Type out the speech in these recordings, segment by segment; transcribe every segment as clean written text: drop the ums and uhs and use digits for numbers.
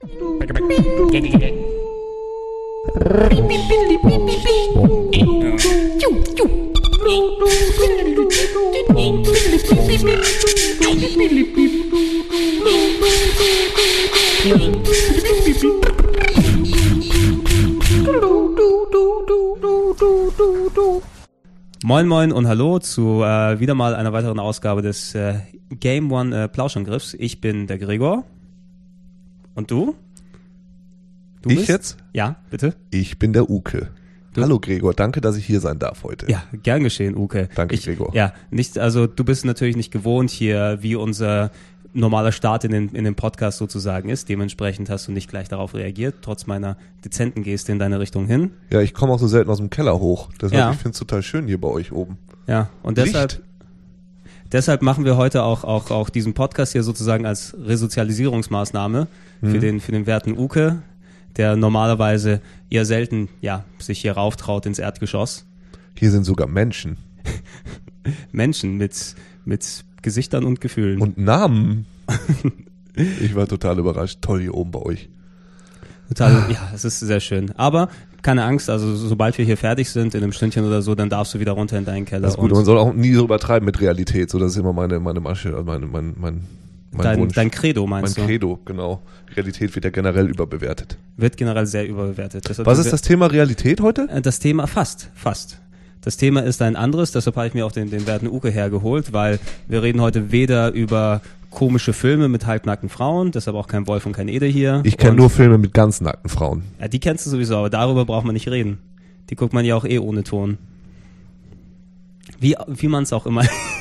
Moin moin und hallo zu wieder mal einer weiteren Ausgabe des Game One Plauschangriffs. Ich bin der Gregor. Und du? Ich bist? Jetzt? Ja, bitte. Ich bin der Uke. Hallo Gregor, danke, dass ich hier sein darf heute. Ja, gern geschehen, Uke. Danke, Gregor. Ja, also du bist natürlich nicht gewohnt hier, wie unser normaler Start in den Podcast sozusagen ist. Dementsprechend hast du nicht gleich darauf reagiert, trotz meiner dezenten Geste in deine Richtung hin. Ja, ich komme auch so selten aus dem Keller hoch. Deshalb, ich finde es total schön hier bei euch oben. Ja, und deshalb machen wir heute auch diesen Podcast hier sozusagen als Resozialisierungsmaßnahme für den werten Uke, der normalerweise eher selten sich hier rauftraut ins Erdgeschoss. Hier sind sogar Menschen. Menschen mit Gesichtern und Gefühlen. Und Namen. Ich war total überrascht. Toll hier oben bei euch. Total, ja, es ist sehr schön. Aber keine Angst, also sobald wir hier fertig sind, in einem Stündchen oder so, dann darfst du wieder runter in deinen Keller. Das ist gut, man soll auch nie so übertreiben mit Realität. So, das ist immer meine Masche, mein Wunsch. Dein Credo meinst du? Mein Credo, genau. Realität wird ja generell überbewertet. Wird generell sehr überbewertet. Deshalb was ist das Thema Realität heute? Das Thema fast. Das Thema ist ein anderes, deshalb habe ich mir auch den werten Uke hergeholt, weil wir reden heute weder über komische Filme mit halbnackten Frauen, deshalb auch kein Wolf und kein Ede hier. Ich kenne nur Filme mit ganz nackten Frauen. Ja, die kennst du sowieso, aber darüber braucht man nicht reden. Die guckt man ja auch ohne Ton. Wie man es auch immer...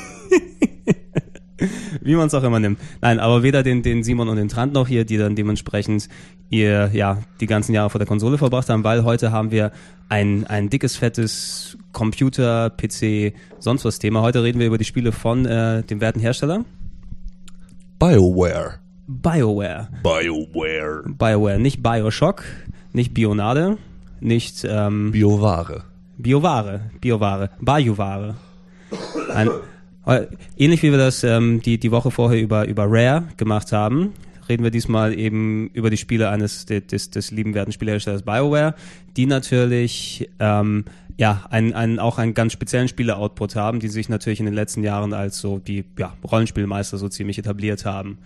Wie man es auch immer nimmt. Nein, aber weder den Simon und den Trant noch hier, die dann dementsprechend die ganzen Jahre vor der Konsole verbracht haben, weil heute haben wir ein dickes, fettes Computer, PC, sonst was Thema. Heute reden wir über die Spiele von dem werten Hersteller. BioWare. Nicht Bioshock, nicht Bionade, nicht Bioware. Ähnlich wie wir das die Woche vorher über Rare gemacht haben, reden wir diesmal eben über die Spiele des lieben werten Spieleherstellers BioWare, die natürlich auch einen ganz speziellen Spiele-Output haben, die sich natürlich in den letzten Jahren als so die Rollenspielmeister so ziemlich etabliert haben.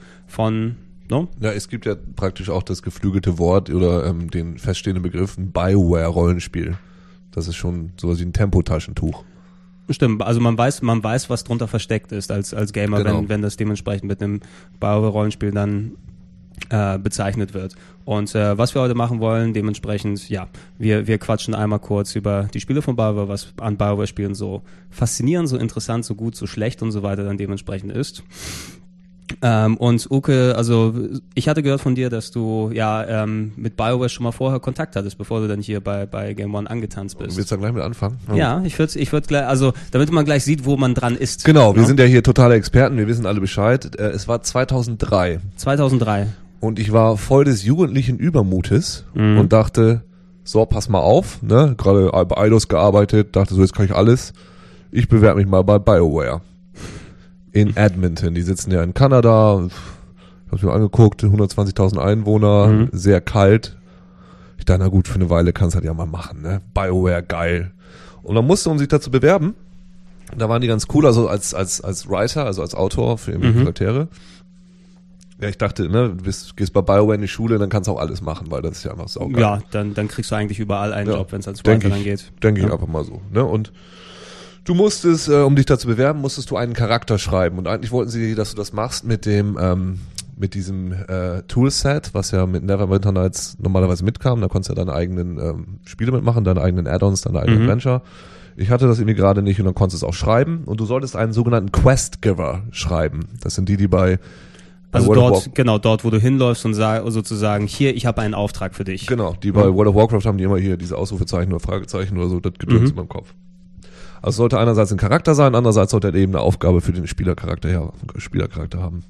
Ja, es gibt ja praktisch auch das geflügelte Wort oder den feststehenden Begriff BioWare-Rollenspiel. Das ist schon sowas wie ein Tempotaschentuch. Stimmt, also man weiß, was drunter versteckt ist als Gamer, genau. wenn das dementsprechend mit einem BioWare-Rollenspiel dann bezeichnet wird. Und was wir heute machen wollen, dementsprechend, wir quatschen einmal kurz über die Spiele von BioWare, was an BioWare-Spielen so faszinierend, so interessant, so gut, so schlecht und so weiter dann dementsprechend ist. Und Uke, also ich hatte gehört von dir, dass du mit BioWare schon mal vorher Kontakt hattest, bevor du dann hier bei Game One angetanzt bist. Willst du dann gleich mit anfangen? Ja, ich würde gleich, also damit man gleich sieht, wo man dran ist. Genau, wir sind ja hier totale Experten, wir wissen alle Bescheid. Es war 2003. Und ich war voll des jugendlichen Übermutes und dachte, so, pass mal auf, ne, gerade bei Eidos gearbeitet, dachte so, jetzt kann ich alles. Ich bewerbe mich mal bei BioWare. In Edmonton, die sitzen ja in Kanada, ich hab's mir angeguckt, 120.000 Einwohner, sehr kalt. Ich dachte, na gut, für eine Weile kannst du das ja mal machen, ne? BioWare, geil. Und dann musste, um sich da zu bewerben, da waren die ganz cool, also als Writer, also als Autor für ihre Charaktere. Ja, ich dachte, ne, du gehst bei BioWare in die Schule, dann kannst du auch alles machen, weil das ist ja einfach saugeil. Ja, dann kriegst du eigentlich überall einen Job, wenn es als Writer dann geht. Denke ich einfach mal so, ne? Und du musstest, um dich da zu bewerben, musstest du einen Charakter schreiben. Und eigentlich wollten sie, dass du das machst mit diesem Toolset, was ja mit Neverwinter Nights normalerweise mitkam. Da konntest du ja deine eigenen Spiele mitmachen, deine eigenen Add-ons, deine eigenen Adventure. Ich hatte das irgendwie gerade nicht und dann konntest du es auch schreiben. Und du solltest einen sogenannten Quest-Giver schreiben. Das sind die bei also dort, wo du hinläufst und sozusagen, hier, ich habe einen Auftrag für dich. Genau, die bei World of Warcraft haben die immer hier diese Ausrufezeichen oder Fragezeichen oder so, das Gedöns in meinem Kopf. Also es sollte einerseits ein Charakter sein, andererseits sollte er eben eine Aufgabe für den Spielercharakter haben.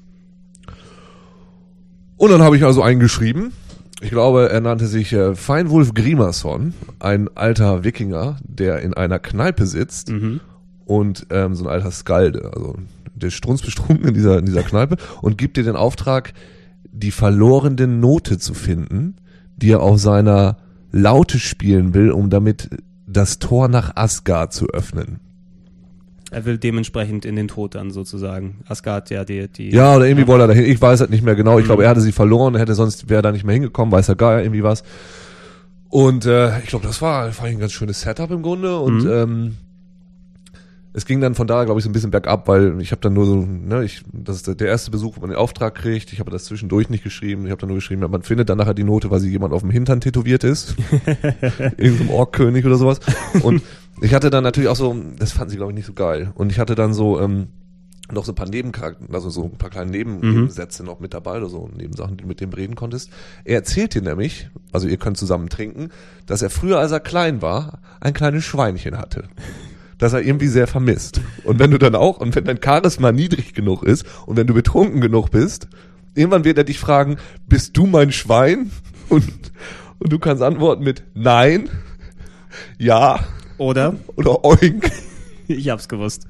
Und dann habe ich also einen geschrieben. Ich glaube, er nannte sich Feinwulf Grimason, ein alter Wikinger, der in einer Kneipe sitzt und so ein alter Skalde, also der strunzbestrunken in dieser Kneipe und gibt dir den Auftrag, die verlorene Note zu finden, die er auf seiner Laute spielen will, um damit das Tor nach Asgard zu öffnen. Er will dementsprechend in den Tod dann sozusagen. Asgard, ja, die. Ja, oder irgendwie wollte er dahin. Ich weiß halt nicht mehr genau. Ich glaube, er hatte sie verloren, wäre da nicht mehr hingekommen, weiß er gar irgendwie was. Und ich glaube, das war ein ganz schönes Setup im Grunde. Und es ging dann von da, glaube ich, so ein bisschen bergab, weil ich habe dann nur so, das ist der erste Besuch, wo man den Auftrag kriegt. Ich habe das zwischendurch nicht geschrieben. Ich habe dann nur geschrieben, man findet dann nachher die Note, weil sie jemand auf dem Hintern tätowiert ist. Irgendein Orkkönig oder sowas. Und ich hatte dann natürlich auch so, das fanden sie, glaube ich, nicht so geil. Und ich hatte dann so noch so ein paar Nebencharakter, also so ein paar kleine Nebensätze noch mit dabei oder so, Nebensachen, die du mit dem reden konntest. Er erzählt dir nämlich, also ihr könnt zusammen trinken, dass er früher, als er klein war, ein kleines Schweinchen hatte. Das er irgendwie sehr vermisst. Und wenn dein Charisma niedrig genug ist und wenn du betrunken genug bist, irgendwann wird er dich fragen, bist du mein Schwein? Und du kannst antworten mit Nein, ja oder Oink. Ich hab's gewusst.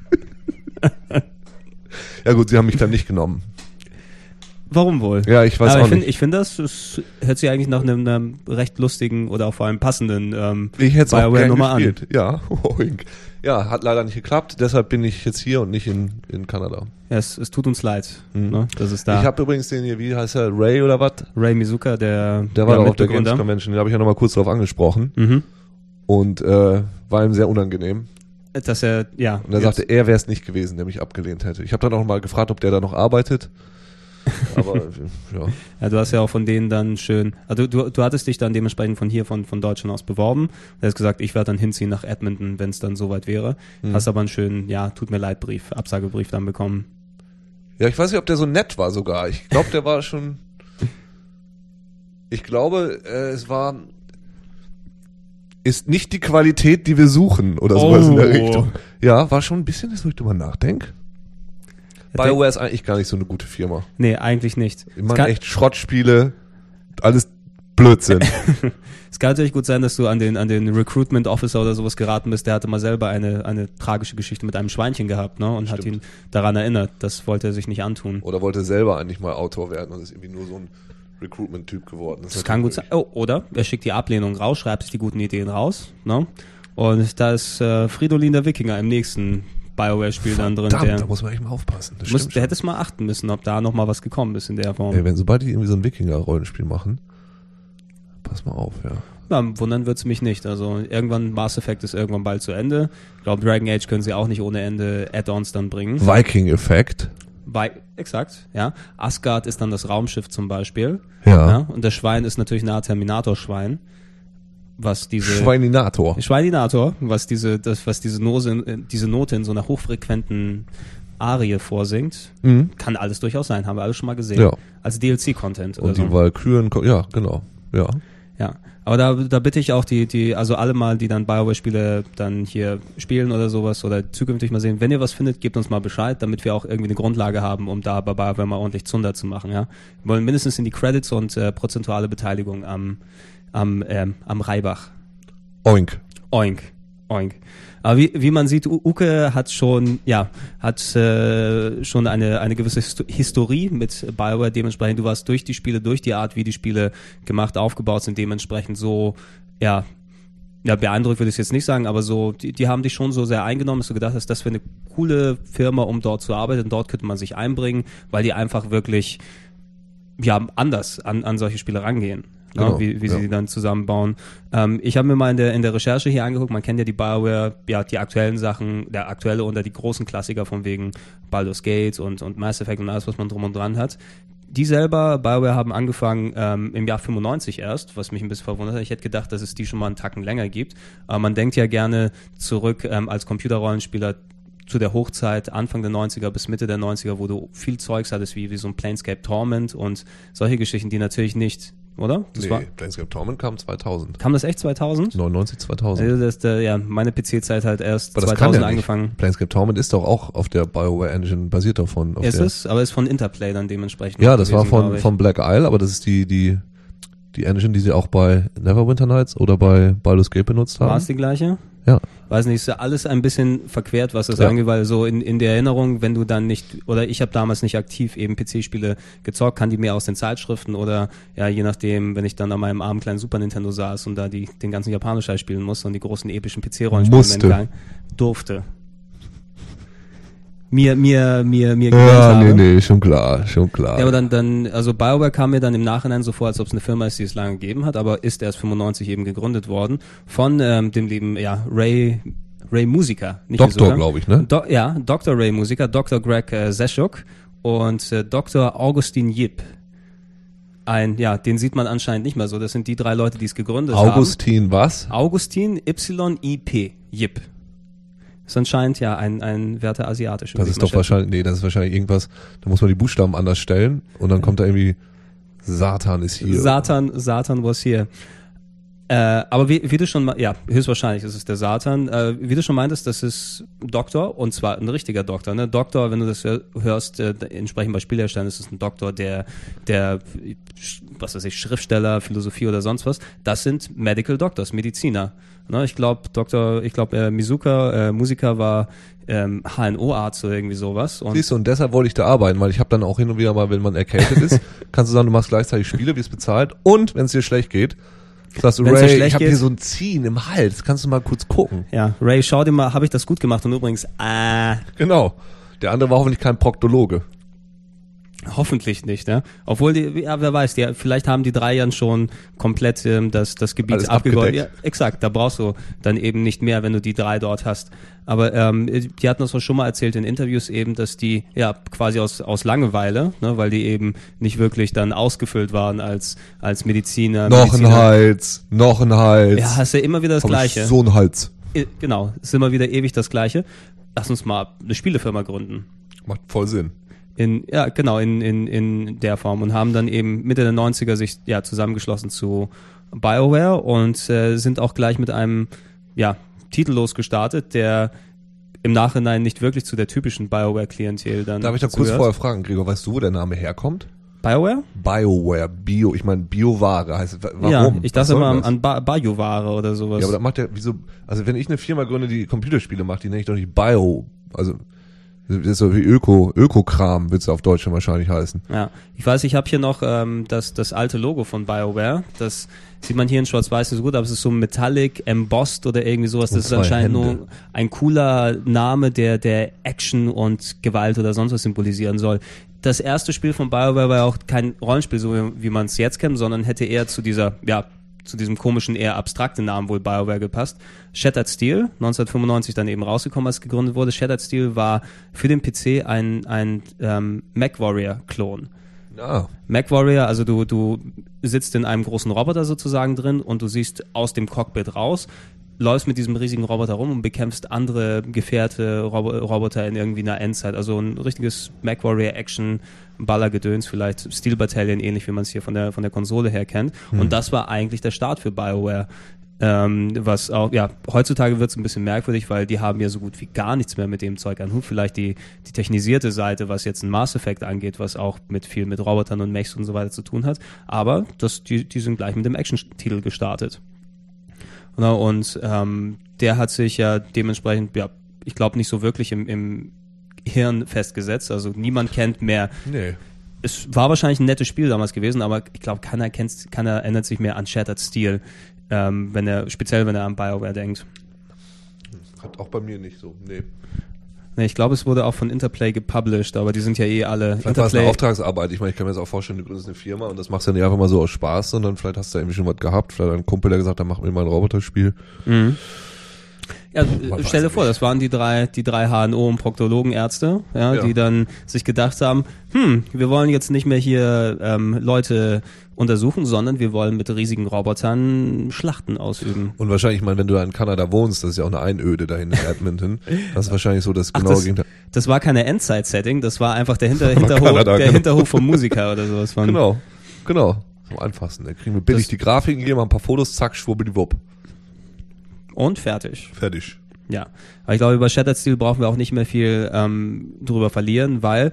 Ja gut, sie haben mich dann nicht genommen. Warum wohl? Ja, ich weiß nicht. Ich finde, das hört sich eigentlich nach einem recht lustigen oder auch vor allem passenden ich hätte es auch gerne gespielt. An. Ja, Oink. Ja, hat leider nicht geklappt, deshalb bin ich jetzt hier und nicht in Kanada. Ja, es tut uns leid, ne, dass es da. Ich habe übrigens den hier, wie heißt er, Ray oder was? Ray Mizuka, der war doch auf der Games Convention, den habe ich ja nochmal kurz drauf angesprochen. Und war ihm sehr unangenehm. Dass er, ja. Und er sagte, er wäre es nicht gewesen, der mich abgelehnt hätte. Ich habe dann auch mal gefragt, ob der da noch arbeitet. Aber ja. Ja, du hast ja auch von denen dann schön, also du hattest dich dann dementsprechend von hier, von Deutschland aus beworben. Du hast gesagt, ich werde dann hinziehen nach Edmonton, wenn es dann soweit wäre. Hast aber einen schönen, ja, tut mir leid Brief, Absagebrief dann bekommen. Ja, ich weiß nicht, ob der so nett war sogar. Ich glaube, der war schon, ich glaube, ist nicht die Qualität, die wir suchen oder sowas in der Richtung. Ja, war schon ein bisschen, wo ich drüber nachdenke. BioWare ist eigentlich gar nicht so eine gute Firma. Nee, eigentlich nicht. Ich meine echt Schrottspiele, alles Blödsinn. Es kann natürlich gut sein, dass du an den Recruitment Officer oder sowas geraten bist. Der hatte mal selber eine tragische Geschichte mit einem Schweinchen gehabt, ne? Und hat ihn daran erinnert. Das wollte er sich nicht antun. Oder wollte selber eigentlich mal Autor werden und ist irgendwie nur so ein Recruitment-Typ geworden. Das kann gut sein. Oh, oder er schickt die Ablehnung raus, schreibt sich die guten Ideen raus, ne? Und da ist Fridolin der Wikinger im nächsten BioWare-Spiel dann drin. Da muss man echt mal aufpassen. Der hättest mal achten müssen, ob da noch mal was gekommen ist in der Form. Ey, sobald die irgendwie so ein Wikinger-Rollenspiel machen, pass mal auf, ja. Na, wundern wird's mich nicht. Also irgendwann, Mass Effect ist irgendwann bald zu Ende. Ich glaube, Dragon Age können sie auch nicht ohne Ende Add-ons dann bringen. Viking-Effekt. Exakt, ja. Asgard ist dann das Raumschiff zum Beispiel. Ja. Und das Schwein ist natürlich eine Art Terminator-Schwein. Schweininator, was diese Note in so einer hochfrequenten Arie vorsingt, kann alles durchaus sein, haben wir alles schon mal gesehen. Ja. Als DLC-Content. Und die Valkyren, ja, genau, ja. Ja, aber da bitte ich auch also alle mal, die dann BioWare-Spiele dann hier spielen oder sowas oder zukünftig mal sehen, wenn ihr was findet, gebt uns mal Bescheid, damit wir auch irgendwie eine Grundlage haben, um da bei BioWare mal ordentlich Zunder zu machen, ja. Wir wollen mindestens in die Credits und prozentuale Beteiligung am Reibach. Oink. Aber wie man sieht, Uke hat schon eine gewisse Historie mit BioWare, dementsprechend, du warst durch die Spiele, durch die Art, wie die Spiele aufgebaut sind, dementsprechend so, ja, beeindruckt würde ich jetzt nicht sagen, aber so, die haben dich schon so sehr eingenommen, dass du gedacht hast, das wäre eine coole Firma, um dort zu arbeiten, dort könnte man sich einbringen, weil die einfach wirklich, ja, anders an solche Spiele rangehen. Genau, wie sie dann zusammenbauen. Ich habe mir mal in der Recherche hier angeguckt, man kennt ja die BioWare, ja, die aktuellen Sachen, der aktuelle oder die großen Klassiker von wegen Baldur's Gate und Mass Effect und alles, was man drum und dran hat. Die selber, BioWare, haben angefangen im Jahr 95 erst, was mich ein bisschen verwundert hat. Ich hätte gedacht, dass es die schon mal einen Tacken länger gibt. Aber man denkt ja gerne zurück als Computerrollenspieler zu der Hochzeit Anfang der 90er bis Mitte der 90er, wo du viel Zeugs hattest, wie so ein Planescape Torment und solche Geschichten, die natürlich nicht, oder? Planescape Torment kam 2000. Kam das echt 2000? 99, 2000. Also meine PC-Zeit halt erst 2000 angefangen. Planescape Torment ist doch auch auf der BioWare Engine, basiert davon. Aber ist von Interplay dann dementsprechend. Ja, das gewesen, war von Black Isle, aber das ist die Engine, die sie auch bei Neverwinter Nights oder bei Baldur's Gate benutzt haben. War es die gleiche? Ja. Weiß nicht, ist ja alles ein bisschen verquert, was das angeht, weil so in der Erinnerung, wenn du dann nicht, oder ich habe damals nicht aktiv eben PC-Spiele gezockt, kann die mehr aus den Zeitschriften oder ja, je nachdem, wenn ich dann an meinem armen kleinen Super Nintendo saß und da den ganzen Japanisch spielen musste und die großen epischen PC-Rollenspiele entgangen durfte. Mir habe. Nee, schon klar. Ja, aber dann, also BioWare kam mir dann im Nachhinein so vor, als ob es eine Firma ist, die es lange gegeben hat, aber ist erst 95 eben gegründet worden von dem lieben, Ray Musica. Nicht Doktor, glaube ich, ne? Dr. Ray Musica, Dr. Greg Zeschuk und Dr. Augustin Yip. Den sieht man anscheinend nicht mehr so. Das sind die 3 Leute, die es gegründet haben. Augustin was? Augustin Y-I-P. Yip. Ist anscheinend ein werter asiatischer. Das ist wahrscheinlich irgendwas, da muss man die Buchstaben anders stellen und dann kommt da irgendwie Satan ist hier. Satan was hier. Aber wie du schon, höchstwahrscheinlich ist es der Satan. Wie du schon meintest, das ist Doktor und zwar ein richtiger Doktor. Ne? Doktor, wenn du das hörst, entsprechend bei Spielherstellern ist es ein Doktor, der was weiß ich, Schriftsteller, Philosophie oder sonst was. Das sind Medical Doctors, Mediziner. Ne? Ich glaube, Musiker war HNO-Arzt oder irgendwie sowas. Siehst du, und deshalb wollte ich da arbeiten, weil ich habe dann auch hin und wieder mal, wenn man erkältet ist, kannst du sagen, du machst gleichzeitig Spiele, wirst bezahlt und wenn es dir schlecht geht, sagst du, Ray, ich habe hier so ein Ziehen im Hals, kannst du mal kurz gucken? Ja, Ray, schau dir mal, habe ich das gut gemacht und übrigens, Genau, der andere war hoffentlich kein Proktologe. Hoffentlich nicht, ne? Obwohl, wer weiß, vielleicht haben die 3 Jahren schon komplett das Gebiet abgegolten. Ja, exakt, da brauchst du dann eben nicht mehr, wenn du die 3 dort hast. Aber die hatten das auch schon mal erzählt in Interviews eben, dass die quasi aus Langeweile, ne, weil die eben nicht wirklich dann ausgefüllt waren als Mediziner. Noch ein Hals. Ja, hast ja immer wieder das Gleiche. So ein Hals. Genau, ist immer wieder ewig das Gleiche. Lass uns mal eine Spielefirma gründen. Macht voll Sinn. In der Form und haben dann eben Mitte der 90er sich zusammengeschlossen zu BioWare und sind auch gleich mit einem Titel losgestartet, der im Nachhinein nicht wirklich zu der typischen BioWare-Klientel dann Darf ich da kurz vorher fragen, Gregor, weißt du, wo der Name herkommt? BioWare? BioWare, ich meine Bioware heißt, warum? Ja, ich dachte immer an Bioware oder sowas. Ja, aber das macht wieso, also wenn ich eine Firma gründe, die Computerspiele macht, die nenne ich doch nicht Bio, also das ist so wie Ökokram, wird's auf Deutsch wahrscheinlich heißen. Ja, ich weiß, ich habe hier noch das alte Logo von BioWare. Das sieht man hier in Schwarz-Weiß nicht so gut, aber es ist so metallic, embossed oder irgendwie sowas. Das ist anscheinend nur ein cooler Name, der Action und Gewalt oder sonst was symbolisieren soll. Das erste Spiel von BioWare war ja auch kein Rollenspiel, so wie man es jetzt kennt, sondern hätte eher zu diesem komischen, eher abstrakten Namen wohl BioWare gepasst. Shattered Steel, 1995 dann eben rausgekommen, als es gegründet wurde. Shattered Steel war für den PC ein MechWarrior-Klon. Ah. MechWarrior, also du sitzt in einem großen Roboter sozusagen drin und du siehst aus dem Cockpit raus, läufst mit diesem riesigen Roboter rum und bekämpfst andere Gefährte, Roboter in irgendwie einer Endzeit. Also ein richtiges MechWarrior-Action-Ballergedöns, vielleicht Steel Battalion, ähnlich wie man es hier von der Konsole her kennt. Und das war eigentlich der Start für BioWare. Was auch, heutzutage wird es ein bisschen merkwürdig, weil die haben ja so gut wie gar nichts mehr mit dem Zeug an Hut. Vielleicht die technisierte Seite, was jetzt ein Mass Effect angeht, was auch viel mit Robotern und Mechs und so weiter zu tun hat. Aber die sind gleich mit dem Action-Titel gestartet. Und der hat sich ja dementsprechend, ich glaube, nicht so wirklich im Hirn festgesetzt. Also niemand kennt mehr. Nee. Es war wahrscheinlich ein nettes Spiel damals gewesen, aber ich glaube, keiner erinnert sich mehr an Shattered Steel, speziell wenn er an BioWare denkt. Hat auch bei mir nicht so, nee. Nee, ich glaube, es wurde auch von Interplay gepublished, aber die sind ja alle... Vielleicht war es eine Auftragsarbeit. Ich meine, ich kann mir jetzt auch vorstellen, du gründest eine Firma und das machst du ja nicht einfach mal so aus Spaß, sondern vielleicht hast du da irgendwie schon was gehabt. Vielleicht ein Kumpel, der gesagt hat, mach mir mal ein Roboterspiel. Mhm. Ja, stell dir vor, das waren die drei HNO- und Proktologenärzte, die dann sich gedacht haben, wir wollen jetzt nicht mehr hier Leute untersuchen, sondern wir wollen mit riesigen Robotern Schlachten ausüben. Und wahrscheinlich, ich meine, wenn du da in Kanada wohnst, das ist ja auch eine Einöde dahin in Edmonton, das ist wahrscheinlich so das genaue Gegenteil. Das war keine Endzeit-Setting, das war einfach der Hinterhof vom Musiker oder sowas. Genau. Am einfachsten. Da kriegen wir billig die Grafiken, geben mal ein paar Fotos, zack, schwubbeliwupp. Und fertig. Ja, aber ich glaube, über Shattered Steel brauchen wir auch nicht mehr viel drüber verlieren, weil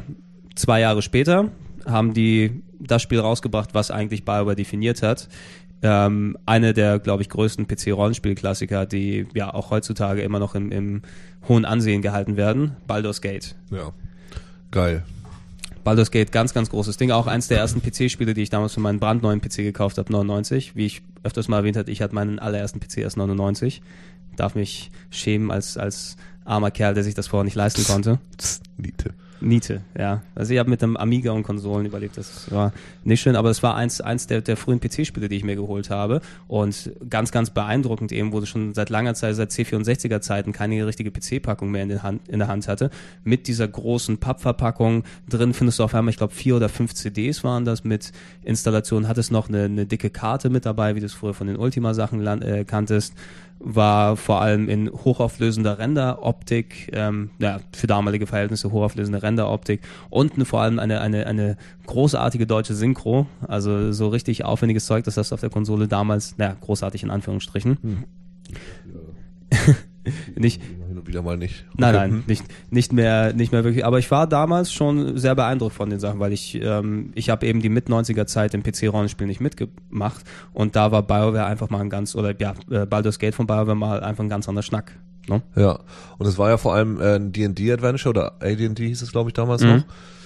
2 Jahre später haben die das Spiel rausgebracht, was eigentlich BioWare definiert hat. eine der, glaube ich, größten PC-Rollenspiel-Klassiker, die ja auch heutzutage immer noch im hohen Ansehen gehalten werden, Baldur's Gate. Ja, geil. Baldur's Gate, ganz, ganz großes Ding. Auch eins der ersten PC-Spiele, die ich damals für meinen brandneuen PC gekauft habe, 99. Wie ich öfters mal erwähnt hatte, ich hatte meinen allerersten PC erst 99. Darf mich schämen als armer Kerl, der sich das vorher nicht leisten konnte. Niete, ja. Also ich habe mit einem Amiga und Konsolen überlebt, das war nicht schön, aber es war eins der frühen PC-Spiele, die ich mir geholt habe und ganz, ganz beeindruckend eben, wo du schon seit langer Zeit, seit C64er Zeiten keine richtige PC-Packung mehr in der Hand hatte, mit dieser großen Pappverpackung, drin findest du auf einmal, ich glaube 4 oder 5 CDs waren das, mit Installation, hattest noch eine dicke Karte mit dabei, wie du es früher von den Ultima-Sachen kanntest, war vor allem in hochauflösender Renderoptik, für damalige Verhältnisse hochauflösende Renderoptik und vor allem eine großartige deutsche Synchro, also so richtig aufwendiges Zeug, das hast du auf der Konsole damals, großartig in Anführungsstrichen. Nicht. Wieder mal nicht. Okay. Nein, nicht mehr wirklich. Aber ich war damals schon sehr beeindruckt von den Sachen, weil ich habe eben die Mit-90er Zeit im PC-Rollenspiel nicht mitgemacht und da war BioWare einfach mal Baldur's Gate von BioWare mal einfach ein ganz anderer Schnack. No? Ja, und es war ja vor allem ein D&D-Adventure oder AD&D hieß es, glaube ich, damals noch.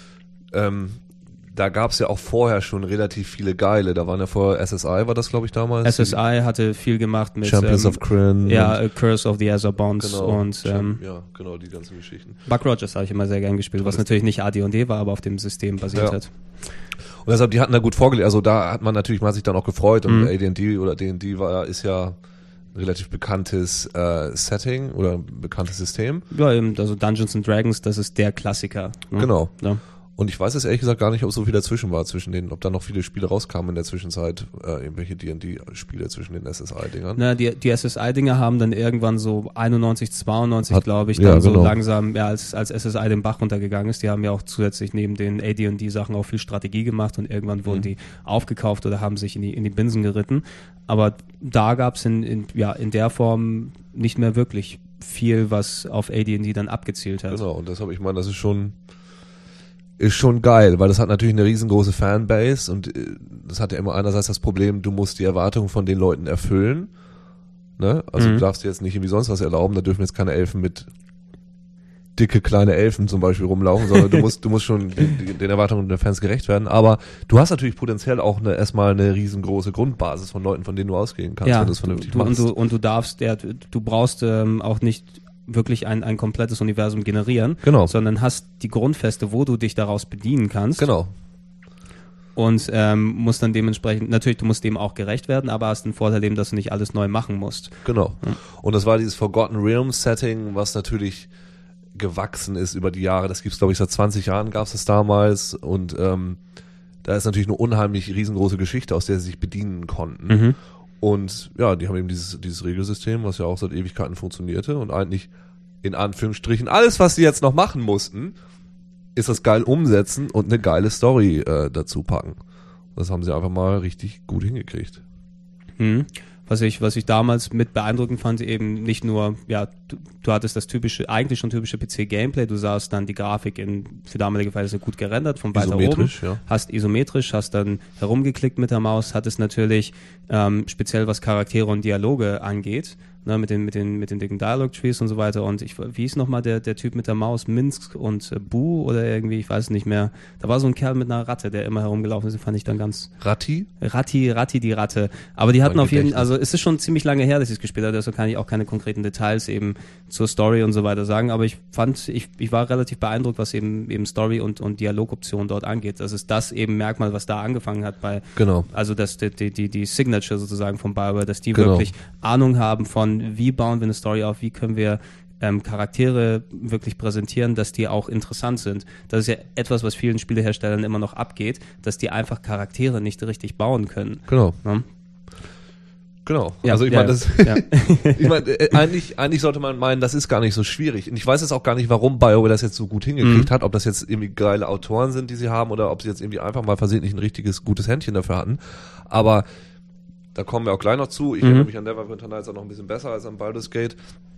Da gab es ja auch vorher schon relativ viele geile. Da waren ja vorher SSI, war das, glaube ich, damals. SSI hatte viel gemacht mit Champions of Krynn. Ja, Curse of the Azure Bonds und ja, genau, die ganzen Geschichten. Buck Rogers habe ich immer sehr gern gespielt, was natürlich nicht AD&D war, aber auf dem System basiert hat. Und deshalb, die hatten da gut vorgelegt. Also da hat man sich dann auch gefreut und AD&D oder D&D ist ja ein relativ bekanntes Setting oder bekanntes System. Ja, eben, also Dungeons and Dragons, das ist der Klassiker. Ne? Genau. Ja. Und ich weiß jetzt ehrlich gesagt gar nicht, ob so viel dazwischen war, ob da noch viele Spiele rauskamen in der Zwischenzeit, irgendwelche D&D-Spiele zwischen den SSI-Dingern. Na, die SSI-Dinger haben dann irgendwann so 91, 92, glaube ich, dann so langsam, als SSI den Bach runtergegangen ist. Die haben ja auch zusätzlich neben den AD&D-Sachen auch viel Strategie gemacht und irgendwann wurden die aufgekauft oder haben sich in die Binsen geritten. Aber da gab es in der Form nicht mehr wirklich viel, was auf AD&D dann abgezielt hat. Genau, und deshalb, ich meine, das ist schon geil, weil das hat natürlich eine riesengroße Fanbase und das hat ja immer einerseits das Problem, du musst die Erwartungen von den Leuten erfüllen, ne? Also du darfst dir jetzt nicht irgendwie sonst was erlauben, da dürfen jetzt keine Elfen mit dicke kleine Elfen zum Beispiel rumlaufen, sondern du musst schon den Erwartungen der Fans gerecht werden, aber du hast natürlich potenziell auch erstmal eine riesengroße Grundbasis von Leuten, von denen du ausgehen kannst, wenn du es vernünftig machst. Und du brauchst auch nicht wirklich ein komplettes Universum generieren, sondern hast die Grundfeste, wo du dich daraus bedienen kannst. Genau. Und musst dann dementsprechend, natürlich, du musst dem auch gerecht werden, aber hast den Vorteil eben, dass du nicht alles neu machen musst. Genau. Und das war dieses Forgotten Realms Setting, was natürlich gewachsen ist über die Jahre. Das gibt's, glaube ich, seit 20 Jahren gab es das damals und da ist natürlich eine unheimlich riesengroße Geschichte, aus der sie sich bedienen konnten. Und ja, die haben eben dieses Regelsystem, was ja auch seit Ewigkeiten funktionierte und eigentlich in Anführungsstrichen alles, was sie jetzt noch machen mussten, ist das geil umsetzen und eine geile Story dazu packen. Das haben sie einfach mal richtig gut hingekriegt. Was ich damals mit beeindruckend fand, eben nicht nur, du hattest das eigentlich schon typische PC-Gameplay, du sahst dann die Grafik für damalige Verhältnisse gut gerendert, von weiter oben, hast dann herumgeklickt mit der Maus, hattest natürlich speziell was Charaktere und Dialoge angeht, ne, mit den dicken Dialog-Trees und so weiter und wie hieß nochmal der Typ mit der Maus, Minsk und Bu oder irgendwie, ich weiß es nicht mehr, da war so ein Kerl mit einer Ratte, der immer herumgelaufen ist, den fand ich dann ganz... Ratti, die Ratte, aber die hatten auf jeden Fall, also es ist schon ziemlich lange her, dass ich es gespielt habe, deshalb kann ich auch keine konkreten Details eben zur Story und so weiter sagen, aber ich war relativ beeindruckt, was eben Story und Dialogoptionen dort angeht. Das ist das eben Merkmal, was da angefangen hat also dass die Signature sozusagen von BioWare, dass die wirklich Ahnung haben von, wie bauen wir eine Story auf, wie können wir Charaktere wirklich präsentieren, dass die auch interessant sind. Das ist ja etwas, was vielen Spieleherstellern immer noch abgeht, dass die einfach Charaktere nicht richtig bauen können. Genau. Ja? Genau. Also ich meine, ich meine, eigentlich sollte man meinen, das ist gar nicht so schwierig. Und ich weiß jetzt auch gar nicht, warum BioWare das jetzt so gut hingekriegt hat, ob das jetzt irgendwie geile Autoren sind, die sie haben, oder ob sie jetzt irgendwie einfach mal versehentlich ein richtiges, gutes Händchen dafür hatten. Aber da kommen wir auch gleich noch zu. Ich erinnere mich an Neverwinter Nights auch noch ein bisschen besser als an Baldur's Gate.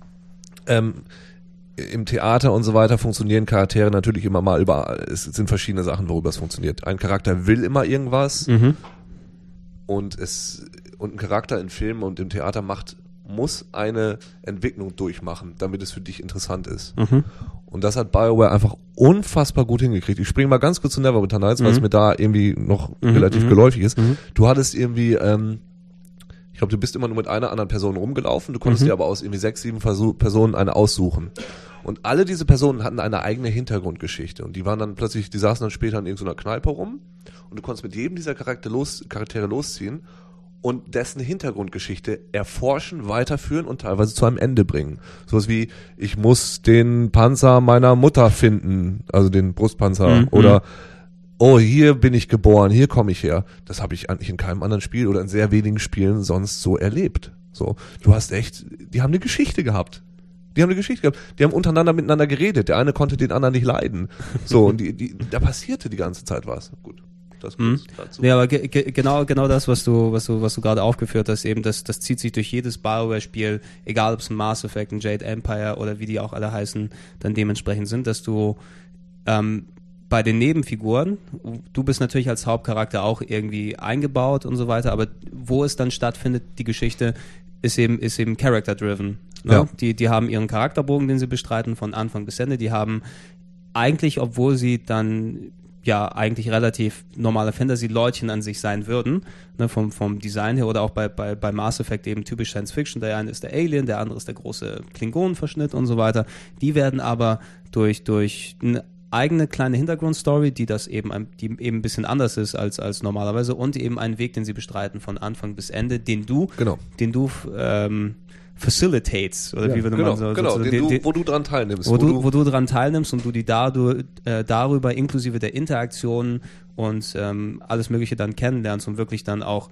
Im Theater und so weiter funktionieren Charaktere natürlich immer mal überall. Es sind verschiedene Sachen, worüber es funktioniert. Ein Charakter will immer irgendwas und es ein Charakter in Filmen und im Theater muss eine Entwicklung durchmachen, damit es für dich interessant ist. Und das hat BioWare einfach unfassbar gut hingekriegt. Ich springe mal ganz kurz zu Neverwinter Nights, weil es mir da irgendwie noch relativ geläufig ist. Du hattest irgendwie, ich glaube, du bist immer nur mit einer anderen Person rumgelaufen, du konntest dir aber aus irgendwie 6, 7 Personen eine aussuchen. Und alle diese Personen hatten eine eigene Hintergrundgeschichte und die saßen dann später in irgendeiner Kneipe rum und du konntest mit jedem dieser Charaktere losziehen und dessen Hintergrundgeschichte erforschen, weiterführen und teilweise zu einem Ende bringen. Sowas wie, ich muss den Panzer meiner Mutter finden, also den Brustpanzer, oder oh, hier bin ich geboren, hier komme ich her. Das habe ich eigentlich in keinem anderen Spiel oder in sehr wenigen Spielen sonst so erlebt. So, du hast echt, die haben eine Geschichte gehabt. Die haben untereinander miteinander geredet. Der eine konnte den anderen nicht leiden. So, und da passierte die ganze Zeit was. Gut. Das dazu. Ja, aber genau das, was du gerade aufgeführt hast, eben, das zieht sich durch jedes BioWare-Spiel, egal ob es ein Mass Effect, ein Jade Empire oder wie die auch alle heißen, dann dementsprechend sind, dass du bei den Nebenfiguren, du bist natürlich als Hauptcharakter auch irgendwie eingebaut und so weiter, aber wo es dann stattfindet, die Geschichte, ist eben character-driven. Ne? Ja. Die haben ihren Charakterbogen, den sie bestreiten, von Anfang bis Ende. Die haben eigentlich, obwohl sie dann ja eigentlich relativ normale Fantasy-Leutchen an sich sein würden, ne, vom Design her, oder auch bei Mass Effect eben typisch Science Fiction. Der eine ist der Alien, der andere ist der große Klingonenverschnitt und so weiter. Die werden aber durch eine eigene kleine Hintergrundstory, die eben ein bisschen anders ist als normalerweise, und eben einen Weg, den sie bestreiten von Anfang bis Ende, den du facilitates, oder ja, wie würde man so wo du dran teilnimmst. Wo du dran teilnimmst und du die darüber inklusive der Interaktionen und alles Mögliche dann kennenlernst und wirklich dann auch,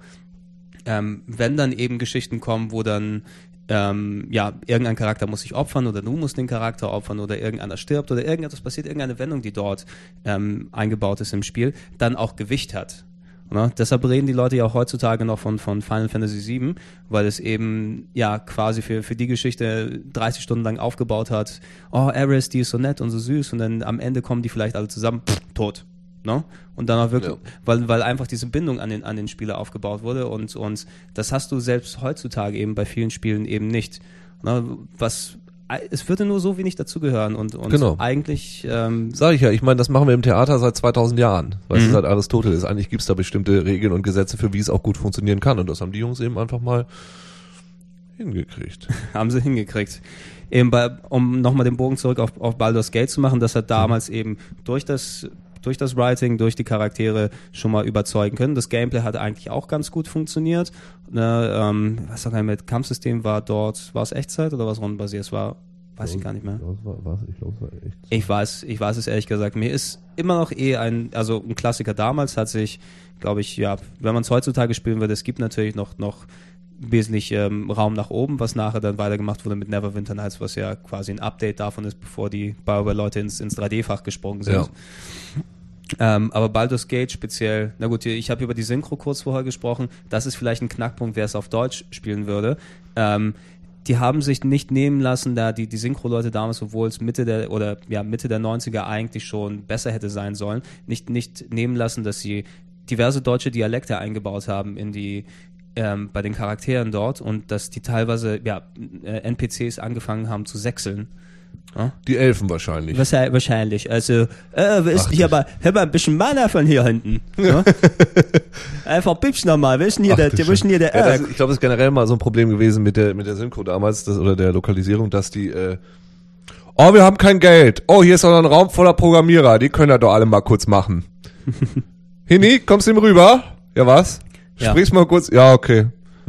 wenn dann eben Geschichten kommen, wo dann irgendein Charakter muss sich opfern oder du musst den Charakter opfern oder irgendeiner stirbt oder irgendetwas passiert, irgendeine Wendung, die dort eingebaut ist im Spiel, dann auch Gewicht hat. Ne? Deshalb reden die Leute ja auch heutzutage noch von Final Fantasy VII, weil es eben ja quasi für die Geschichte 30 Stunden lang aufgebaut hat, oh, Aerith, die ist so nett und so süß, und dann am Ende kommen die vielleicht alle zusammen, tot. No? Und dann auch wirklich, weil einfach diese Bindung an den Spieler aufgebaut wurde, und das hast du selbst heutzutage eben bei vielen Spielen eben nicht. No? Es würde nur so wenig dazugehören und genau. Eigentlich sag ich ja, ich meine, das machen wir im Theater seit 2000 Jahren, weil es seit Aristoteles. Eigentlich gibt's da bestimmte Regeln und Gesetze für, wie es auch gut funktionieren kann, und das haben die Jungs eben einfach mal hingekriegt. Haben sie hingekriegt. Eben um nochmal den Bogen zurück auf Baldur's Gate zu machen, das hat damals eben durch das Writing, durch die Charaktere schon mal überzeugen können. Das Gameplay hat eigentlich auch ganz gut funktioniert. Was auch gar nicht mehr, Kampfsystem war es Echtzeit oder was rundenbasiert? Weiß ich gar nicht mehr. Ich glaube, es war echt. Ich weiß es ehrlich gesagt. Mir ist immer noch ein Klassiker damals hat sich, glaube ich, ja, wenn man es heutzutage spielen würde, es gibt natürlich noch wesentlich Raum nach oben, was nachher dann weitergemacht wurde mit Neverwinter Nights, was ja quasi ein Update davon ist, bevor die BioWare-Leute ins 3D-Fach gesprungen sind. Ja. Aber Baldur's Gate speziell, na gut, ich habe über die Synchro kurz vorher gesprochen, das ist vielleicht ein Knackpunkt, wer es auf Deutsch spielen würde. Die haben sich nicht nehmen lassen, da die Synchro-Leute damals, obwohl es Mitte der 90er eigentlich schon besser hätte sein sollen, nicht nehmen lassen, dass sie diverse deutsche Dialekte eingebaut haben bei den Charakteren dort, und dass die teilweise NPCs angefangen haben zu sächseln. Ja? Die Elfen wahrscheinlich. Wahrscheinlich. Also, hör mal ein bisschen Mana von hier hinten. Ja? Einfach bipsch nochmal. Wo ist denn hier der ich glaube, das ist generell mal so ein Problem gewesen mit der Synchro damals, oder der Lokalisierung, dass die, wir haben kein Geld. Oh, hier ist auch noch ein Raum voller Programmierer. Die können ja doch alle mal kurz machen. Hini, kommst du ihm rüber? Ja, was? Sprich's mal kurz. Ja, okay.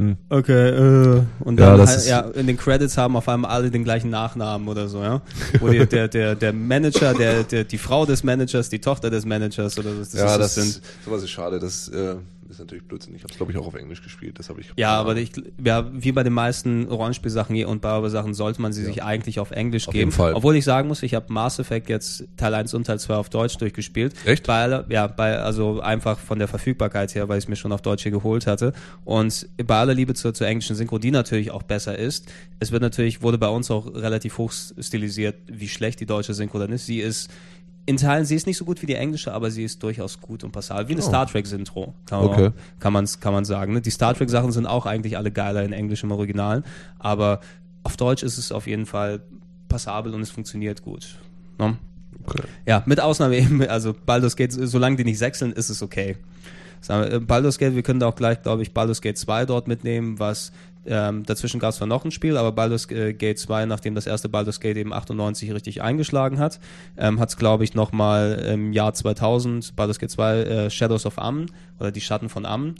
Okay, und dann in den Credits haben auf einmal alle den gleichen Nachnamen oder so, ja. Wo der Manager, die Frau des Managers, die Tochter des Managers oder so. Sowas ist schade. Das ist natürlich Blödsinn. Ich habe es, glaube ich, auch auf Englisch gespielt. Das habe ich. Ja, aber wie bei den meisten Rollenspielsachen und BioWare-Sachen sollte man sie sich eigentlich auf Englisch geben. Jeden Fall. Obwohl ich sagen muss, ich habe Mass Effect jetzt Teil 1 und Teil 2 auf Deutsch durchgespielt. Echt? Also einfach von der Verfügbarkeit her, weil ich es mir schon auf Deutsch hier geholt hatte. Und bei aller Liebe zur englischen Synchro, die natürlich auch besser ist. Wurde bei uns auch relativ hoch stilisiert, wie schlecht die deutsche Synchro dann ist. Sie ist In Teilen, sie ist nicht so gut wie die englische, aber sie ist durchaus gut und passabel. Wie eine Star Trek-Intro, kann man sagen. Ne? Die Star Trek-Sachen sind auch eigentlich alle geiler in Englisch im Original, aber auf Deutsch ist es auf jeden Fall passabel und es funktioniert gut. Ne? Okay. Ja, mit Ausnahme eben, also Baldur's Gate, solange die nicht sechseln, ist es okay. Baldur's Gate, wir können da auch gleich, glaube ich, Baldur's Gate 2 dort mitnehmen, was dazwischen gab es zwar noch ein Spiel, aber Baldur's Gate 2, nachdem das erste Baldur's Gate eben 98 richtig eingeschlagen hat, hat es, glaube ich, nochmal im Jahr 2000 Baldur's Gate 2 Shadows of Amn oder die Schatten von Amn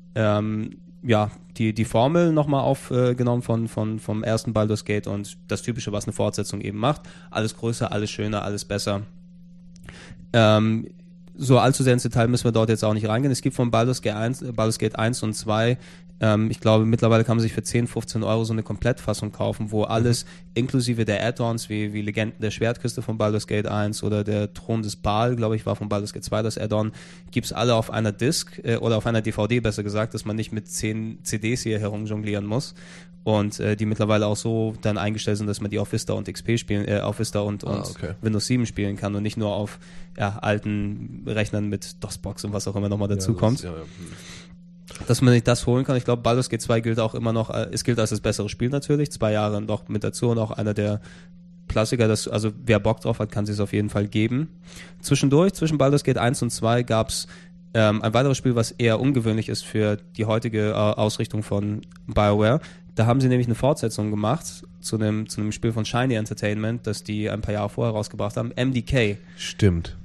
die Formel nochmal aufgenommen vom ersten Baldur's Gate und das Typische, was eine Fortsetzung eben macht. Alles größer, alles schöner, alles besser. So allzu sehr ins Detail müssen wir dort jetzt auch nicht reingehen. Es gibt von Baldur's Gate 1 und 2, ich glaube, mittlerweile kann man sich für 10, 15 Euro so eine Komplettfassung kaufen, wo alles inklusive der Add-ons wie Legenden der Schwertküste von Baldur's Gate 1 oder der Thron des Baal, glaube ich, war von Baldur's Gate 2 das Add-on, gibt's alle auf einer Disc oder auf einer DVD besser gesagt, dass man nicht mit 10 CDs hier herumjonglieren muss und die mittlerweile auch so dann eingestellt sind, dass man die auf Vista und XP spielen, auf Vista und Windows 7 spielen kann und nicht nur auf alten Rechnern mit DOS-Box und was auch immer nochmal dazu kommt. Dass man sich das holen kann. Ich glaube, Baldur's Gate 2 gilt auch immer noch, es gilt als das bessere Spiel natürlich, 2 Jahre noch mit dazu und auch einer der Klassiker, also wer Bock drauf hat, kann sich es auf jeden Fall geben. Zwischen Baldur's Gate 1 und 2 gab's ein weiteres Spiel, was eher ungewöhnlich ist für die heutige Ausrichtung von BioWare. Da haben sie nämlich eine Fortsetzung gemacht zu einem Spiel von Shiny Entertainment, das die ein paar Jahre vorher rausgebracht haben, MDK. Stimmt.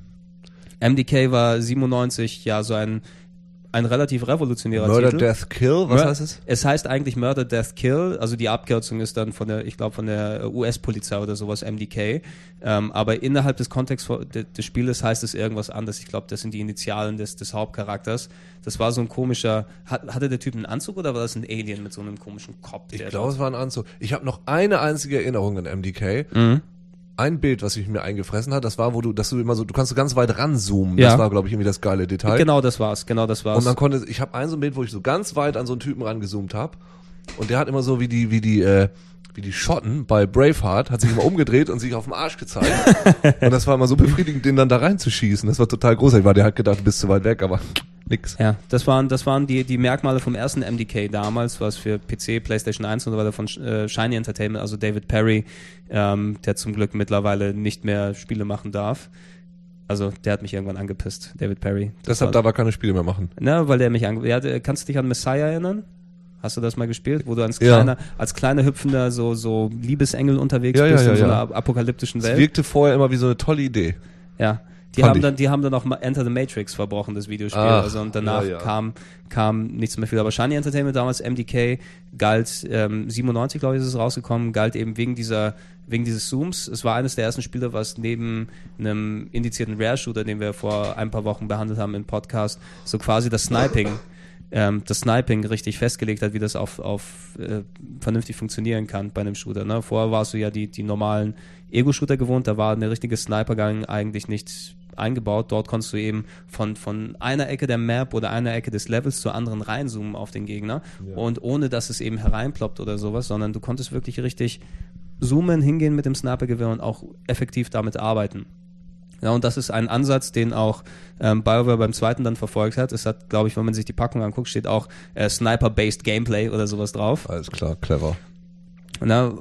MDK war 97 so ein relativ revolutionärer Murder, Titel. Death, Kill, was heißt es? Es heißt eigentlich Murder, Death, Kill, also die Abkürzung ist dann von der US-Polizei oder sowas, MDK, aber innerhalb des Kontexts des Spieles heißt es irgendwas anderes. Ich glaube, das sind die Initialen des Hauptcharakters. Das war so ein komischer, hatte der Typ einen Anzug oder war das ein Alien mit so einem komischen Kopf? Ich glaube, es war ein Anzug. Ich habe noch eine einzige Erinnerung an MDK. Ein Bild, was sich mir eingefressen hat, das war, du kannst so ganz weit ranzoomen. Ja. Das war, glaube ich, irgendwie das geile Detail. Genau, das war's. Und dann ich habe so ein Bild, wo ich so ganz weit an so einen Typen rangezoomt habe. Und der hat immer so wie die Schotten bei Braveheart, hat sich immer umgedreht und sich auf den Arsch gezeigt. Und das war immer so befriedigend, den dann da reinzuschießen. Das war total großartig, weil der hat gedacht, du bist zu weit weg, aber nix. Ja, das waren die Merkmale vom ersten MDK damals, was für PC, PlayStation 1 und so weiter von Shiny Entertainment, also David Perry, der zum Glück mittlerweile nicht mehr Spiele machen darf. Also, der hat mich irgendwann angepisst, David Perry. Deshalb darf er keine Spiele mehr machen. Na, weil der mich kannst du dich an Messiah erinnern? Hast du das mal gespielt? Wo du als kleiner hüpfender so Liebesengel unterwegs bist in so einer apokalyptischen Welt? Es wirkte vorher immer wie so eine tolle Idee. Ja. Die haben dann auch mal Enter the Matrix verbrochen, das Videospiel. Und danach kam nichts mehr viel. Aber Shiny Entertainment damals, MDK, galt, 97, glaube ich, ist es rausgekommen, galt eben wegen dieses Zooms. Es war eines der ersten Spiele, was neben einem indizierten Rare-Shooter, den wir vor ein paar Wochen behandelt haben im Podcast, so quasi das Sniping richtig festgelegt hat, wie das auf vernünftig funktionieren kann bei einem Shooter. Ne? Vorher warst du ja die normalen Ego-Shooter gewohnt, da war eine richtige Sniper-Gang eigentlich nicht eingebaut. Dort konntest du eben von einer Ecke der Map oder einer Ecke des Levels zur anderen reinzoomen auf den Gegner und ohne, dass es eben hereinploppt oder sowas, sondern du konntest wirklich richtig zoomen, hingehen mit dem Sniper-Gewehr und auch effektiv damit arbeiten. Ja, und das ist ein Ansatz, den auch BioWare beim zweiten dann verfolgt hat. Es hat, glaube ich, wenn man sich die Packung anguckt, steht auch Sniper-based Gameplay oder sowas drauf. Alles klar, clever. Na,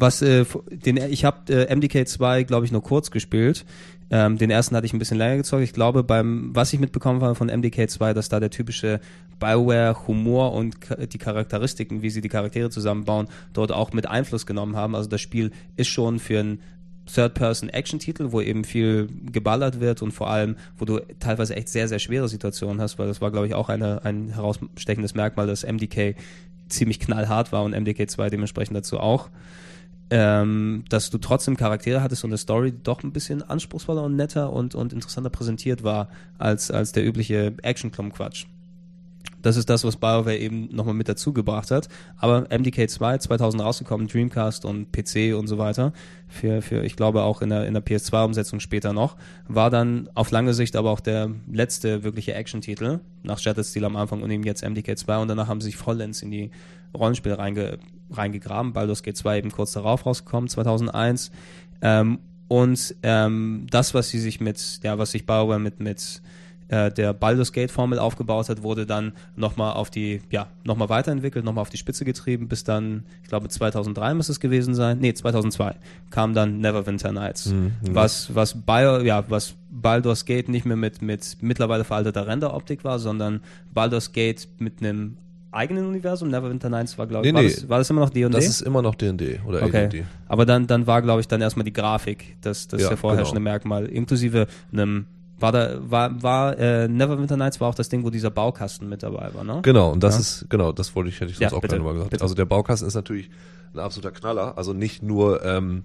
ich habe MDK 2, glaube ich, nur kurz gespielt. Den ersten hatte ich ein bisschen länger gezockt. Ich glaube, was ich mitbekommen habe von MDK 2, dass da der typische BioWare-Humor und die Charakteristiken, wie sie die Charaktere zusammenbauen, dort auch mit Einfluss genommen haben. Also das Spiel ist schon für ein Third-Person-Action-Titel, wo eben viel geballert wird und vor allem, wo du teilweise echt sehr, sehr schwere Situationen hast, weil das war, glaube ich, auch ein herausstechendes Merkmal, dass MDK ziemlich knallhart war und MDK 2 dementsprechend dazu auch. Dass du trotzdem Charaktere hattest und eine Story die doch ein bisschen anspruchsvoller und netter und interessanter präsentiert war als der übliche Action-Klum-Quatsch. Das ist das, was BioWare eben nochmal mit dazu gebracht hat. Aber MDK 2, 2000 rausgekommen, Dreamcast und PC und so weiter, für ich glaube auch in der PS2-Umsetzung später noch, war dann auf lange Sicht aber auch der letzte wirkliche Action-Titel, nach Shattered Steel am Anfang und eben jetzt MDK 2 und danach haben sie sich vollends in die Rollenspiele reingegraben. Baldur's Gate 2 eben kurz darauf rausgekommen, 2001. und das, was sich BioWare mit der Baldur's Gate Formel aufgebaut hat, wurde dann nochmal nochmal weiterentwickelt, nochmal auf die Spitze getrieben, bis dann, ich glaube 2003 muss es gewesen sein, 2002 kam dann Neverwinter Nights, was Baldur's Gate nicht mehr mit mittlerweile veralteter Renderoptik war, sondern Baldur's Gate mit einem eigenen Universum. Neverwinter Nights war, glaube ich, war das immer noch D&D? Das ist immer noch D&D oder AD&D. Aber dann war, glaube ich, dann erstmal die Grafik, das vorherrschende Merkmal, inklusive einem Neverwinter Nights war auch das Ding, wo dieser Baukasten mit dabei war, ne? Genau, und das hätte ich sonst auch gerne mal gesagt. Bitte. Also der Baukasten ist natürlich ein absoluter Knaller, also nicht nur eine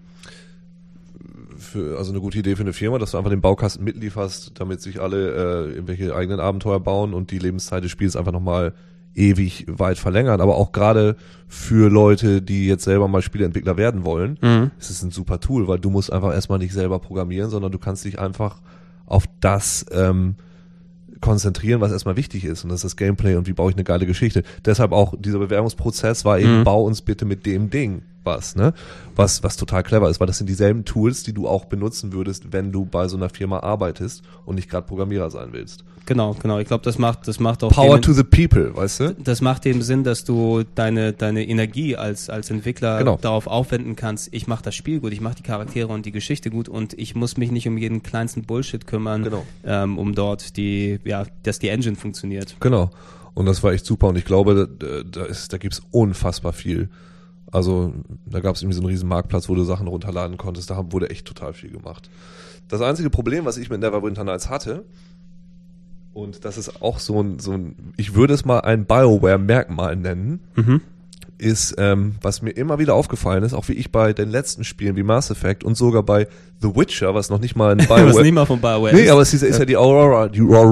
gute Idee für eine Firma, dass du einfach den Baukasten mitlieferst, damit sich alle irgendwelche eigenen Abenteuer bauen und die Lebenszeit des Spiels einfach nochmal ewig weit verlängern, aber auch gerade für Leute, die jetzt selber mal Spieleentwickler werden wollen, ist es ein super Tool, weil du musst einfach erstmal nicht selber programmieren, sondern du kannst dich einfach auf das konzentrieren, was erstmal wichtig ist, und das ist das Gameplay und wie baue ich eine geile Geschichte. Deshalb auch dieser Bewerbungsprozess war eben, bau uns bitte mit dem Ding was total clever ist, weil das sind dieselben Tools, die du auch benutzen würdest, wenn du bei so einer Firma arbeitest und nicht gerade Programmierer sein willst. Genau. Ich glaube, das macht auch Power to the people, weißt du? Das macht eben Sinn, dass du deine Energie als Entwickler darauf aufwenden kannst, ich mache das Spiel gut, ich mache die Charaktere und die Geschichte gut und ich muss mich nicht um jeden kleinsten Bullshit kümmern, um dort dass die Engine funktioniert. Genau. Und das war echt super und ich glaube, da gibt's unfassbar viel. Also da gab es irgendwie so einen riesen Marktplatz, wo du Sachen runterladen konntest, da wurde echt total viel gemacht. Das einzige Problem, was ich mit Neverwinter Nights hatte, und das ist auch so ein ich würde es mal ein BioWare-Merkmal nennen, ist, was mir immer wieder aufgefallen ist, auch wie ich bei den letzten Spielen wie Mass Effect und sogar bei The Witcher, was noch nicht mal ein BioWare... was nicht mal von BioWare ist. Nee, aber es ist ja die Aurora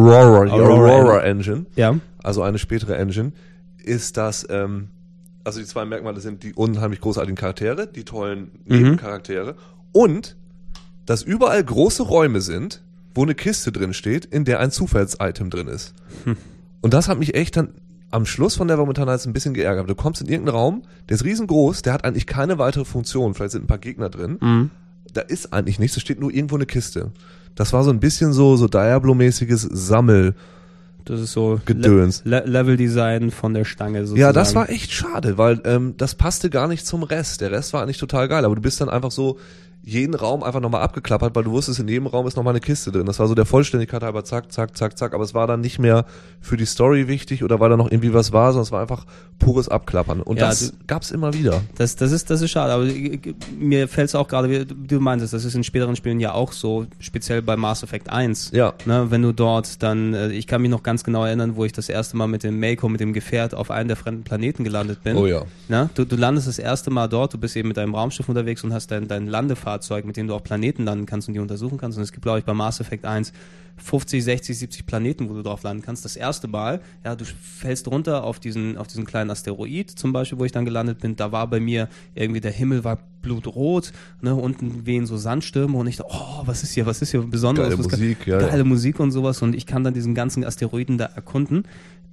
Engine, also eine spätere Engine, ist das... Also die zwei Merkmale sind die unheimlich großartigen Charaktere, die tollen Nebencharaktere und dass überall große Räume sind, wo eine Kiste drin steht, in der ein Zufallsitem drin ist. Und das hat mich echt dann am Schluss von Neverwinter Nights ein bisschen geärgert. Du kommst in irgendeinen Raum, der ist riesengroß, der hat eigentlich keine weitere Funktion, vielleicht sind ein paar Gegner drin. Da ist eigentlich nichts, da steht nur irgendwo eine Kiste. Das war so ein bisschen so Diablo-mäßiges Das ist so Gedöns. Level-Design von der Stange sozusagen. Ja, das war echt schade, weil das passte gar nicht zum Rest. Der Rest war eigentlich total geil, aber du bist dann einfach so jeden Raum einfach nochmal abgeklappert, weil du wusstest, in jedem Raum ist nochmal eine Kiste drin. Das war so der Vollständigkeit halber zack, zack, zack, zack, aber es war dann nicht mehr für die Story wichtig oder weil da noch irgendwie was war, sondern es war einfach pures Abklappern. Und das gab's immer wieder. Das ist schade, aber mir fällt es auch gerade, wie du meintest, das ist in späteren Spielen ja auch so, speziell bei Mass Effect 1. Ja. Ne, wenn du dort dann, ich kann mich noch ganz genau erinnern, wo ich das erste Mal mit dem Mako, mit dem Gefährt auf einem der fremden Planeten gelandet bin. Oh ja. Ne, du landest das erste Mal dort, du bist eben mit deinem Raumschiff unterwegs und hast dein Landefahrzeug, mit dem du auf Planeten landen kannst und die untersuchen kannst. Und es gibt, glaube ich, bei Mass Effect 1 50, 60, 70 Planeten, wo du drauf landen kannst. Das erste Mal, du fällst runter auf diesen kleinen Asteroid, zum Beispiel, wo ich dann gelandet bin. Da war bei mir irgendwie, der Himmel war blutrot, ne, unten wehen so Sandstürme und ich dachte, was ist hier Besonderes? Geile Musik und sowas und ich kann dann diesen ganzen Asteroiden da erkunden.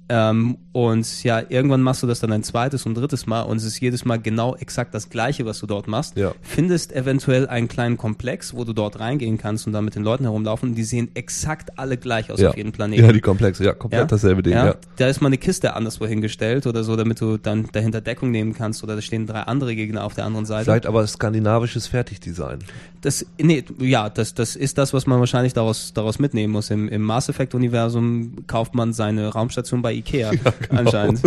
Und irgendwann machst du das dann ein zweites und drittes Mal und es ist jedes Mal genau exakt das Gleiche, was du dort machst. Ja. Findest eventuell einen kleinen Komplex, wo du dort reingehen kannst und dann mit den Leuten herumlaufen und die sehen exakt alle gleich aus auf jedem Planeten. Ja, die Komplexe, komplett dasselbe Ding. Ja. Da ist mal eine Kiste anderswo hingestellt oder so, damit du dann dahinter Deckung nehmen kannst oder da stehen 3 andere Gegner auf der anderen Seite. Vielleicht aber skandinavisches Fertigdesign. Das ist das, was man wahrscheinlich daraus mitnehmen muss. Im Mass Effect Universum kauft man seine Raumstation bei Ikea, anscheinend.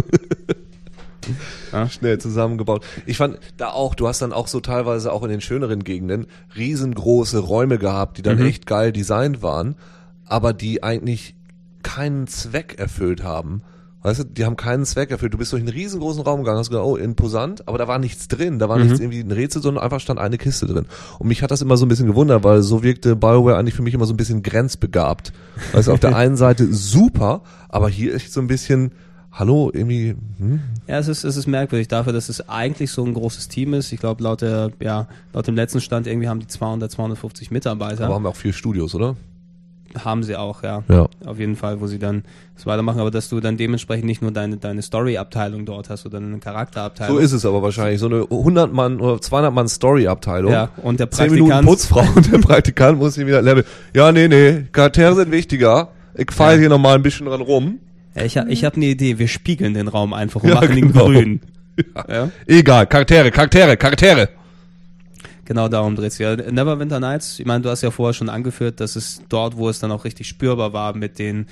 Schnell zusammengebaut. Ich fand du hast dann auch so teilweise auch in den schöneren Gegenden riesengroße Räume gehabt, die dann echt geil designt waren, aber die eigentlich keinen Zweck erfüllt haben. Weißt du, die haben keinen Zweck erfüllt. Du bist durch einen riesengroßen Raum gegangen, hast gedacht, imposant, aber da war nichts drin, da war nichts irgendwie ein Rätsel, sondern einfach stand eine Kiste drin. Und mich hat das immer so ein bisschen gewundert, weil so wirkte BioWare eigentlich für mich immer so ein bisschen grenzbegabt. Weißt du, auf der einen Seite super, aber hier ist so ein bisschen, hallo, irgendwie, Ja, es ist merkwürdig dafür, dass es eigentlich so ein großes Team ist. Ich glaube, laut dem letzten Stand irgendwie haben die 200, 250 Mitarbeiter. Aber haben wir auch 4 Studios, oder? haben sie auch, ja. Auf jeden Fall, wo sie dann das weitermachen, aber dass du dann dementsprechend nicht nur deine Story-Abteilung dort hast oder eine Charakterabteilung. So ist es aber wahrscheinlich, so eine 100-Mann oder 200-Mann Story-Abteilung. Ja, und der 10 Minuten Putzfrau und der Praktikant muss ihn wieder leveln. Ja, nee, Charaktere sind wichtiger. Ich feile hier nochmal ein bisschen dran rum. Ja, ich hab eine Idee, wir spiegeln den Raum einfach und machen ihn grün. Ja. Egal, Charaktere. Genau darum dreht es sich. Neverwinter Nights, ich meine, du hast ja vorher schon angeführt, dass es dort, wo es dann auch richtig spürbar war mit den,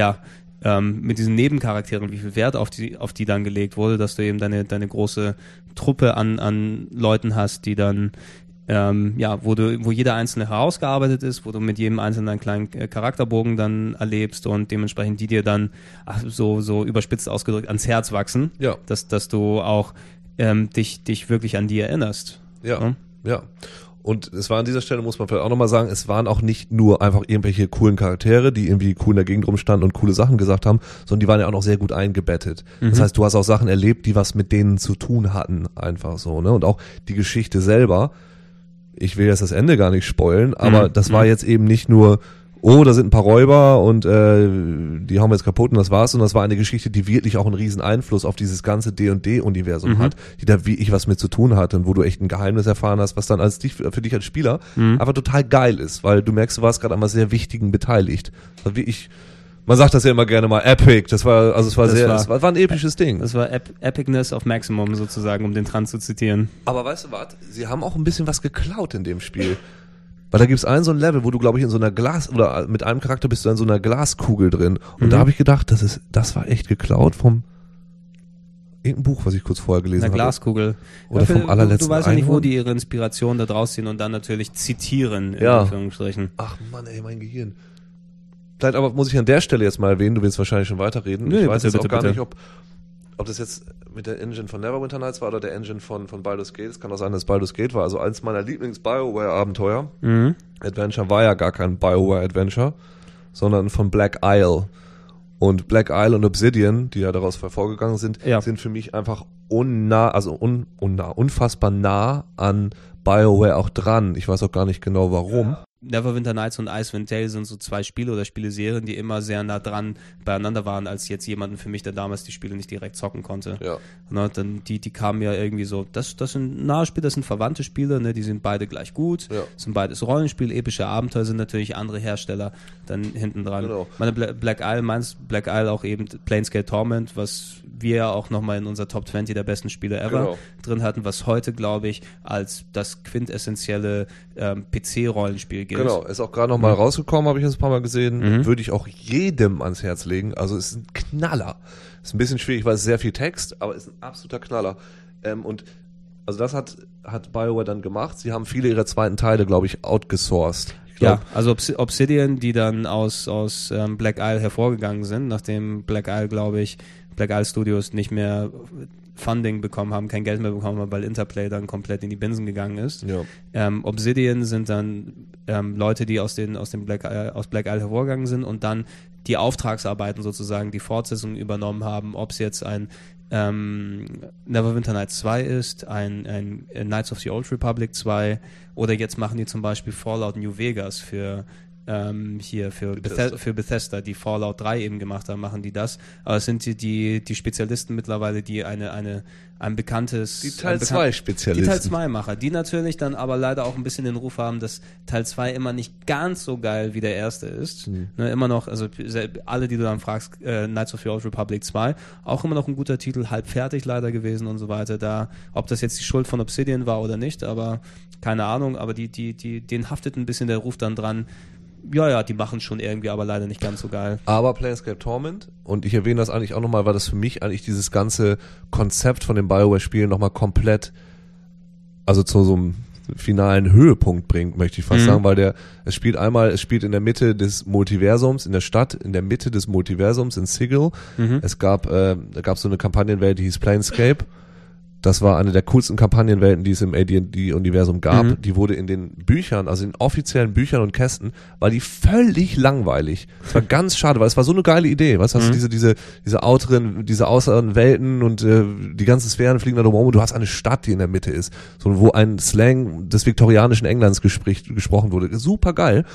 mit diesen Nebencharakteren, wie viel Wert auf die dann gelegt wurde, dass du eben deine große Truppe an Leuten hast, die dann wo jeder einzelne herausgearbeitet ist, wo du mit jedem einzelnen einen kleinen Charakterbogen dann erlebst und dementsprechend die dir dann so überspitzt ausgedrückt ans Herz wachsen, dass du auch dich wirklich an die erinnerst. Ja. Und es war an dieser Stelle, muss man vielleicht auch nochmal sagen, es waren auch nicht nur einfach irgendwelche coolen Charaktere, die irgendwie cool in der Gegend rumstanden und coole Sachen gesagt haben, sondern die waren ja auch noch sehr gut eingebettet. Das heißt, du hast auch Sachen erlebt, die was mit denen zu tun hatten, einfach so, ne? Und auch die Geschichte selber, ich will jetzt das Ende gar nicht spoilen, aber das war jetzt eben nicht nur, da sind ein paar Räuber und die hauen wir jetzt kaputt und das war's, und das war eine Geschichte, die wirklich auch einen riesen Einfluss auf dieses ganze D&D-Universum hat, die da wie ich was mit zu tun hatte und wo du echt ein Geheimnis erfahren hast, was dann für dich als Spieler einfach total geil ist, weil du merkst, du warst gerade an was sehr Wichtigen beteiligt. Man sagt das ja immer gerne mal, Epic, es war ein episches Ding. Das war Epicness of Maximum sozusagen, um den Trans zu zitieren. Aber weißt du was, sie haben auch ein bisschen was geklaut in dem Spiel. Weil da gibt's so ein Level, wo du, glaube ich, in so einer oder mit einem Charakter bist du in so einer Glaskugel drin. Und da habe ich gedacht, das war echt geklaut vom irgendein Buch, was ich kurz vorher gelesen habe. Eine Glaskugel. Oder vom allerletzten Du weißt ja nicht, wo die ihre Inspiration da draus ziehen und dann natürlich zitieren, in Anführungsstrichen. Ach Mann, ey, mein Gehirn. Vielleicht aber muss ich an der Stelle jetzt mal erwähnen, du willst wahrscheinlich schon weiterreden. Ich weiß jetzt auch gar nicht, ob das jetzt mit der Engine von Neverwinter Nights war oder der Engine von Baldur's Gate. Es kann auch sein, dass Baldur's Gate war. Also eins meiner Lieblings-BioWare-Abenteuer. Adventure war ja gar kein BioWare-Adventure, sondern von Black Isle. Und Black Isle und Obsidian, die ja daraus hervorgegangen sind, sind für mich einfach unfassbar nah an BioWare auch dran. Ich weiß auch gar nicht genau warum. Neverwinter Nights und Icewind Dale sind so zwei Spiele oder Spieleserien, die immer sehr nah dran beieinander waren, als jetzt jemanden für mich, der damals die Spiele nicht direkt zocken konnte. Ja. Ne, dann die kamen ja irgendwie so, das sind nahe Spiele, das sind verwandte Spiele, ne, die sind beide gleich gut, sind beides Rollenspiel, epische Abenteuer, sind natürlich andere Hersteller dann hinten dran. Genau. Meine Black Isle auch eben Planescape Torment, was wir ja auch nochmal in unserer Top 20 der besten Spiele ever drin hatten, was heute, glaube ich, als das quintessentielle PC-Rollenspiel gilt. Genau, ist auch gerade nochmal rausgekommen, habe ich jetzt ein paar Mal gesehen. Würde ich auch jedem ans Herz legen. Also es ist ein Knaller. Ist ein bisschen schwierig, weil es sehr viel Text, aber ist ein absoluter Knaller. Und also das hat BioWare dann gemacht. Sie haben viele ihrer zweiten Teile, glaube ich, outgesourced. Also Obsidian, die dann aus Black Isle hervorgegangen sind, nachdem Black Isle Studios nicht mehr Funding bekommen haben, kein Geld mehr bekommen haben, weil Interplay dann komplett in die Binsen gegangen ist. Ja. Obsidian sind dann Leute, die aus Black Isle hervorgegangen sind und dann die Auftragsarbeiten sozusagen, die Fortsetzung übernommen haben, ob es jetzt ein Neverwinter Nights 2 ist, ein Knights of the Old Republic 2 oder jetzt machen die zum Beispiel Fallout New Vegas für Bethesda, die Fallout 3 eben gemacht haben, machen die das. Aber es sind die Spezialisten mittlerweile, die ein bekanntes... Die Teil 2 Spezialisten. Die Teil 2 Macher, die natürlich dann aber leider auch ein bisschen den Ruf haben, dass Teil 2 immer nicht ganz so geil wie der erste ist. Ne, immer noch, also alle, die du dann fragst, Knights of the Old Republic 2, auch immer noch ein guter Titel, halb fertig leider gewesen und so weiter. Da, ob das jetzt die Schuld von Obsidian war oder nicht, aber keine Ahnung, aber denen haftet ein bisschen der Ruf dann dran. Ja, die machen schon irgendwie, aber leider nicht ganz so geil. Aber Planescape Torment, und ich erwähne das eigentlich auch nochmal, weil das für mich eigentlich dieses ganze Konzept von den BioWare-Spielen nochmal komplett, also zu so einem finalen Höhepunkt bringt, möchte ich fast sagen, weil es spielt in der Mitte des Multiversums, in der Stadt, in der Mitte des Multiversums in Sigil. Es gab so eine Kampagnenwelt, die hieß Planescape. Das war eine der coolsten Kampagnenwelten, die es im AD&D-Universum gab. Die wurde in den Büchern, also in offiziellen Büchern und Kästen, war die völlig langweilig. Es war ganz schade, weil es war so eine geile Idee. Weißt du, hast du diese außeren Welten und die ganzen Sphären fliegen da drum rum und du hast eine Stadt, die in der Mitte ist, so, wo ein Slang des viktorianischen Englands gesprochen wurde. Super geil.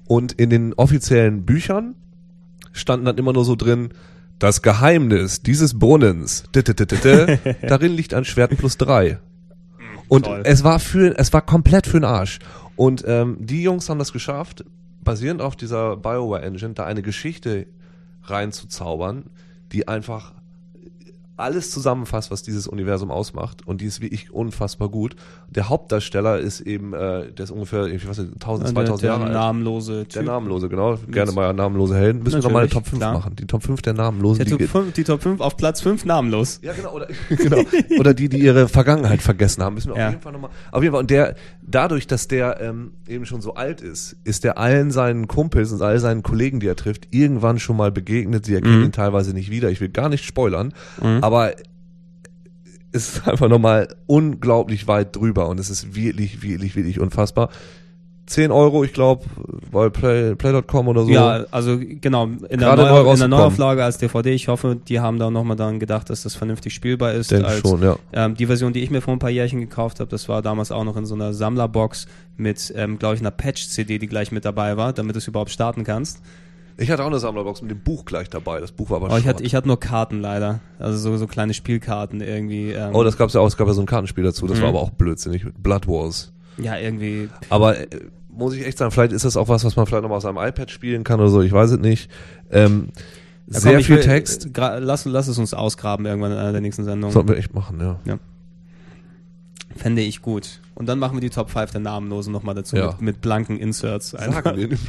Und in den offiziellen Büchern standen dann immer nur so drin, das Geheimnis dieses Brunnens, darin liegt ein Schwert +3. Und Toll. es war komplett für den Arsch. Und die Jungs haben das geschafft, basierend auf dieser BioWare Engine, da eine Geschichte reinzuzaubern, die einfach alles zusammenfasst, was dieses Universum ausmacht, und die ist wirklich unfassbar gut. Der Hauptdarsteller ist eben, der ist ungefähr, ich weiß nicht, 1000, 2000 Jahre alt. Der Namenlose, genau. Gerne mal namenlose Helden. Müssen wir doch mal eine Top 5 machen. Die Top 5 der Namenlosen. Die Top 5 auf Platz 5 namenlos. Ja, genau. Oder die ihre Vergangenheit vergessen haben. Müssen wir auf jeden Fall nochmal. Auf jeden Fall. Und dadurch, dass der eben schon so alt ist der allen seinen Kumpels und all seinen Kollegen, die er trifft, irgendwann schon mal begegnet. Sie erkennen ihn teilweise nicht wieder. Ich will gar nicht spoilern. Aber es ist einfach nochmal unglaublich weit drüber und es ist wirklich, wirklich, wirklich unfassbar. 10 €, ich glaube, bei Play.com oder so. Ja, also genau, in der Neuauflage als DVD. Ich hoffe, die haben da nochmal daran gedacht, dass das vernünftig spielbar ist. Denke schon, ja. Die Version, die ich mir vor ein paar Jährchen gekauft habe, das war damals auch noch in so einer Sammlerbox mit, glaube ich, einer Patch-CD, die gleich mit dabei war, damit du es überhaupt starten kannst. Ich hatte auch eine Sammlerbox mit dem Buch gleich dabei. Das Buch war aber short. Ich hatte nur Karten leider. Also so kleine Spielkarten irgendwie. Das gab's ja auch. Es gab ja so ein Kartenspiel dazu. Das war aber auch blödsinnig. Blood Wars. Ja, irgendwie. Aber muss ich echt sagen, vielleicht ist das auch was man vielleicht nochmal auf seinem iPad spielen kann oder so. Ich weiß es nicht. Sehr viel Text. Lass es uns ausgraben irgendwann in einer der nächsten Sendungen. Sollten wir echt machen, ja. Fände ich gut. Und dann machen wir die Top 5 der Namenlosen nochmal dazu mit blanken Inserts. Sagen wir nicht.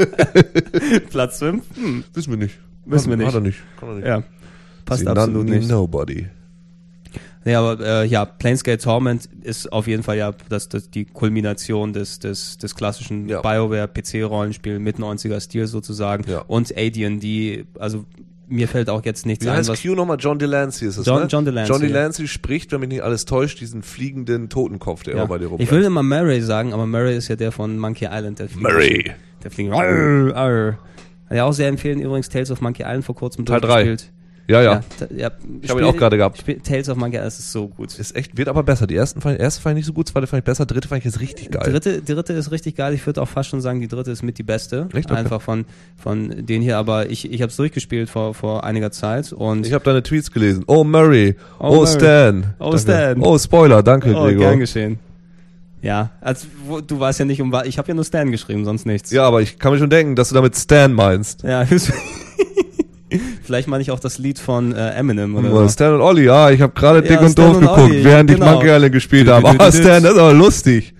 Platz 5? Wissen wir nicht. Hat er nicht. Kann er nicht. Ja. Passt absolut nicht. Nobody. Ja, aber Planescape Torment ist auf jeden Fall das die Kulmination des klassischen BioWare-PC-Rollenspiel mit 90er-Stil sozusagen. Ja. Und AD&D, also mir fällt auch jetzt nichts ein. Wie heißt Q nochmal? John Delancey ist es, ne? John Delancey. John Delancey spricht, wenn mich nicht alles täuscht, diesen fliegenden Totenkopf, der immer bei dir rumläuft. Ich will immer Murray sagen, aber Murray ist ja der von Monkey Island. Der fliegt. Kann ja auch sehr empfehlen, übrigens Tales of Monkey Island vor kurzem Teil 3. Ja. Ich habe ihn auch gerade gehabt. Tales of Monkey Island ist so gut. Ist echt, wird aber besser. Die erste fand ich nicht so gut, zweite fand ich besser, dritte fand ich jetzt richtig geil. Dritte ist richtig geil. Ich würde auch fast schon sagen, die dritte ist mit die beste. Echt? Okay. Einfach von denen hier. Aber ich habe es durchgespielt vor einiger Zeit. Und ich habe deine Tweets gelesen. Oh Murray. Oh Stan. Oh Stan. Oh Spoiler. Danke, Gregor. Gern geschehen. Ja, du weißt ja nicht ich habe ja nur Stan geschrieben, sonst nichts. Ja, aber ich kann mir schon denken, dass du damit Stan meinst. Ja, vielleicht meine ich auch das Lied von Eminem oder so. Stan und Olli, ich habe gerade Dick und Doof geguckt, Olli, während ich Monkey Island gespielt habe. Stan, das ist aber lustig.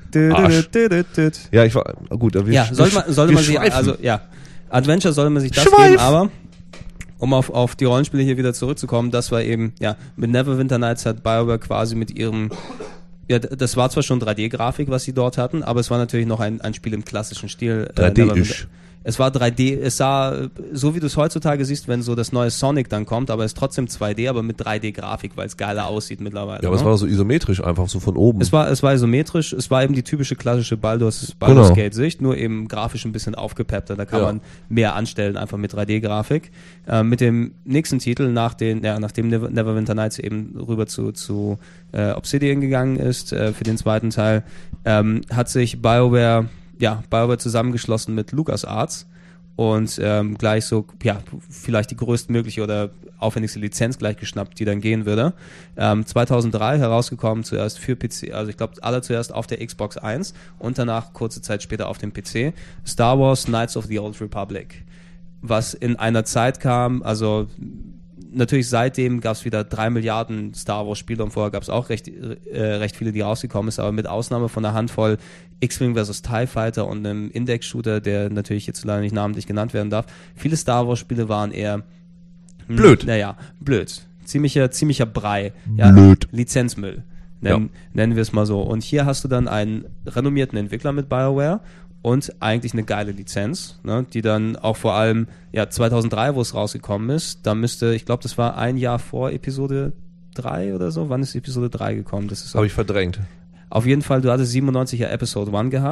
Ja, ich war gut. Sollte man sich Adventure sollte man sich das geben, aber um auf die Rollenspiele hier wieder zurückzukommen, das war eben, mit Neverwinter Nights hat BioWare quasi mit ihrem das war zwar schon 3D-Grafik, was sie dort hatten, aber es war natürlich noch ein Spiel im klassischen Stil. 3D-isch. Es war 3D, es sah, so wie du es heutzutage siehst, wenn so das neue Sonic dann kommt, aber es ist trotzdem 2D, aber mit 3D-Grafik, weil es geiler aussieht mittlerweile. Ja, aber es war so isometrisch einfach, so von oben. Es war isometrisch, es war eben die typische klassische Baldur's Gate-Sicht, nur eben grafisch ein bisschen aufgepeppter, da kann man mehr anstellen, einfach mit 3D-Grafik. Mit dem nächsten Titel, nachdem Neverwinter Nights eben rüber zu Obsidian gegangen ist, für den zweiten Teil, hat sich BioWare zusammengeschlossen mit LucasArts und gleich so, vielleicht die größtmögliche oder aufwendigste Lizenz gleich geschnappt, die dann gehen würde. 2003 herausgekommen, zuerst für PC, also ich glaube zuerst auf der Xbox 1 und danach kurze Zeit später auf dem PC, Star Wars Knights of the Old Republic, was in einer Zeit kam, also natürlich seitdem gab es wieder 3 Milliarden Star Wars Spiele und vorher gab es auch recht viele, die rausgekommen ist, aber mit Ausnahme von einer Handvoll X-Wing vs. TIE Fighter und einem Index-Shooter, der natürlich jetzt leider nicht namentlich genannt werden darf, viele Star Wars Spiele waren eher blöd. Blöd. Ziemlicher Brei. Blöd. Lizenzmüll. Nennen wir es mal so. Und hier hast du dann einen renommierten Entwickler mit BioWare und eigentlich eine geile Lizenz, ne, die dann auch vor allem 2003, wo es rausgekommen ist, da müsste, ich glaube, das war ein Jahr vor Episode 3 oder so. Wann ist Episode 3 gekommen? Das ist habe ich verdrängt. Auf jeden Fall, du hattest 97er Episode 1 gehabt,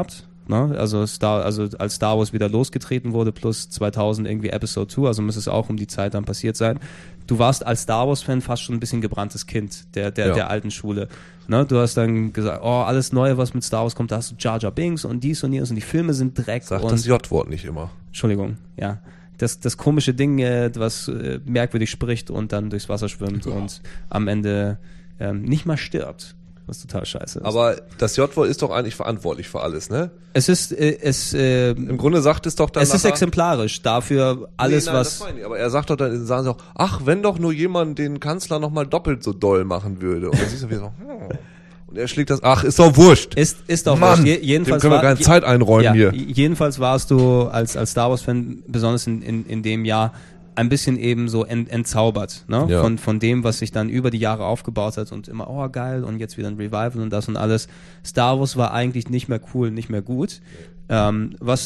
Ne? Also als Star Wars wieder losgetreten wurde, plus 2000 irgendwie Episode 2, also müsste es auch um die Zeit dann passiert sein. Du warst als Star Wars-Fan fast schon ein bisschen gebranntes Kind der alten Schule. Ne? Du hast dann gesagt, oh, alles Neue, was mit Star Wars kommt, da hast du Jar Jar Binks und dies und jenes und die Filme sind Dreck. Sag das J-Wort nicht immer. Entschuldigung, ja. Das komische Ding, was merkwürdig spricht und dann durchs Wasser schwimmt und am Ende nicht mal stirbt. Was total scheiße ist. Aber das J-Wort ist doch eigentlich verantwortlich für alles, ne? Im Grunde sagt es doch dann. Es ist exemplarisch dafür alles, nein, was. Das meine ich. Aber er sagt doch dann, sagen sie auch, ach, wenn doch nur jemand den Kanzler nochmal doppelt so doll machen würde. Und dann siehst du wieder so, und er schlägt das, ach, ist doch wurscht. Ist doch Mann, wurscht. Jedenfalls dem können wir keine Zeit einräumen hier. Jedenfalls warst du als Star Wars-Fan, besonders in dem Jahr, ein bisschen eben so entzaubert, ne? Ja. Von dem, was sich dann über die Jahre aufgebaut hat und immer, oh geil, und jetzt wieder ein Revival und das und alles. Star Wars war eigentlich nicht mehr cool, nicht mehr gut. Was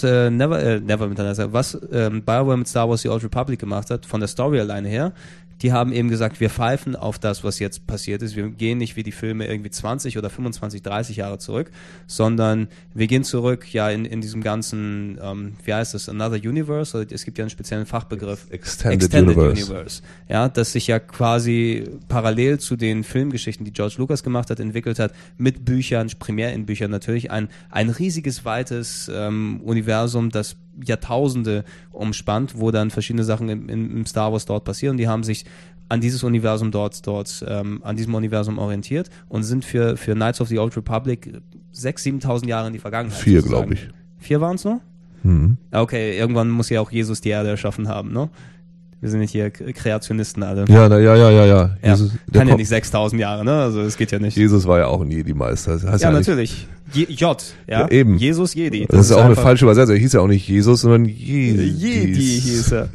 BioWare mit Star Wars The Old Republic gemacht hat, von der Story alleine her, die haben eben gesagt, wir pfeifen auf das, was jetzt passiert ist. Wir gehen nicht wie die Filme irgendwie 20 oder 25, 30 Jahre zurück, sondern wir gehen zurück ja in diesem ganzen, wie heißt das, Another Universe? Oder es gibt ja einen speziellen Fachbegriff. Extended Universe. Ja, das sich ja quasi parallel zu den Filmgeschichten, die George Lucas gemacht hat, entwickelt hat, mit Büchern, primär in Büchern natürlich, ein riesiges, weites Universum, das Jahrtausende umspannt, wo dann verschiedene Sachen im Star Wars dort passieren. Die haben sich an dieses Universum an diesem Universum orientiert und sind für Knights of the Old Republic 6.000, 7.000 Jahre in die Vergangenheit. 4, glaube ich. 4 waren es noch? Mhm. Okay, irgendwann muss ja auch Jesus die Erde erschaffen haben, ne? Wir sind nicht hier Kreationisten alle. Ja. Jesus, kann ja nicht 6.000 Jahre, ne? Also es geht ja nicht. Jesus war ja auch ein Jedi-Meister. Ja, natürlich. Ja, eben. Jesus Jedi. Das ist auch eine falsche Übersetzung. Er hieß ja auch nicht Jesus, sondern Jedi. Jedi hieß er.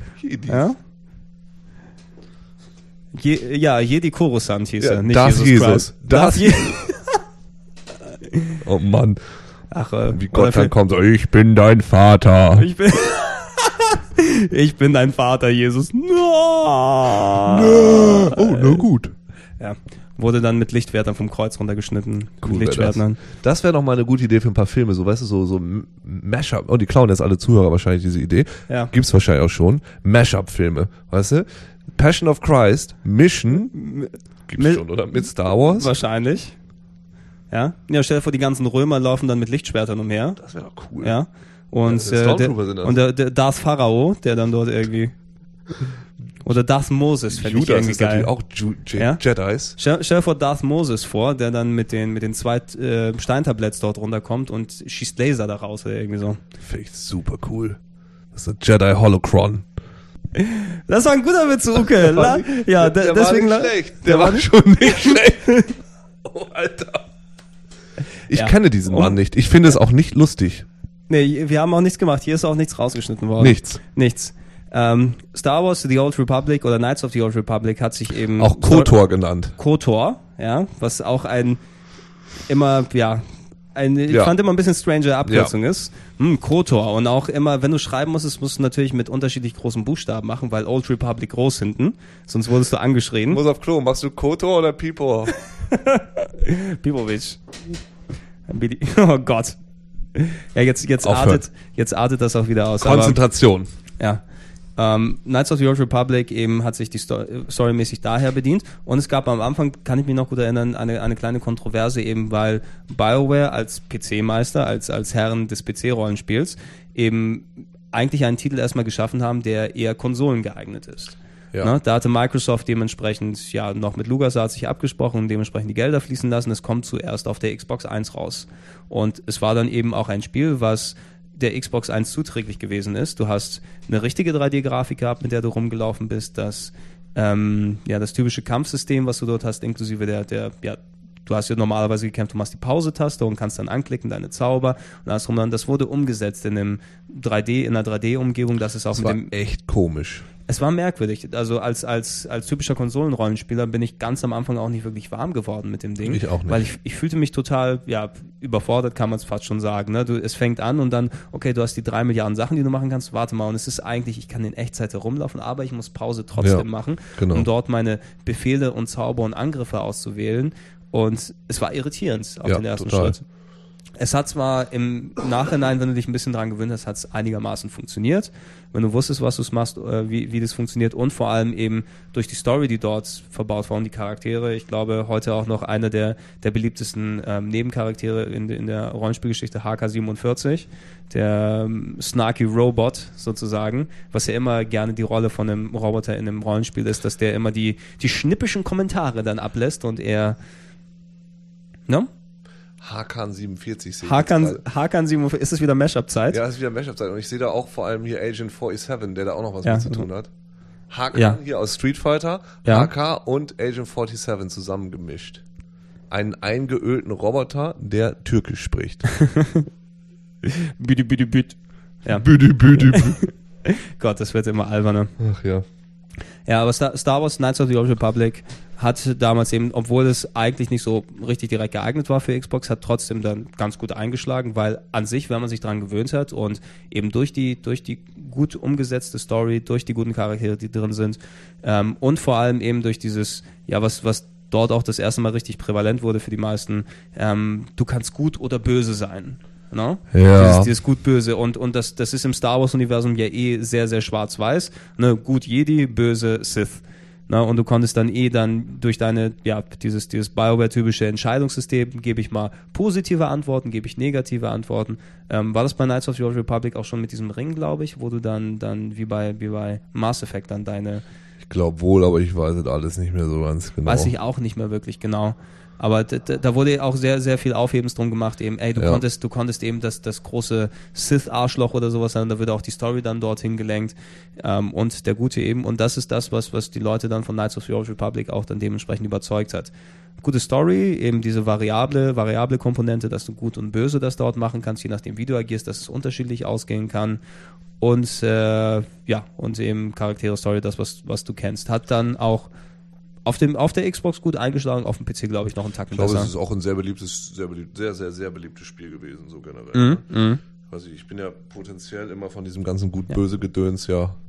Ja? Jedi Coruscant hieß er, nicht das Jesus. Oh Mann. Ach, wie Gott dann kommt, so, ich bin dein Vater. Ich bin dein Vater, Jesus. No. Oh, na gut. Ja, wurde dann mit Lichtschwertern vom Kreuz runtergeschnitten. Cool, das wäre doch mal eine gute Idee für ein paar Filme, so, weißt du, so Mashup. Oh, die klauen jetzt alle Zuhörer wahrscheinlich diese Idee. Ja. Gibt's wahrscheinlich auch schon. Mashup-Filme, weißt du? Passion of Christ, Mission, gibt's schon, oder? Mit Star Wars? Wahrscheinlich. Ja, stell dir vor, die ganzen Römer laufen dann mit Lichtschwertern umher. Das wäre doch cool. Ja. Und, der Darth Pharao, der dann dort irgendwie. Oder Darth Moses, fände ich irgendwie geil. Auch Jedis. Stell dir vor Darth Moses vor, der dann mit den 2 Steintabletts dort runterkommt und schießt Laser da raus oder irgendwie so. Finde ich super cool. Das ist ein Jedi Holocron. Das war ein guter Witz, Uke. Der deswegen war nicht schlecht. Der war schon nicht schlecht. Oh, Alter. Ich kenne diesen Mann nicht. Ich finde es auch nicht lustig. Nee, wir haben auch nichts gemacht. Hier ist auch nichts rausgeschnitten worden. Nichts. Star Wars The Old Republic oder Knights of the Old Republic hat sich eben auch KOTOR genannt. KOTOR, ja, was auch ich fand immer ein bisschen strange Abkürzung ist. KOTOR. Und auch immer, wenn du schreiben musst du natürlich mit unterschiedlich großen Buchstaben machen, weil Old Republic groß hinten, sonst wurdest du angeschrien. Muss auf Klo, machst du KOTOR oder Pipo? Pipovic. Oh Gott. Ja, jetzt artet das auch wieder aus. Konzentration. Aber, Knights of the Old Republic eben hat sich die storymäßig daher bedient und es gab am Anfang, kann ich mich noch gut erinnern, eine kleine Kontroverse eben, weil BioWare als PC-Meister, als Herren des PC-Rollenspiels eben eigentlich einen Titel erstmal geschaffen haben, der eher Konsolen geeignet ist. Ja. Ne? Da hatte Microsoft dementsprechend noch mit LucasArts sich abgesprochen und dementsprechend die Gelder fließen lassen. Es kommt zuerst auf der Xbox 1 raus. Und es war dann eben auch ein Spiel, was der Xbox 1 zuträglich gewesen ist. Du hast eine richtige 3D-Grafik gehabt, mit der du rumgelaufen bist. Das typische Kampfsystem, was du dort hast, inklusive du hast ja normalerweise gekämpft, du machst die Pause-Taste und kannst dann anklicken, deine Zauber und alles rum. Das wurde umgesetzt in einer 3D-Umgebung. Das war echt komisch. Es war merkwürdig. Also als typischer Konsolenrollenspieler bin ich ganz am Anfang auch nicht wirklich warm geworden mit dem Ding. Ich auch nicht. Weil ich fühlte mich total, überfordert, kann man es fast schon sagen. Ne? Es fängt an und dann, okay, du hast die 3 Milliarden Sachen, die du machen kannst, warte mal. Und es ist eigentlich, ich kann in Echtzeit herumlaufen, aber ich muss Pause trotzdem machen, um dort meine Befehle und Zauber und Angriffe auszuwählen. Und es war irritierend auf den ersten Schritt. Es hat zwar im Nachhinein, wenn du dich ein bisschen dran gewöhnt hast, hat es einigermaßen funktioniert. Wenn du wusstest, was du machst, wie das funktioniert und vor allem eben durch die Story, die dort verbaut war und die Charaktere. Ich glaube, heute auch noch einer der beliebtesten Nebencharaktere in der Rollenspielgeschichte, HK47, der snarky Robot sozusagen, was ja immer gerne die Rolle von einem Roboter in einem Rollenspiel ist, dass der immer die schnippischen Kommentare dann ablässt und er... Ne? Hakan 47 sehe ich. Hakan 47, ist es wieder Mashup-Zeit? Ja, es ist wieder Mashup-Zeit. Und ich sehe da auch vor allem hier Agent 47, der da auch noch was mit zu tun hat. Hakan hier aus Street Fighter, HK und Agent 47 zusammengemischt. Einen eingeölten Roboter, der Türkisch spricht. Büdi, büdi, büt. Ja. Büdi, büdi, büt. Gott, das wird immer alberner. Ach ja. Ja, aber Star Wars Knights of the Old Republic hat damals eben, obwohl es eigentlich nicht so richtig direkt geeignet war für Xbox, hat trotzdem dann ganz gut eingeschlagen, weil an sich, wenn man sich dran gewöhnt hat und eben durch die gut umgesetzte Story, durch die guten Charaktere, die drin sind, und vor allem eben durch dieses, ja, was dort auch das erste Mal richtig prävalent wurde für die meisten, du kannst gut oder böse sein. No? Ja. Dieses gut-böse und das ist im Star Wars-Universum ja sehr, sehr schwarz-weiß. Ne? Gut Jedi, böse Sith. Na, und du konntest dann dann durch dieses BioWare-typische Entscheidungssystem, gebe ich mal positive Antworten, gebe ich negative Antworten. War das bei Knights of the Old Republic auch schon mit diesem Ring, glaube ich, wo du dann wie bei Mass Effect dann deine... Ich glaube wohl, aber ich weiß es alles nicht mehr so ganz genau. Weiß ich auch nicht mehr wirklich genau. Aber da wurde auch sehr, sehr viel Aufhebens drum gemacht, eben, du konntest eben das große Sith-Arschloch oder sowas sein, da wird auch die Story dann dorthin gelenkt, und der Gute eben, und das ist das, was die Leute dann von Knights of the Old Republic auch dann dementsprechend überzeugt hat. Gute Story, eben diese variable Komponente, dass du gut und böse das dort machen kannst, je nachdem wie du agierst, dass es unterschiedlich ausgehen kann, und und eben Charaktere-Story, das, was du kennst, hat dann auch auf der Xbox gut eingeschlagen, auf dem PC glaube ich noch einen Tacken besser. Ich glaube, es ist auch ein sehr beliebtes Spiel gewesen, so generell. Ich bin ja potenziell immer von diesem ganzen Gut-Böse-Gedöns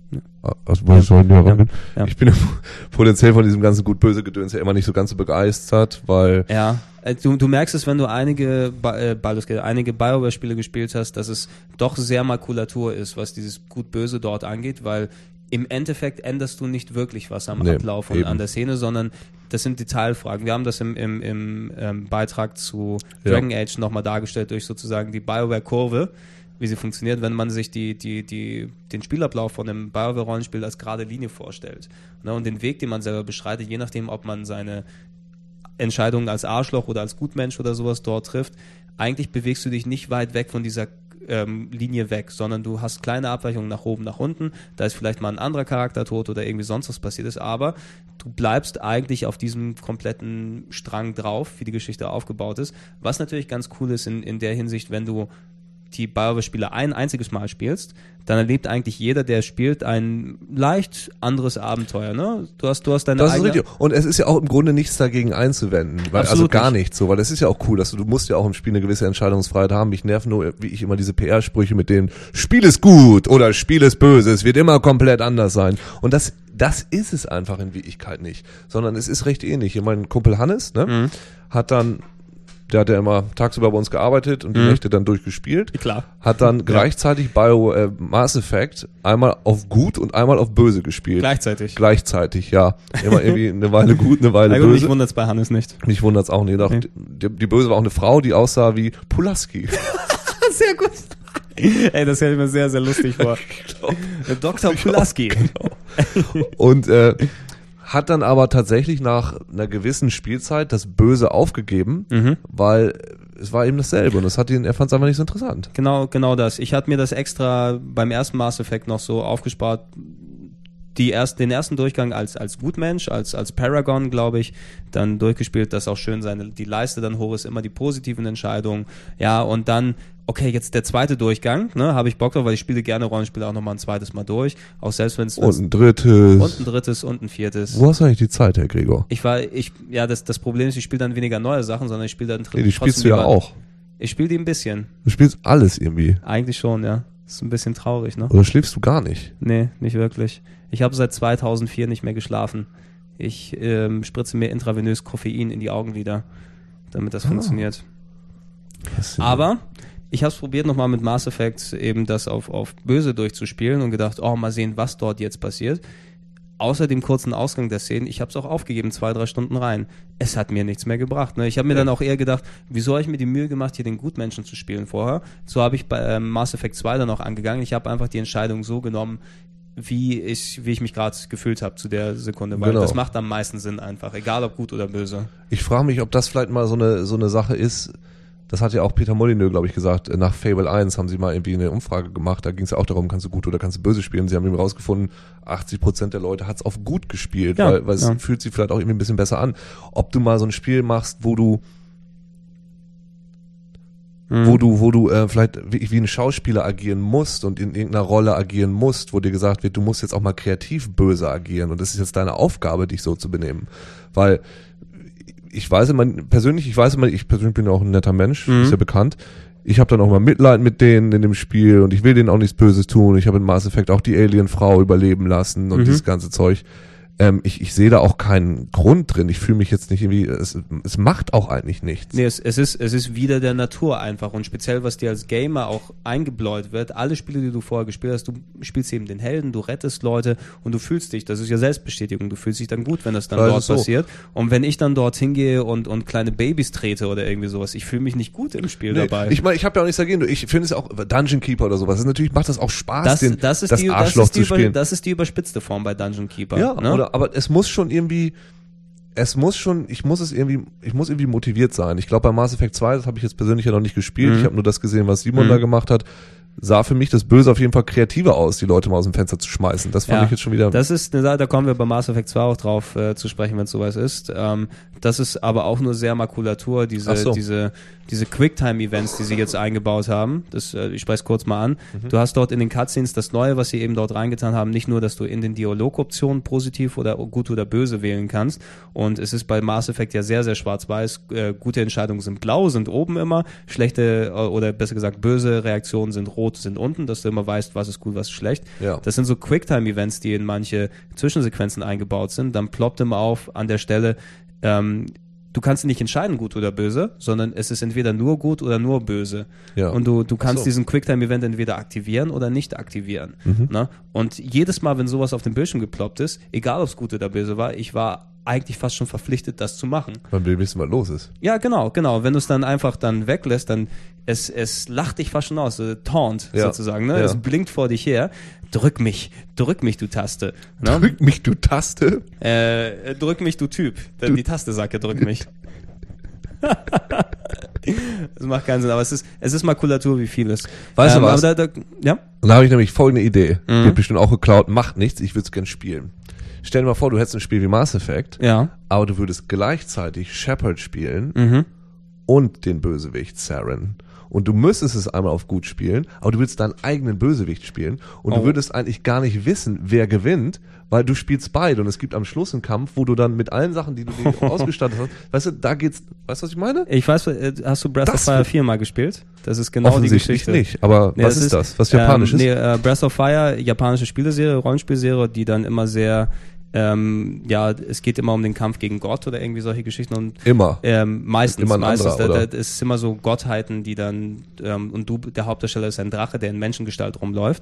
Ich bin ja potenziell von diesem ganzen Gut-Böse-Gedöns ja immer nicht so ganz so begeistert, weil... Ja, du merkst es, wenn du einige BioWare-Spiele gespielt hast, dass es doch sehr Makulatur ist, was dieses Gut-Böse dort angeht, weil im Endeffekt änderst du nicht wirklich was am Ablauf und an der Szene, sondern das sind Detailfragen. Wir haben das im Beitrag zu Dragon Age nochmal dargestellt durch sozusagen die BioWare-Kurve, wie sie funktioniert, wenn man sich den Spielablauf von einem BioWare-Rollenspiel als gerade Linie vorstellt. Ne, und den Weg, den man selber beschreitet, je nachdem, ob man seine Entscheidungen als Arschloch oder als Gutmensch oder sowas dort trifft, eigentlich bewegst du dich nicht weit weg von dieser Linie weg, sondern du hast kleine Abweichungen nach oben, nach unten, da ist vielleicht mal ein anderer Charakter tot oder irgendwie sonst was passiert ist, aber du bleibst eigentlich auf diesem kompletten Strang drauf, wie die Geschichte aufgebaut ist, was natürlich ganz cool ist in der Hinsicht, wenn du die BioWare-Spiele ein einziges Mal spielst, dann erlebt eigentlich jeder, der spielt, ein leicht anderes Abenteuer. Ne? Du hast deine das eigene... ist richtig. Und es ist ja auch im Grunde nichts dagegen einzuwenden. Also gar nichts so, weil das ist ja auch cool, dass du musst ja auch im Spiel eine gewisse Entscheidungsfreiheit haben. Mich nerven nur, wie ich immer diese PR-Sprüche mit denen Spiel ist gut oder Spiel ist böse, es wird immer komplett anders sein. Und das ist es einfach in Wirklichkeit nicht. Sondern es ist recht ähnlich. Mein Kumpel Hannes, der hat ja immer tagsüber bei uns gearbeitet und die Nächte dann durchgespielt. Klar. Hat dann gleichzeitig Mass Effect einmal auf gut und einmal auf böse gespielt. Gleichzeitig, ja. Immer irgendwie eine Weile gut, eine Weile böse. Mich wundert's bei Hannes nicht. Mich wundert's auch nicht. Okay. Die Böse war auch eine Frau, die aussah wie Pulaski. Sehr gut. Ey, das stelle ich mir sehr, sehr lustig vor. Dr. Pulaski. Genau. Und hat dann aber tatsächlich nach einer gewissen Spielzeit das Böse aufgegeben, weil es war eben dasselbe und er fand es einfach nicht so interessant. Genau das. Ich hatte mir das extra beim ersten Mass Effect noch so aufgespart, den ersten Durchgang als Gutmensch, als Paragon, glaube ich, dann durchgespielt, dass auch schön die Leiste dann hoch ist, immer die positiven Entscheidungen. Ja, und dann, okay, jetzt der zweite Durchgang, ne, habe ich Bock drauf, weil ich spiele gerne Rollenspiele auch nochmal ein zweites Mal durch, auch selbst wenn es... Und ein drittes. Und ein viertes. Wo hast du eigentlich die Zeit, Herr Gregor? Das Problem ist, ich spiele dann weniger neue Sachen, sondern ich spiele dann... Die spielst du ja auch. Ich spiele die ein bisschen. Du spielst alles irgendwie. Eigentlich schon, ja. Ist ein bisschen traurig, ne? Oder schläfst du gar nicht? Nee, nicht wirklich. Ich habe seit 2004 nicht mehr geschlafen. Ich spritze mir intravenös Koffein in die Augenlider, damit das funktioniert. Aber ich habe es probiert, nochmal mit Mass Effect eben das auf böse durchzuspielen und gedacht, mal sehen, was dort jetzt passiert. Außer dem kurzen Ausgang der Szenen, ich habe es auch aufgegeben, 2-3 Stunden rein. Es hat mir nichts mehr gebracht. Ne? Ich habe mir dann auch eher gedacht, wieso habe ich mir die Mühe gemacht, hier den Gutmenschen zu spielen vorher? So habe ich bei Mass Effect 2 dann auch angegangen. Ich habe einfach die Entscheidung so genommen, wie ich mich gerade gefühlt habe zu der Sekunde. Weil das macht am meisten Sinn einfach, egal ob gut oder böse. Ich frage mich, ob das vielleicht mal so eine Sache ist. Das hat ja auch Peter Molyneux, glaube ich, gesagt. Nach Fable 1 haben sie mal irgendwie eine Umfrage gemacht. Da ging es ja auch darum, kannst du gut oder kannst du böse spielen. Sie haben eben rausgefunden, 80% der Leute hat es auf gut gespielt, weil es fühlt sich vielleicht auch irgendwie ein bisschen besser an. Ob du mal so ein Spiel machst, wo du vielleicht wie ein Schauspieler agieren musst und in irgendeiner Rolle agieren musst, wo dir gesagt wird, du musst jetzt auch mal kreativ böse agieren und das ist jetzt deine Aufgabe, dich so zu benehmen. Weil ich persönlich bin auch ein netter Mensch, ist ja bekannt. Ich habe dann auch mal Mitleid mit denen in dem Spiel und ich will denen auch nichts Böses tun. Ich habe in Mass Effect auch die Alien-Frau überleben lassen und dieses ganze Zeug. Ich sehe da auch keinen Grund drin. Ich fühle mich jetzt nicht irgendwie, es macht auch eigentlich nichts. Nee, es ist wieder der Natur einfach und speziell, was dir als Gamer auch eingebläut wird, alle Spiele, die du vorher gespielt hast, du spielst eben den Helden, du rettest Leute und du fühlst dich, das ist ja Selbstbestätigung, du fühlst dich dann gut, wenn das dann dort passiert. Und wenn ich dann dort hingehe und kleine Babys trete oder irgendwie sowas, ich fühle mich nicht gut im Spiel dabei. Ich meine, ich habe ja auch nichts dagegen, ich finde es auch Dungeon Keeper oder sowas, natürlich macht das auch Spaß, das Arschloch zu spielen. Das ist die überspitzte Form bei Dungeon Keeper. Ja, ne? Aber es muss schon irgendwie, ich muss irgendwie motiviert sein. Ich glaube bei Mass Effect 2, das habe ich jetzt persönlich ja noch nicht gespielt, ich habe nur das gesehen, was Simon da gemacht hat, sah für mich das Böse auf jeden Fall kreativer aus, die Leute mal aus dem Fenster zu schmeißen. Das fand ich jetzt schon wieder... Das ist eine Sache, da kommen wir bei Mass Effect 2 auch drauf zu sprechen, wenn es sowas ist. Das ist aber auch nur sehr Makulatur, diese Quicktime-Events, die sie jetzt eingebaut haben. Ich spreche es kurz mal an. Du hast dort in den Cutscenes das Neue, was sie eben dort reingetan haben, nicht nur, dass du in den Dialogoptionen positiv oder gut oder böse wählen kannst. Und es ist bei Mass Effect ja sehr, sehr schwarz-weiß. Gute Entscheidungen sind blau, sind oben immer. Schlechte oder besser gesagt böse Reaktionen sind rot, sind unten, dass du immer weißt, was ist gut, was ist schlecht. Ja. Das sind so Quicktime-Events, die in manche Zwischensequenzen eingebaut sind. Dann ploppt immer auf an der Stelle, du kannst nicht entscheiden, gut oder böse, sondern es ist entweder nur gut oder nur böse. Ja. Und du kannst diesen Quicktime-Event entweder aktivieren oder nicht aktivieren. Ne? Und jedes Mal, wenn sowas auf dem Bildschirm geploppt ist, egal ob es gut oder böse war, ich war eigentlich fast schon verpflichtet, das zu machen. Man will wissen, was los ist. Ja, genau. Wenn du es dann einfach dann weglässt, dann es lacht dich fast schon aus, taunt sozusagen. Ne? Ja. Es blinkt vor dich her. Drück mich, du Taste. Ne? Drück mich, du Taste? Drück mich, du Typ. Die Taste sagt ja, drück mich. Das macht keinen Sinn, aber es ist Makulatur wie vieles. Weißt du was? Ja? Und da habe ich nämlich folgende Idee. Wird bestimmt auch geklaut, macht nichts, ich würde es gern spielen. Stell dir mal vor, du hättest ein Spiel wie Mass Effect, aber du würdest gleichzeitig Shepard spielen und den Bösewicht Saren. Und du müsstest es einmal auf gut spielen, aber du willst deinen eigenen Bösewicht spielen und du würdest eigentlich gar nicht wissen, wer gewinnt, weil du spielst beide und es gibt am Schluss einen Kampf, wo du dann mit allen Sachen, die du dir ausgestattet hast, weißt du, da geht's, weißt du, was ich meine? Ich weiß, hast du Breath of Fire 4 mal gespielt? Das ist genau die Geschichte. Nicht, aber was ist das? Was Japanisches? Breath of Fire, japanische Spieleserie, Rollenspielserie, die dann immer sehr es geht immer um den Kampf gegen Gott oder irgendwie solche Geschichten und meistens das ist immer so Gottheiten, die dann und der Hauptdarsteller ist ein Drache, der in Menschengestalt rumläuft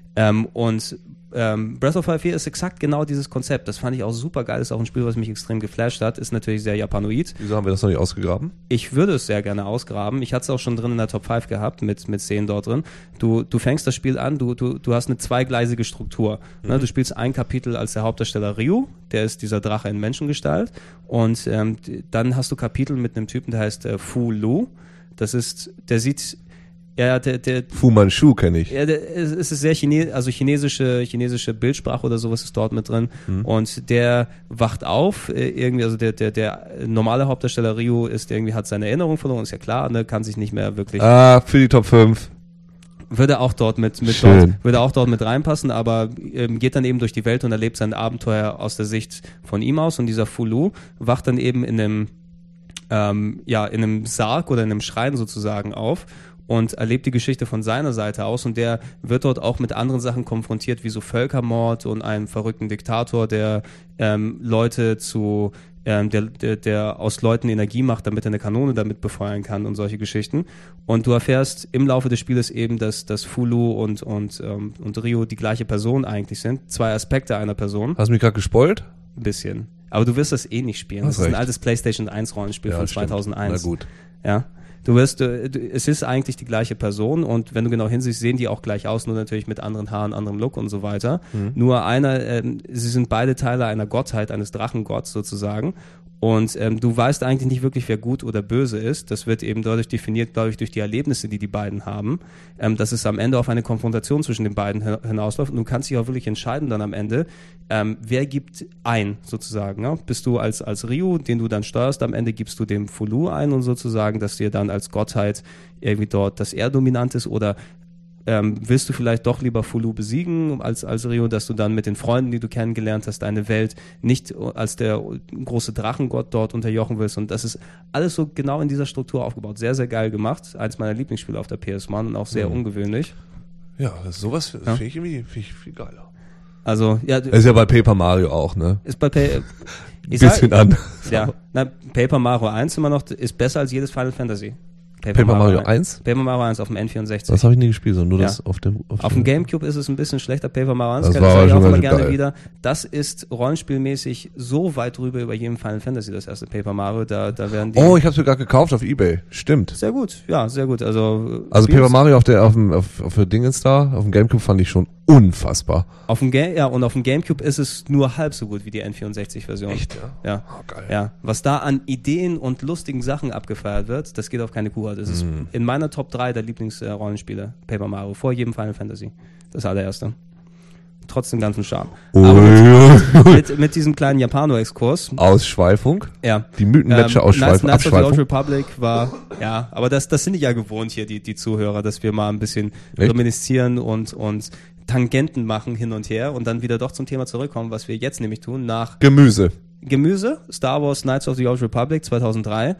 Breath of Fire 4 ist exakt genau dieses Konzept. Das fand ich auch super geil. Ist auch ein Spiel, was mich extrem geflasht hat. Ist natürlich sehr japanoid. Wieso haben wir das noch nicht ausgegraben? Ich würde es sehr gerne ausgraben. Ich hatte es auch schon drin in der Top 5 gehabt, mit Szenen dort drin. Du fängst das Spiel an, du hast eine zweigleisige Struktur. Ne? Du spielst ein Kapitel als der Hauptdarsteller Ryu, der ist dieser Drache in Menschengestalt. Und dann hast du Kapitel mit einem Typen, der heißt Fu Lu. Der sieht... Ja, der Fu Manchu kenne ich. Ja, es ist sehr chinesische Bildsprache oder sowas ist dort mit drin. Und der wacht auf, irgendwie, also der normale Hauptdarsteller Ryu hat seine Erinnerung verloren, ist ja klar, ne, kann sich nicht mehr wirklich. Für die Top 5. Würde auch dort mit reinpassen, aber geht dann eben durch die Welt und erlebt sein Abenteuer aus der Sicht von ihm aus. Und dieser Fu Lu wacht dann eben in einem Sarg oder in einem Schrein sozusagen auf und erlebt die Geschichte von seiner Seite aus und der wird dort auch mit anderen Sachen konfrontiert, wie so Völkermord und einem verrückten Diktator, der Leute zu der aus Leuten Energie macht, damit er eine Kanone damit befeuern kann und solche Geschichten. Und du erfährst im Laufe des Spieles eben, dass Fulu und Rio die gleiche Person eigentlich sind. 2 Aspekte einer Person. Hast du mich gerade gespoilt? Ein bisschen. Aber du wirst das eh nicht spielen. Das ist ein altes PlayStation 1 Rollenspiel von 2001. Na gut. Ja. Es ist eigentlich die gleiche Person und wenn du genau hinsiehst, sehen die auch gleich aus, nur natürlich mit anderen Haaren, anderem Look und so weiter. Nur sie sind beide Teile einer Gottheit, eines Drachengotts sozusagen. Und du weißt eigentlich nicht wirklich, wer gut oder böse ist. Das wird eben dadurch definiert, glaube ich, durch die Erlebnisse, die beiden haben, dass es am Ende auf eine Konfrontation zwischen den beiden hinausläuft. Und du kannst dich auch wirklich entscheiden dann am Ende, wer gibt ein, sozusagen. Ja? Bist du als Ryu, den du dann steuerst, am Ende gibst du dem Fulu ein und sozusagen, dass dir dann als Gottheit irgendwie dort, dass er dominant ist oder willst du vielleicht doch lieber Fulu besiegen als Rio, dass du dann mit den Freunden, die du kennengelernt hast, deine Welt nicht als der große Drachengott dort unterjochen willst. Und das ist alles so genau in dieser Struktur aufgebaut. Sehr, sehr geil gemacht. Eins meiner Lieblingsspiele auf der PS1 und auch sehr ungewöhnlich. Ja, sowas finde ich irgendwie viel geiler. Also, ja. Ist ja bei Paper Mario auch, ne? Ist bei bisschen anders. Ja, Paper Mario 1 immer noch ist besser als jedes Final Fantasy. Paper Mario 1? Paper Mario 1 auf dem N64. Das habe ich nie gespielt, sondern nur das auf dem Gamecube ist es ein bisschen schlechter. Paper Mario 1 das kann war ich auch schon immer gerne geil. wieder. Das ist rollenspielmäßig so weit drüber über jedem Final Fantasy, das erste Paper Mario. Da werden die. Oh, ich habe es sogar gekauft auf eBay. Stimmt. Sehr gut, ja, sehr gut. Also Paper Mario auf der Dingens da, auf dem Gamecube fand ich schon unfassbar. Auf dem Gamecube ist es nur halb so gut wie die N64-Version. Echt, ja? Ja. Oh, geil. Ja. Was da an Ideen und lustigen Sachen abgefeiert wird, das geht auf keine Kuh. Das ist in meiner Top 3 der Lieblingsrollenspiele, Paper Mario, vor jedem Final Fantasy. Das allererste. Trotz dem ganzen Charme. Aber mit diesem kleinen Japano-Exkurs. Ausschweifung. Ja. Die Mythenmatcher-Ausschweifung. Knights of the Old Republic war, ja, aber das sind die ja gewohnt hier, die Zuhörer, dass wir mal ein bisschen reminiszieren und Tangenten machen hin und her und dann wieder doch zum Thema zurückkommen, was wir jetzt nämlich tun, nach Gemüse, Star Wars Knights of the Old Republic 2003,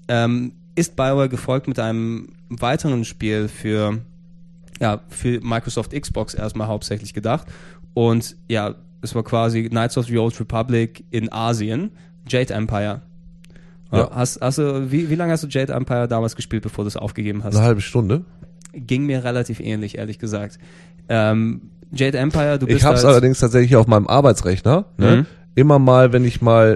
ist BioWare gefolgt mit einem weiteren Spiel für Microsoft Xbox erstmal hauptsächlich gedacht und ja, es war quasi Knights of the Old Republic in Asien, Jade Empire. Ja. Hast du, wie lange hast du Jade Empire damals gespielt, bevor du es aufgegeben hast? Eine halbe Stunde. Ging mir relativ ähnlich, ehrlich gesagt. Jade Empire, du bist Ich hab's allerdings tatsächlich auf meinem Arbeitsrechner. Ne? Immer mal, wenn ich mal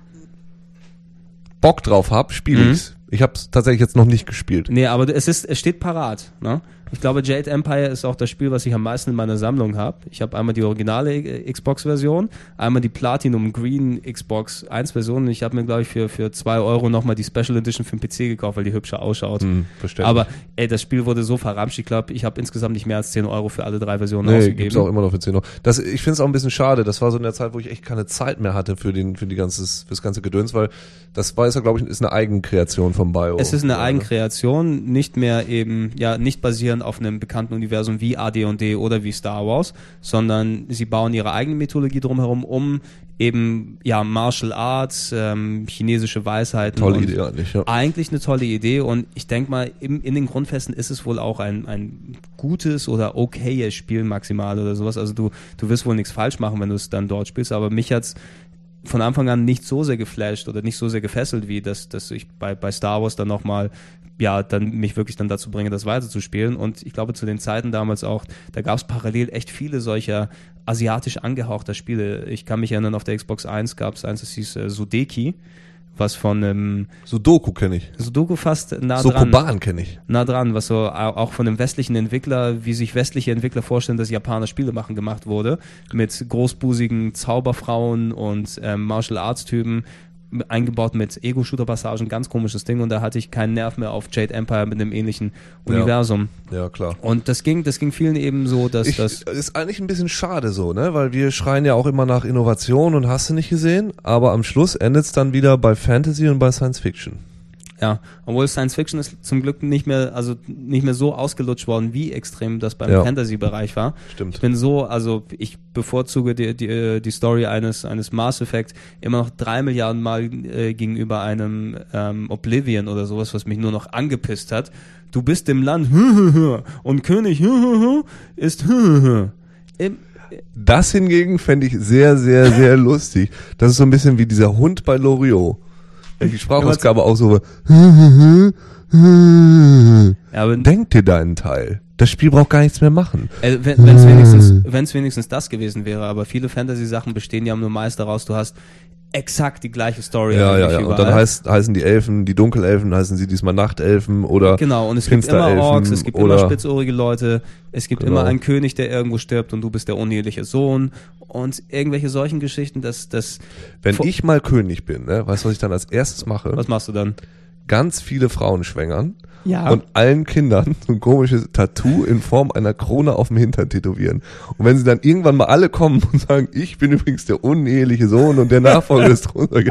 Bock drauf hab, spiele ich's. Ich hab's tatsächlich jetzt noch nicht gespielt. Nee, aber es steht parat, ne? Ich glaube, Jade Empire ist auch das Spiel, was ich am meisten in meiner Sammlung habe. Ich habe einmal die originale Xbox-Version, einmal die Platinum Green Xbox 1-Version und ich habe mir, glaube ich, für 2 Euro nochmal die Special Edition für den PC gekauft, weil die hübscher ausschaut. Aber das Spiel wurde so verramscht, ich glaube, ich habe insgesamt nicht mehr als 10 Euro für alle 3 Versionen ausgegeben. Gibt's auch immer noch für 10 Euro. Ich finde es auch ein bisschen schade, das war so in der Zeit, wo ich echt keine Zeit mehr hatte fürs ganze Gedöns, weil das war, glaube ich, ist eine Eigenkreation von BioWare. Es ist eine Eigenkreation, nicht mehr eben, nicht basierend auf einem bekannten Universum wie AD&D oder wie Star Wars, sondern sie bauen ihre eigene Mythologie drumherum, um eben, Martial Arts, chinesische Weisheiten. Tolle Idee eigentlich, ja. Eigentlich eine tolle Idee und ich denke mal, in den Grundfesten ist es wohl auch ein gutes oder okayes Spiel maximal oder sowas. Also du wirst wohl nichts falsch machen, wenn du es dann dort spielst, aber mich hat's von Anfang an nicht so sehr geflasht oder nicht so sehr gefesselt, wie dass ich bei Star Wars dann nochmal, dann mich wirklich dann dazu bringe, das weiterzuspielen. Und ich glaube, zu den Zeiten damals auch, da gab es parallel echt viele solcher asiatisch angehauchter Spiele. Ich kann mich erinnern, auf der Xbox 1 gab es eins, das hieß Sudeki, was von Sudoku kenne ich. Sudoku fast nah dran. Sokoban kenne ich. Nah dran, was so auch von einem westlichen Entwickler, wie sich westliche Entwickler vorstellen, dass Japaner Spiele machen, gemacht wurde. Mit großbusigen Zauberfrauen und Martial Arts Typen, eingebaut mit Ego-Shooter-Passagen, ganz komisches Ding und da hatte ich keinen Nerv mehr auf Jade Empire mit einem ähnlichen Universum. Ja, klar. Und das ging vielen eben so, dass das ist eigentlich ein bisschen schade so, ne, weil wir schreien ja auch immer nach Innovation und hast du nicht gesehen, aber am Schluss endet es dann wieder bei Fantasy und bei Science Fiction. Ja, obwohl Science Fiction ist zum Glück nicht mehr so ausgelutscht worden, wie extrem das beim Fantasy-Bereich war. Stimmt. Ich bevorzuge die Story eines Mass Effect immer noch 3 Milliarden Mal gegenüber einem Oblivion oder sowas, was mich nur noch angepisst hat. Du bist im Land und König ist Das hingegen fände ich sehr, sehr, sehr lustig. Das ist so ein bisschen wie dieser Hund bei Loriot. Die Sprachausgabe auch so. Ja, aber denk dir deinen Teil. Das Spiel braucht gar nichts mehr machen. Wenn es wenigstens das gewesen wäre, aber viele Fantasy-Sachen bestehen ja nur meist daraus, du hast exakt die gleiche Story. Ja. Und dann heißen die Elfen, die Dunkelelfen, heißen sie diesmal Nachtelfen oder genau, und es gibt immer Orks, es gibt immer spitzohrige Leute, es gibt immer einen König, der irgendwo stirbt und du bist der uneheliche Sohn und irgendwelche solchen Geschichten, Wenn ich mal König bin, ne, weißt du, was ich dann als erstes mache? Was machst du dann? Ganz viele Frauen schwängern. Ja. Und allen Kindern so ein komisches Tattoo in Form einer Krone auf dem Hintern tätowieren. Und wenn sie dann irgendwann mal alle kommen und sagen, ich bin übrigens der uneheliche Sohn und der Nachfolger des Throns.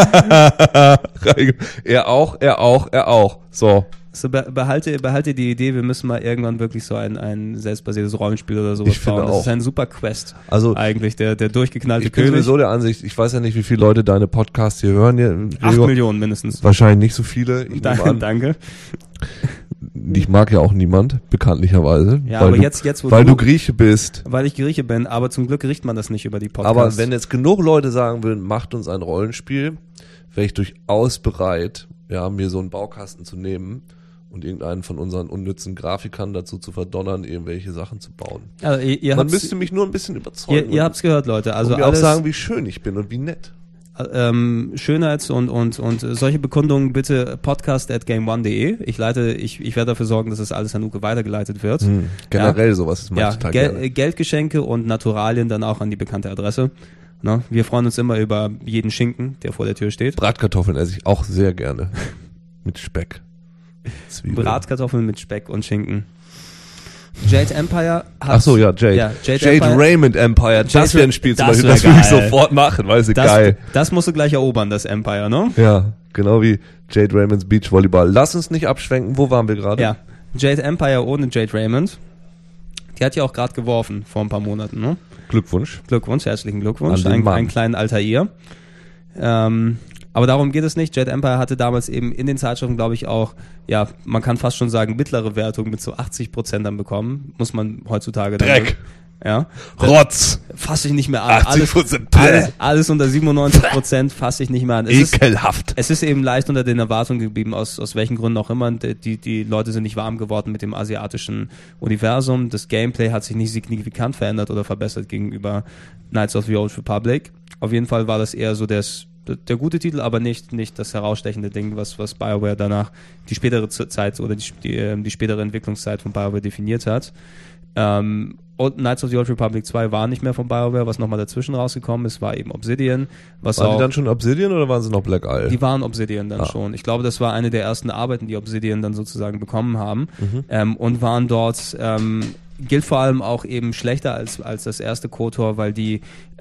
Er auch. So. Behalte die Idee, wir müssen mal irgendwann wirklich so ein selbstbasiertes Rollenspiel oder sowas bauen. Das ist ein super Quest. Also eigentlich der durchgeknallte König. Ich bin sowieso der Ansicht, ich weiß ja nicht, wie viele Leute deine Podcasts hier hören. 8 Millionen mindestens. Wahrscheinlich nicht so viele. Danke. Ich mag ja auch niemand, bekanntlicherweise. Ja, aber jetzt weil du Grieche bist. Weil ich Grieche bin, aber zum Glück riecht man das nicht über die Podcasts. Aber wenn jetzt genug Leute sagen würden, macht uns ein Rollenspiel, wäre ich durchaus bereit, ja, mir so einen Baukasten zu nehmen und irgendeinen von unseren unnützen Grafikern dazu zu verdonnern, irgendwelche Sachen zu bauen. Also Man müsste mich nur ein bisschen überzeugen. Ihr habt's gehört, Leute. Also und mir auch sagen, wie schön ich bin und wie nett. Schönheits- und solche Bekundungen bitte podcast@gameone.de. Ich werde dafür sorgen, dass das alles an Uke weitergeleitet wird. Generell sowas ist mein total gerne. Geldgeschenke und Naturalien dann auch an die bekannte Adresse. Na, wir freuen uns immer über jeden Schinken, der vor der Tür steht. Bratkartoffeln esse ich auch sehr gerne. Mit Speck. Zwiebeln. Bratkartoffeln mit Speck und Schinken. Jade Empire hat... Achso, ja, Jade. Ja, Jade Raymond Empire. Das wäre ein Spiel zum Beispiel. Das würde ich sofort machen, weil es geil. Das musst du gleich erobern, das Empire, ne? Ja, genau wie Jade Raymonds Beachvolleyball. Lass uns nicht abschwenken. Wo waren wir gerade? Ja, Jade Empire ohne Jade Raymond. Die hat ja auch gerade geworfen vor ein paar Monaten, ne? Glückwunsch, herzlichen Glückwunsch. Einen kleinen Altair. Aber darum geht es nicht. Jade Empire hatte damals eben in den Zeitschriften, glaube ich, auch, ja, man kann fast schon sagen, mittlere Wertung mit so 80% dann bekommen. Muss man heutzutage dann... Dreck! Ja. Rotz! Fass ich nicht mehr an. 80%. Alles unter 97% fasse ich nicht mehr an. Ekelhaft. Es ist eben leicht unter den Erwartungen geblieben, aus welchen Gründen auch immer. Die Leute sind nicht warm geworden mit dem asiatischen Universum. Das Gameplay hat sich nicht signifikant verändert oder verbessert gegenüber Knights of the Old Republic. Auf jeden Fall war das eher so der gute Titel, aber nicht das herausstechende Ding, was BioWare danach die spätere Zeit oder die spätere Entwicklungszeit von BioWare definiert hat. Und Knights of the Old Republic 2 war nicht mehr von BioWare, was nochmal dazwischen rausgekommen ist, war eben Obsidian. Waren die dann schon Obsidian oder waren sie noch Black Isle? Die waren Obsidian dann schon. Ich glaube, das war eine der ersten Arbeiten, die Obsidian dann sozusagen bekommen haben. Und waren dort, gilt vor allem auch eben schlechter als das erste KOTOR, weil die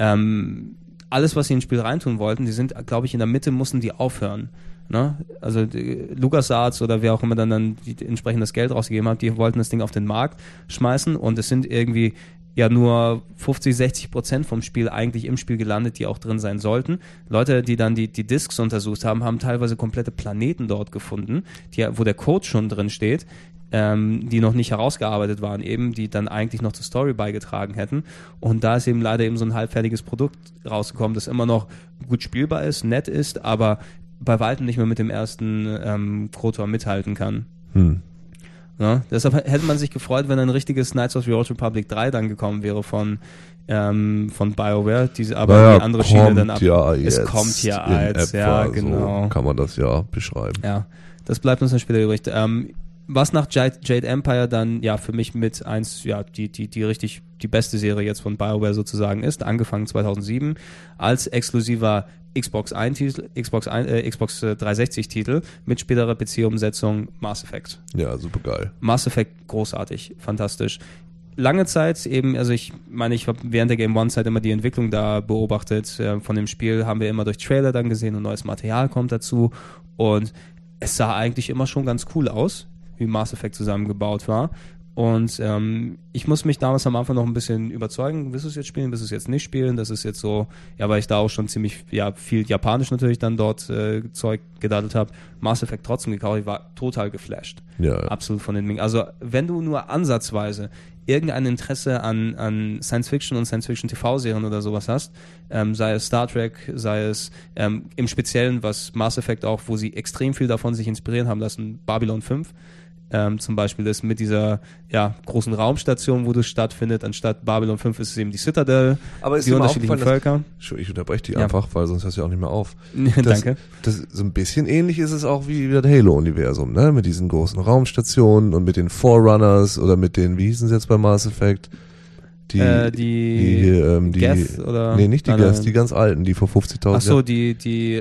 alles, was sie ins Spiel reintun wollten, die sind, glaube ich, in der Mitte mussten die aufhören. Ne? Also LucasArts oder wer auch immer dann entsprechend das Geld rausgegeben hat, die wollten das Ding auf den Markt schmeißen und es sind irgendwie ja nur 50-60% vom Spiel eigentlich im Spiel gelandet, die auch drin sein sollten. Leute, die dann die Discs untersucht haben teilweise komplette Planeten dort gefunden, wo der Code schon drin steht, die noch nicht herausgearbeitet waren eben, die dann eigentlich noch zur Story beigetragen hätten. Und da ist eben leider eben so ein halbfertiges Produkt rausgekommen, das immer noch gut spielbar ist, nett ist, aber bei weitem nicht mehr mit dem ersten KOTOR mithalten kann. Ja, deshalb hätte man sich gefreut, wenn ein richtiges Knights of the Old Republic 3 dann gekommen wäre von BioWare, aber die andere Schiene dann ab. Es kommt ja jetzt, ja, genau. So kann man das ja beschreiben. Ja, das bleibt uns dann später übrig. Was nach Jade Empire dann ja für mich mit eins, ja, die beste Serie jetzt von BioWare sozusagen ist, angefangen 2007 als exklusiver Xbox 360 Titel mit späterer PC-Umsetzung Mass Effect. Ja, super geil. Mass Effect großartig, fantastisch. Lange Zeit eben, also ich habe während der Game One-Zeit immer die Entwicklung da beobachtet. Von dem Spiel haben wir immer durch Trailer dann gesehen und neues Material kommt dazu und es sah eigentlich immer schon ganz cool aus, wie Mass Effect zusammengebaut war. Und ich muss mich damals am Anfang noch ein bisschen überzeugen, willst du es jetzt spielen, willst du es jetzt nicht spielen? Das ist jetzt so, ja, weil ich da auch schon ziemlich viel Japanisch natürlich dann dort Zeug gedaddelt habe. Mass Effect trotzdem gekauft, ich war total geflasht. Ja. Absolut von den Dingen. Also wenn du nur ansatzweise irgendein Interesse an Science-Fiction und Science-Fiction-TV-Serien oder sowas hast, sei es Star Trek, sei es im Speziellen, was Mass Effect auch, wo sie extrem viel davon sich inspirieren haben lassen, Babylon 5, zum Beispiel das mit dieser großen Raumstation, wo das stattfindet, anstatt Babylon 5 ist es eben die Citadel, aber ist die unterschiedlichen Völker. Ich unterbreche die einfach, weil sonst hörst du ja auch nicht mehr auf. Danke. Das so ein bisschen ähnlich ist es auch wie das Halo-Universum, ne? Mit diesen großen Raumstationen und mit den Forerunners oder mit den, wie hießen sie jetzt bei Mass Effect? Die Geth oder? Nee, nicht die Geth, die ganz alten, die vor 50.000 Ach so, die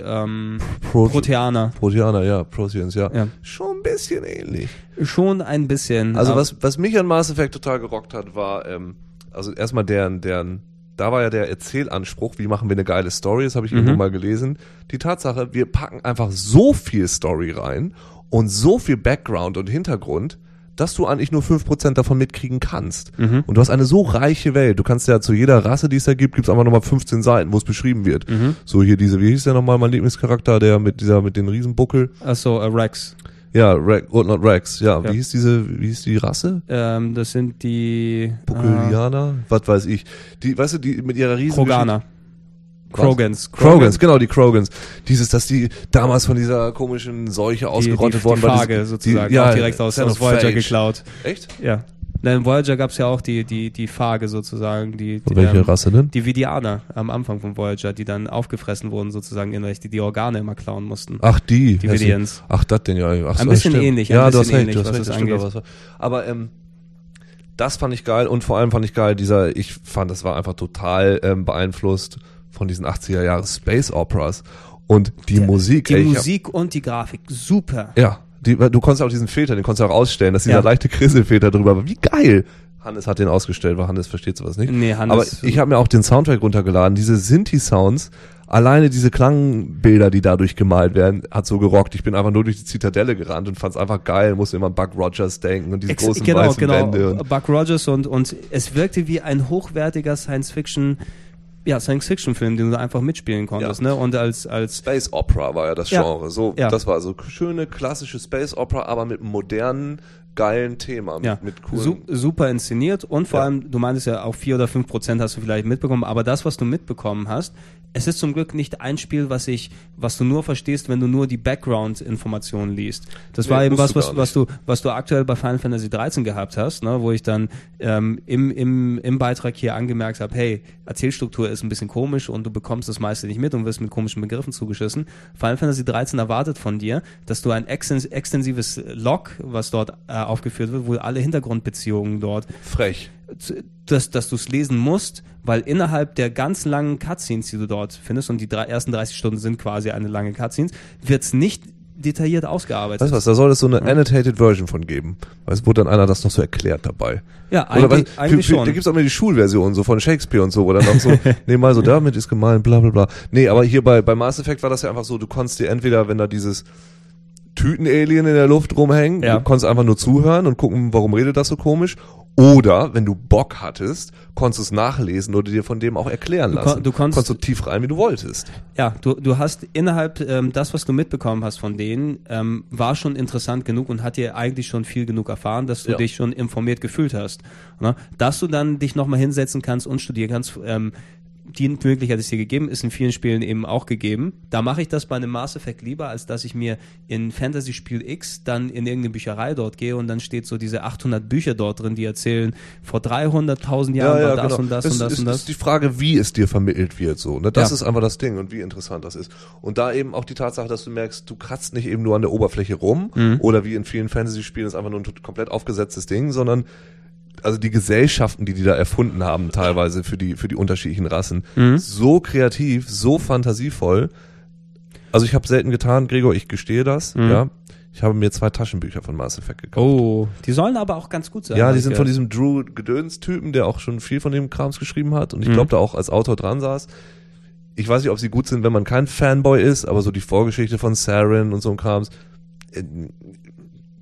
Proteaner. Proteaner, ja, Proteans, ja. Schon ein bisschen ähnlich. Schon ein bisschen. Also was mich an Mass Effect total gerockt hat, war, also erstmal deren, da war ja der Erzählanspruch, wie machen wir eine geile Story, das habe ich irgendwo mal gelesen. Die Tatsache, wir packen einfach so viel Story rein und so viel Background und Hintergrund, dass du eigentlich nur 5% davon mitkriegen kannst. Und du hast eine so reiche Welt. Du kannst ja zu jeder Rasse, die es da gibt, gibt's einfach nochmal 15 Seiten, wo es beschrieben wird. So hier wie hieß der nochmal, mein Lieblingscharakter, der mit den Riesenbuckel? Achso, Rex. Ja, Rex, ja. Wie hieß die Rasse? Das sind die Buckelianer, was weiß ich. Die, weißt du, die mit ihrer riesen Kroganer. Krogans, genau, die Krogans. Dass die damals von dieser komischen Seuche ausgerottet worden waren. Die Phage sozusagen, auch direkt aus Voyager geklaut. Echt? Ja. In Voyager gab's ja auch die Phage sozusagen. Welche Rasse denn? Die Vidianer am Anfang von Voyager, die dann aufgefressen wurden sozusagen, die Organe immer klauen mussten. Ach, die Vidians. Ach, das denn, ja. Ach, ein bisschen ähnlich. Ja, du hast recht, was das angeht. Aber das fand ich geil und vor allem fand ich geil, ich fand, das war einfach total beeinflusst von diesen 80er Jahre Space Operas und die Musik. Die Musik und die Grafik, super. Ja, du konntest auch diesen Filter, den konntest du auch ausstellen, dass dieser leichte Krisselfilter drüber war. Wie geil! Hannes hat den ausgestellt, weil Hannes versteht sowas nicht. Nee, Hannes. Aber ich habe mir auch den Soundtrack runtergeladen, diese Synthi-Sounds, alleine diese Klangbilder, die dadurch gemalt werden, hat so gerockt. Ich bin einfach nur durch die Zitadelle gerannt und fand's einfach geil, musste immer an Buck Rogers denken und diese großen weißen Wände. Und Buck Rogers und es wirkte wie ein hochwertiger Science-Fiction-Film, den du einfach mitspielen konntest, ne? Und als Space Opera war ja das Genre. Das war so schöne klassische Space Opera, aber mit modernen, geilen Thema, mit coolen. Super inszeniert und vor allem, du meintest ja auch 4 oder 5% hast du vielleicht mitbekommen, aber das, was du mitbekommen hast, es ist zum Glück nicht ein Spiel, was du nur verstehst, wenn du nur die Background-Informationen liest. Das war eben was du aktuell bei Final Fantasy 13 gehabt hast, ne, wo ich dann im Beitrag hier angemerkt habe, hey, Erzählstruktur ist ein bisschen komisch und du bekommst das meiste nicht mit und wirst mit komischen Begriffen zugeschissen. Final Fantasy 13 erwartet von dir, dass du ein extensives Log, was dort aufgeführt wird, wo alle Hintergrundbeziehungen dort frech, dass du es lesen musst, weil innerhalb der ganz langen Cutscenes, die du dort findest, und die ersten 30 Stunden sind quasi eine lange Cutscenes, wird's nicht detailliert ausgearbeitet. Weißt du was, da soll es so eine annotated Version von geben. Weißt du, wurde dann einer das noch so erklärt dabei. Ja, eigentlich schon. Da gibt's auch immer die Schulversion, so von Shakespeare und so, wo dann auch so, mal so, damit ist gemeint, bla bla bla. Nee, aber hier bei Mass Effect war das ja einfach so, du konntest dir entweder, wenn da dieses Tüten-Alien in der Luft rumhängen, du konntest einfach nur zuhören und gucken, warum redet das so komisch. Oder, wenn du Bock hattest, konntest du es nachlesen oder dir von dem auch erklären lassen. Du konntest so tief rein, wie du wolltest. Ja, du hast innerhalb, das, was du mitbekommen hast von denen, war schon interessant genug und hat dir eigentlich schon viel genug erfahren, dass du dich schon informiert gefühlt hast. Ne? Dass du dann dich nochmal hinsetzen kannst und studieren kannst, die Möglichkeit ist dir gegeben, ist in vielen Spielen eben auch gegeben. Da mache ich das bei einem Mass Effect lieber, als dass ich mir in Fantasy-Spiel X dann in irgendeine Bücherei dort gehe und dann steht so diese 800 Bücher dort drin, die erzählen, vor 300.000 Jahren war das und das und das und das. Es ist die Frage, wie es dir vermittelt wird, so, ne? Das ist einfach das Ding und wie interessant das ist. Und da eben auch die Tatsache, dass du merkst, du kratzt nicht eben nur an der Oberfläche rum oder wie in vielen Fantasy-Spielen ist einfach nur ein komplett aufgesetztes Ding, sondern also die Gesellschaften, die da erfunden haben, teilweise für die unterschiedlichen Rassen, so kreativ, so fantasievoll. Also ich habe selten getan, Gregor, ich gestehe das, ja. Ich habe mir 2 Taschenbücher von Mass Effect gekauft. Oh, die sollen aber auch ganz gut sein. Ja, die sind von diesem Drew Gedöns-Typen, der auch schon viel von dem Krams geschrieben hat und ich glaube, da auch als Autor dran saß. Ich weiß nicht, ob sie gut sind, wenn man kein Fanboy ist, aber so die Vorgeschichte von Saren und so ein Krams,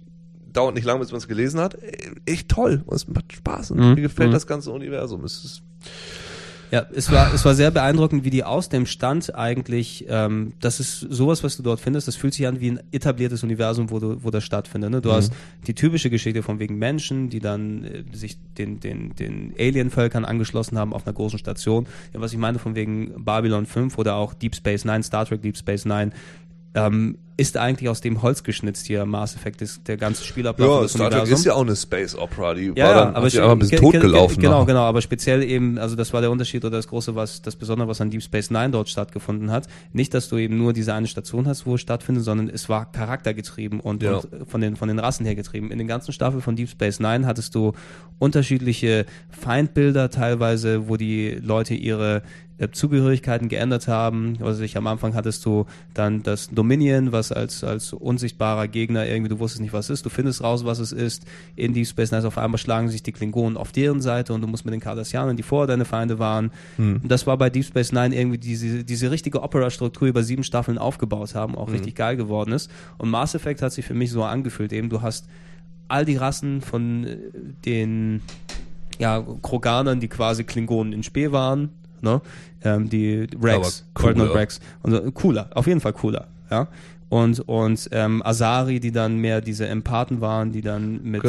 dauert nicht lang, bis man es gelesen hat. Echt toll. Und es macht Spaß. Und mir gefällt das ganze Universum. Es ist ja, es war sehr beeindruckend, wie die aus dem Stand eigentlich, das ist sowas, was du dort findest, das fühlt sich an wie ein etabliertes Universum, wo das stattfindet. Ne? Du hast die typische Geschichte von wegen Menschen, die dann sich den Alien-Völkern angeschlossen haben auf einer großen Station. Ja, was ich meine von wegen Babylon 5 oder auch Deep Space Nine, Star Trek Deep Space Nine, ist eigentlich aus dem Holz geschnitzt hier. Mass Effect ist der ganze Spielablauf des Star Trek ist ja auch eine Space Opera, die ja, war dann aber ein bisschen totgelaufen. Genau, aber speziell eben, also das war der Unterschied oder das Besondere, was an Deep Space Nine dort stattgefunden hat. Nicht, dass du eben nur diese eine Station hast, wo es stattfindet, sondern es war charaktergetrieben und von den Rassen her getrieben. In den ganzen Staffeln von Deep Space Nine hattest du unterschiedliche Feindbilder teilweise, wo die Leute ihre Zugehörigkeiten geändert haben. Also am Anfang hattest du dann das Dominion, was als unsichtbarer Gegner irgendwie, du wusstest nicht, was es ist, du findest raus, was es ist. In Deep Space Nine auf einmal schlagen sich die Klingonen auf deren Seite und du musst mit den Cardassianern, die vorher deine Feinde waren. Das war bei Deep Space Nine irgendwie diese richtige Opera-Struktur über 7 Staffeln aufgebaut haben, auch richtig geil geworden ist. Und Mass Effect hat sich für mich so angefühlt eben, du hast all die Rassen von den Kroganern, die quasi Klingonen in Spe waren, ne? Die Rex, Cardinal Rex. Und cooler, auf jeden Fall cooler, ja. Und Asari, die dann mehr diese Empathen waren, die dann mit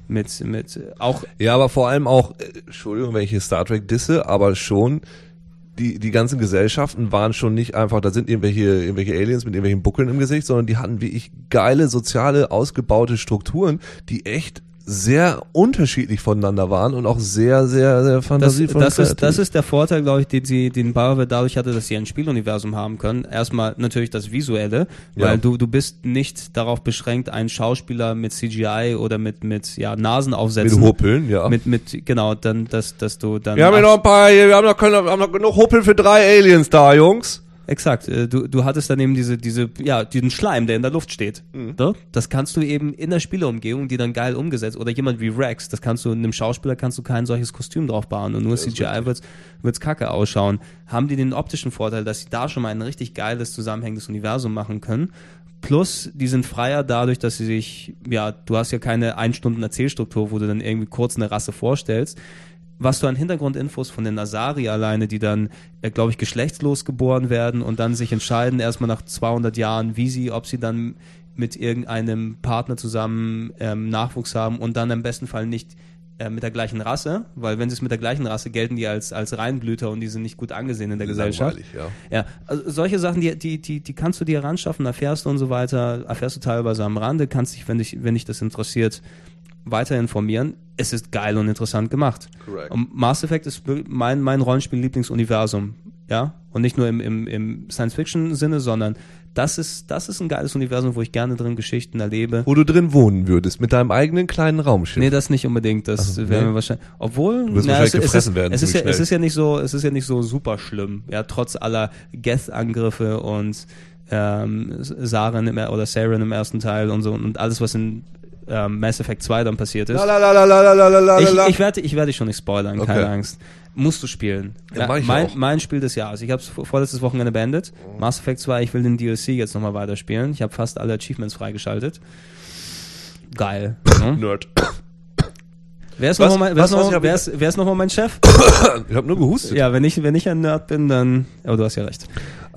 auch. Ja, aber vor allem auch, Entschuldigung, wenn ich hier Star Trek disse, aber schon die ganzen Gesellschaften waren schon nicht einfach, da sind irgendwelche Aliens mit irgendwelchen Buckeln im Gesicht, sondern die hatten wirklich geile, soziale, ausgebaute Strukturen, die echt sehr unterschiedlich voneinander waren und auch sehr, sehr, sehr fantasievoll. Das ist der Vorteil, glaube ich, den BioWare dadurch hatte, dass sie ein Spieluniversum haben können. Erstmal natürlich das Visuelle, weil du bist nicht darauf beschränkt, einen Schauspieler mit CGI oder mit Nasen aufsetzen. Mit Huppeln, ja. Genau, dann, dass du dann. Wir haben ja noch wir haben noch genug Huppeln für 3 Aliens da, Jungs. Exakt, du hattest dann eben diesen Schleim, der in der Luft steht. Ne? Das kannst du eben in der Spieleumgebung, die dann geil umgesetzt, oder jemand wie Rex, das kannst du, in einem Schauspieler kannst du kein solches Kostüm drauf bauen und nur CGI wird's kacke ausschauen. Haben die den optischen Vorteil, dass sie da schon mal ein richtig geiles, zusammenhängendes Universum machen können. Plus, die sind freier dadurch, dass sie sich, du hast ja keine 1-Stunden-Erzählstruktur, wo du dann irgendwie kurz eine Rasse vorstellst. Was du an Hintergrundinfos von den Asari alleine, die dann, glaube ich, geschlechtslos geboren werden und dann sich entscheiden, erstmal nach 200 Jahren, ob sie dann mit irgendeinem Partner zusammen Nachwuchs haben und dann im besten Fall nicht mit der gleichen Rasse, weil wenn sie es mit der gleichen Rasse gelten, die als Reinblüter und die sind nicht gut angesehen in der Gesellschaft. Ja, also solche Sachen, die kannst du dir ranschaffen, erfährst du und so weiter, erfährst du teilweise am Rande, kannst dich, wenn dich das interessiert, weiter informieren. Es ist geil und interessant gemacht. Correct. Und Mass Effect ist mein Rollenspiel-Lieblingsuniversum, ja, und nicht nur im Science-Fiction-Sinne, sondern das ist ein geiles Universum, wo ich gerne drin Geschichten erlebe. Wo du drin wohnen würdest, mit deinem eigenen kleinen Raumschiff. Nee, das nicht unbedingt, das wäre mir wahrscheinlich, obwohl, du wirst wahrscheinlich gefressen werden. Es ist ja nicht so super schlimm, ja, trotz aller Geth-Angriffe und Saren im ersten Teil und so und alles, was in Mass Effect 2 dann passiert ist. Ich werde dich schon nicht spoilern, keine Angst. Musst du spielen. Ja, mein Spiel des Jahres. Ich habe es vorletztes Wochenende beendet. Mass Effect 2, ich will den DLC jetzt nochmal weiterspielen. Ich habe fast alle Achievements freigeschaltet. Geil. Nerd. Wer ist nochmal mein Chef? Ich habe nur gehustet. Ja, wenn ich ein Nerd bin, dann... Aber du hast ja recht.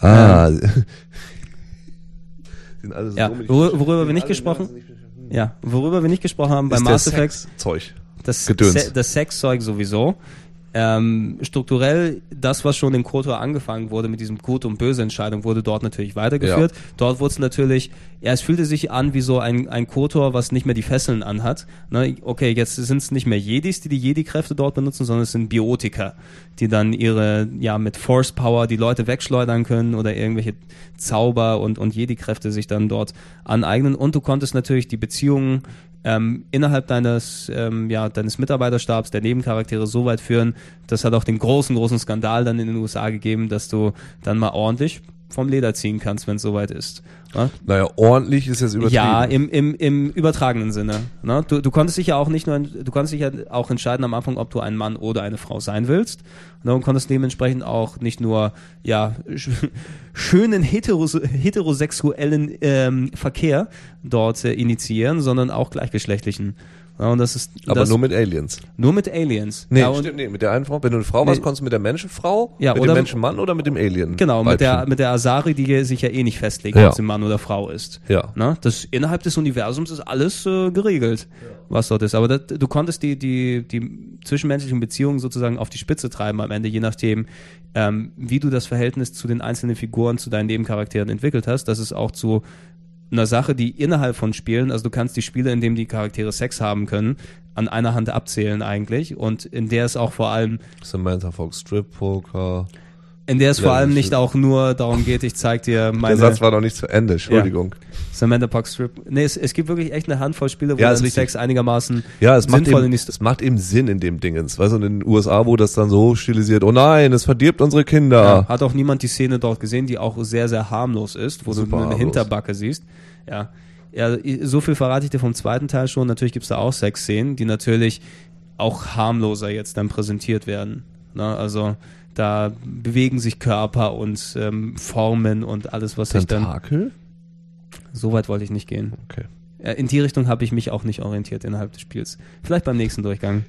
Sind alle so worüber wir nicht gesprochen... Ja, worüber wir nicht gesprochen haben bei Mass Effect. Zeug. Das Sexzeug sowieso. Strukturell, das, was schon in KOTOR angefangen wurde mit diesem Gut- und Böse-Entscheidung, wurde dort natürlich weitergeführt. Ja. Dort wurde es natürlich, es fühlte sich an wie so ein KOTOR, was nicht mehr die Fesseln anhat. Ne? Okay, jetzt sind es nicht mehr Jedis, die Jedi-Kräfte dort benutzen, sondern es sind Biotiker, die dann mit Force Power die Leute wegschleudern können oder irgendwelche Zauber und Jedi-Kräfte sich dann dort aneignen. Und du konntest natürlich die Beziehungen innerhalb deines Mitarbeiterstabs, der Nebencharaktere so weit führen, das hat auch den großen Skandal dann in den USA gegeben, dass du dann mal ordentlich vom Leder ziehen kannst, wenn es soweit ist. Ja? Naja, ordentlich ist jetzt übertrieben. Ja, im übertragenen Sinne. Ne? Du konntest dich ja auch du konntest dich ja auch entscheiden am Anfang, ob du ein Mann oder eine Frau sein willst. Ne? Und konntest dementsprechend auch nicht nur schönen heterosexuellen Verkehr dort initiieren, sondern auch gleichgeschlechtlichen. Ja, und aber nur mit Aliens. Nur mit Aliens. Nee, stimmt, mit der einen Frau. Wenn du eine Frau warst, konntest du mit der Menschenfrau, mit dem Menschenmann oder mit dem Alien? Genau, mit der Asari, die sich ja eh nicht festlegt, ob sie Mann oder Frau ist. Ja. Na, innerhalb des Universums ist alles geregelt, was dort ist. Aber du konntest die zwischenmenschlichen Beziehungen sozusagen auf die Spitze treiben am Ende, je nachdem, wie du das Verhältnis zu den einzelnen Figuren, zu deinen Nebencharakteren entwickelt hast. Das ist auch zu einer Sache, die innerhalb von Spielen, also du kannst die Spiele, in denen die Charaktere Sex haben können, an einer Hand abzählen eigentlich, und in der es auch vor allem Samantha Fox Strip Poker, in der es vor allem nicht auch nur darum geht, ich zeig dir meine... Der Satz war noch nicht zu Ende, Entschuldigung. Ja. Samantha Fox Strip... Nee, es gibt wirklich echt eine Handvoll Spiele, wo dann Sex einigermaßen sinnvoll ist. Es macht eben Sinn in dem Dingens. Weißt du, in den USA, wo das dann so stilisiert, oh nein, es verdirbt unsere Kinder. Ja, hat auch niemand die Szene dort gesehen, die auch sehr, sehr harmlos ist, wo du eine Hinterbacke siehst. Ja, so viel verrate ich dir vom zweiten Teil schon. Natürlich gibt's da auch Sexszenen, die natürlich auch harmloser jetzt dann präsentiert werden. Ne? Also da bewegen sich Körper und Formen und alles, was sich dann... Tentakel? So weit wollte ich nicht gehen. Okay. In die Richtung habe ich mich auch nicht orientiert innerhalb des Spiels. Vielleicht beim nächsten Durchgang.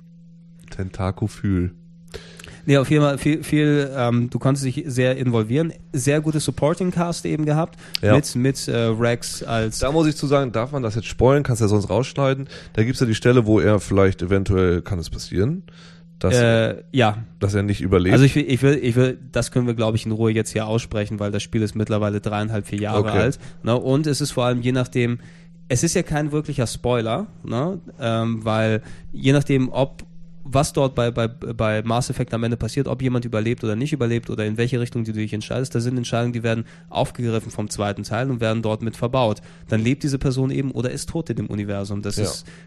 Tentakophil. Nee, auf jeden Fall viel du konntest dich sehr involvieren. Sehr gutes Supporting-Cast eben gehabt. Ja. Mit Rex als... Da muss ich zu sagen, darf man das jetzt spoilern? Kannst du ja sonst rausschneiden. Da gibt's ja die Stelle, wo er vielleicht eventuell, kann es passieren, dass er nicht überlebt. Also ich will, das können wir, glaube ich, in Ruhe jetzt hier aussprechen, weil das Spiel ist mittlerweile 3,5-4 Jahre alt. Ne? Und es ist vor allem je nachdem, es ist ja kein wirklicher Spoiler, ne? Weil je nachdem, was dort bei Mass Effect am Ende passiert, ob jemand überlebt oder nicht überlebt oder in welche Richtung du dich entscheidest, da sind Entscheidungen, die werden aufgegriffen vom zweiten Teil und werden dort mit verbaut. Dann lebt diese Person eben oder ist tot in dem Universum. Das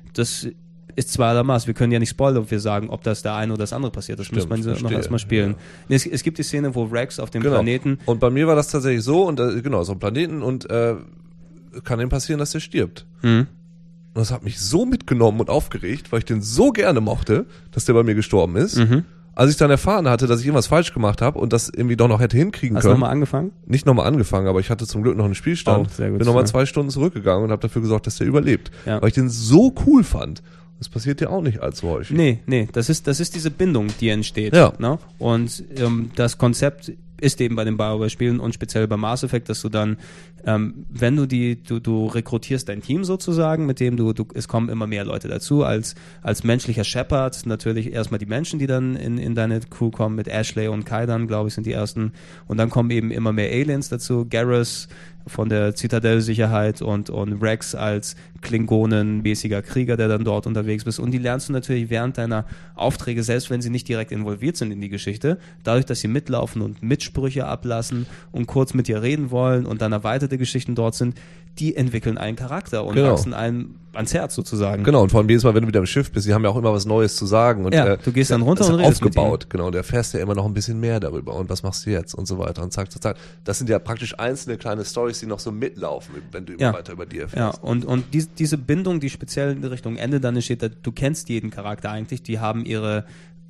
ist zweierlei. Wir können ja nicht spoilern, ob wir sagen, ob das der eine oder das andere passiert. Das muss man noch erstmal spielen. Ja. Es gibt die Szene, wo Rex auf dem Planeten... Und bei mir war das tatsächlich so, und so ein Planeten, und kann ihm passieren, dass der stirbt. Und das hat mich so mitgenommen und aufgeregt, weil ich den so gerne mochte, dass der bei mir gestorben ist. Als ich dann erfahren hatte, dass ich irgendwas falsch gemacht habe und das irgendwie doch noch hätte hinkriegen können. Hast du nochmal angefangen? Nicht nochmal angefangen, aber ich hatte zum Glück noch einen Spielstand. Sehr gut, bin nochmal 2 Stunden zurückgegangen und habe dafür gesorgt, dass der überlebt. Ja. Weil ich den so cool fand. Das passiert ja auch nicht allzu häufig. Nee, das ist diese Bindung, die entsteht. Ja. Ne? Und das Konzept ist eben bei den BioWare-Spielen und speziell bei Mass Effect, dass du dann, wenn du rekrutierst dein Team sozusagen, mit dem es kommen immer mehr Leute dazu, als menschlicher Shepard natürlich erstmal die Menschen, die dann in deine Crew kommen, mit Ashley und Kaidan, glaube ich, sind die ersten, und dann kommen eben immer mehr Aliens dazu, Garrus von der Zitadelle-Sicherheit und Rex als klingonenmäßiger Krieger, der dann dort unterwegs ist. Und die lernst du natürlich während deiner Aufträge, selbst wenn sie nicht direkt involviert sind in die Geschichte, dadurch, dass sie mitlaufen und Mitsprüche ablassen und kurz mit dir reden wollen und dann erweiterte Geschichten dort sind, die entwickeln einen Charakter und wachsen einem ans Herz sozusagen. Genau, und vor allem jedes Mal, wenn du wieder im Schiff bist, die haben ja auch immer was Neues zu sagen. Und du gehst dann runter und redest aufgebaut, mit ihm. Genau, und erfährst ja immer noch ein bisschen mehr darüber und was machst du jetzt und so weiter und zack. Das sind ja praktisch einzelne kleine Storys, die noch so mitlaufen, wenn du immer weiter über die erfährst. Ja, und diese Bindung, die speziell in Richtung Ende dann entsteht, du kennst jeden Charakter eigentlich, die haben ihre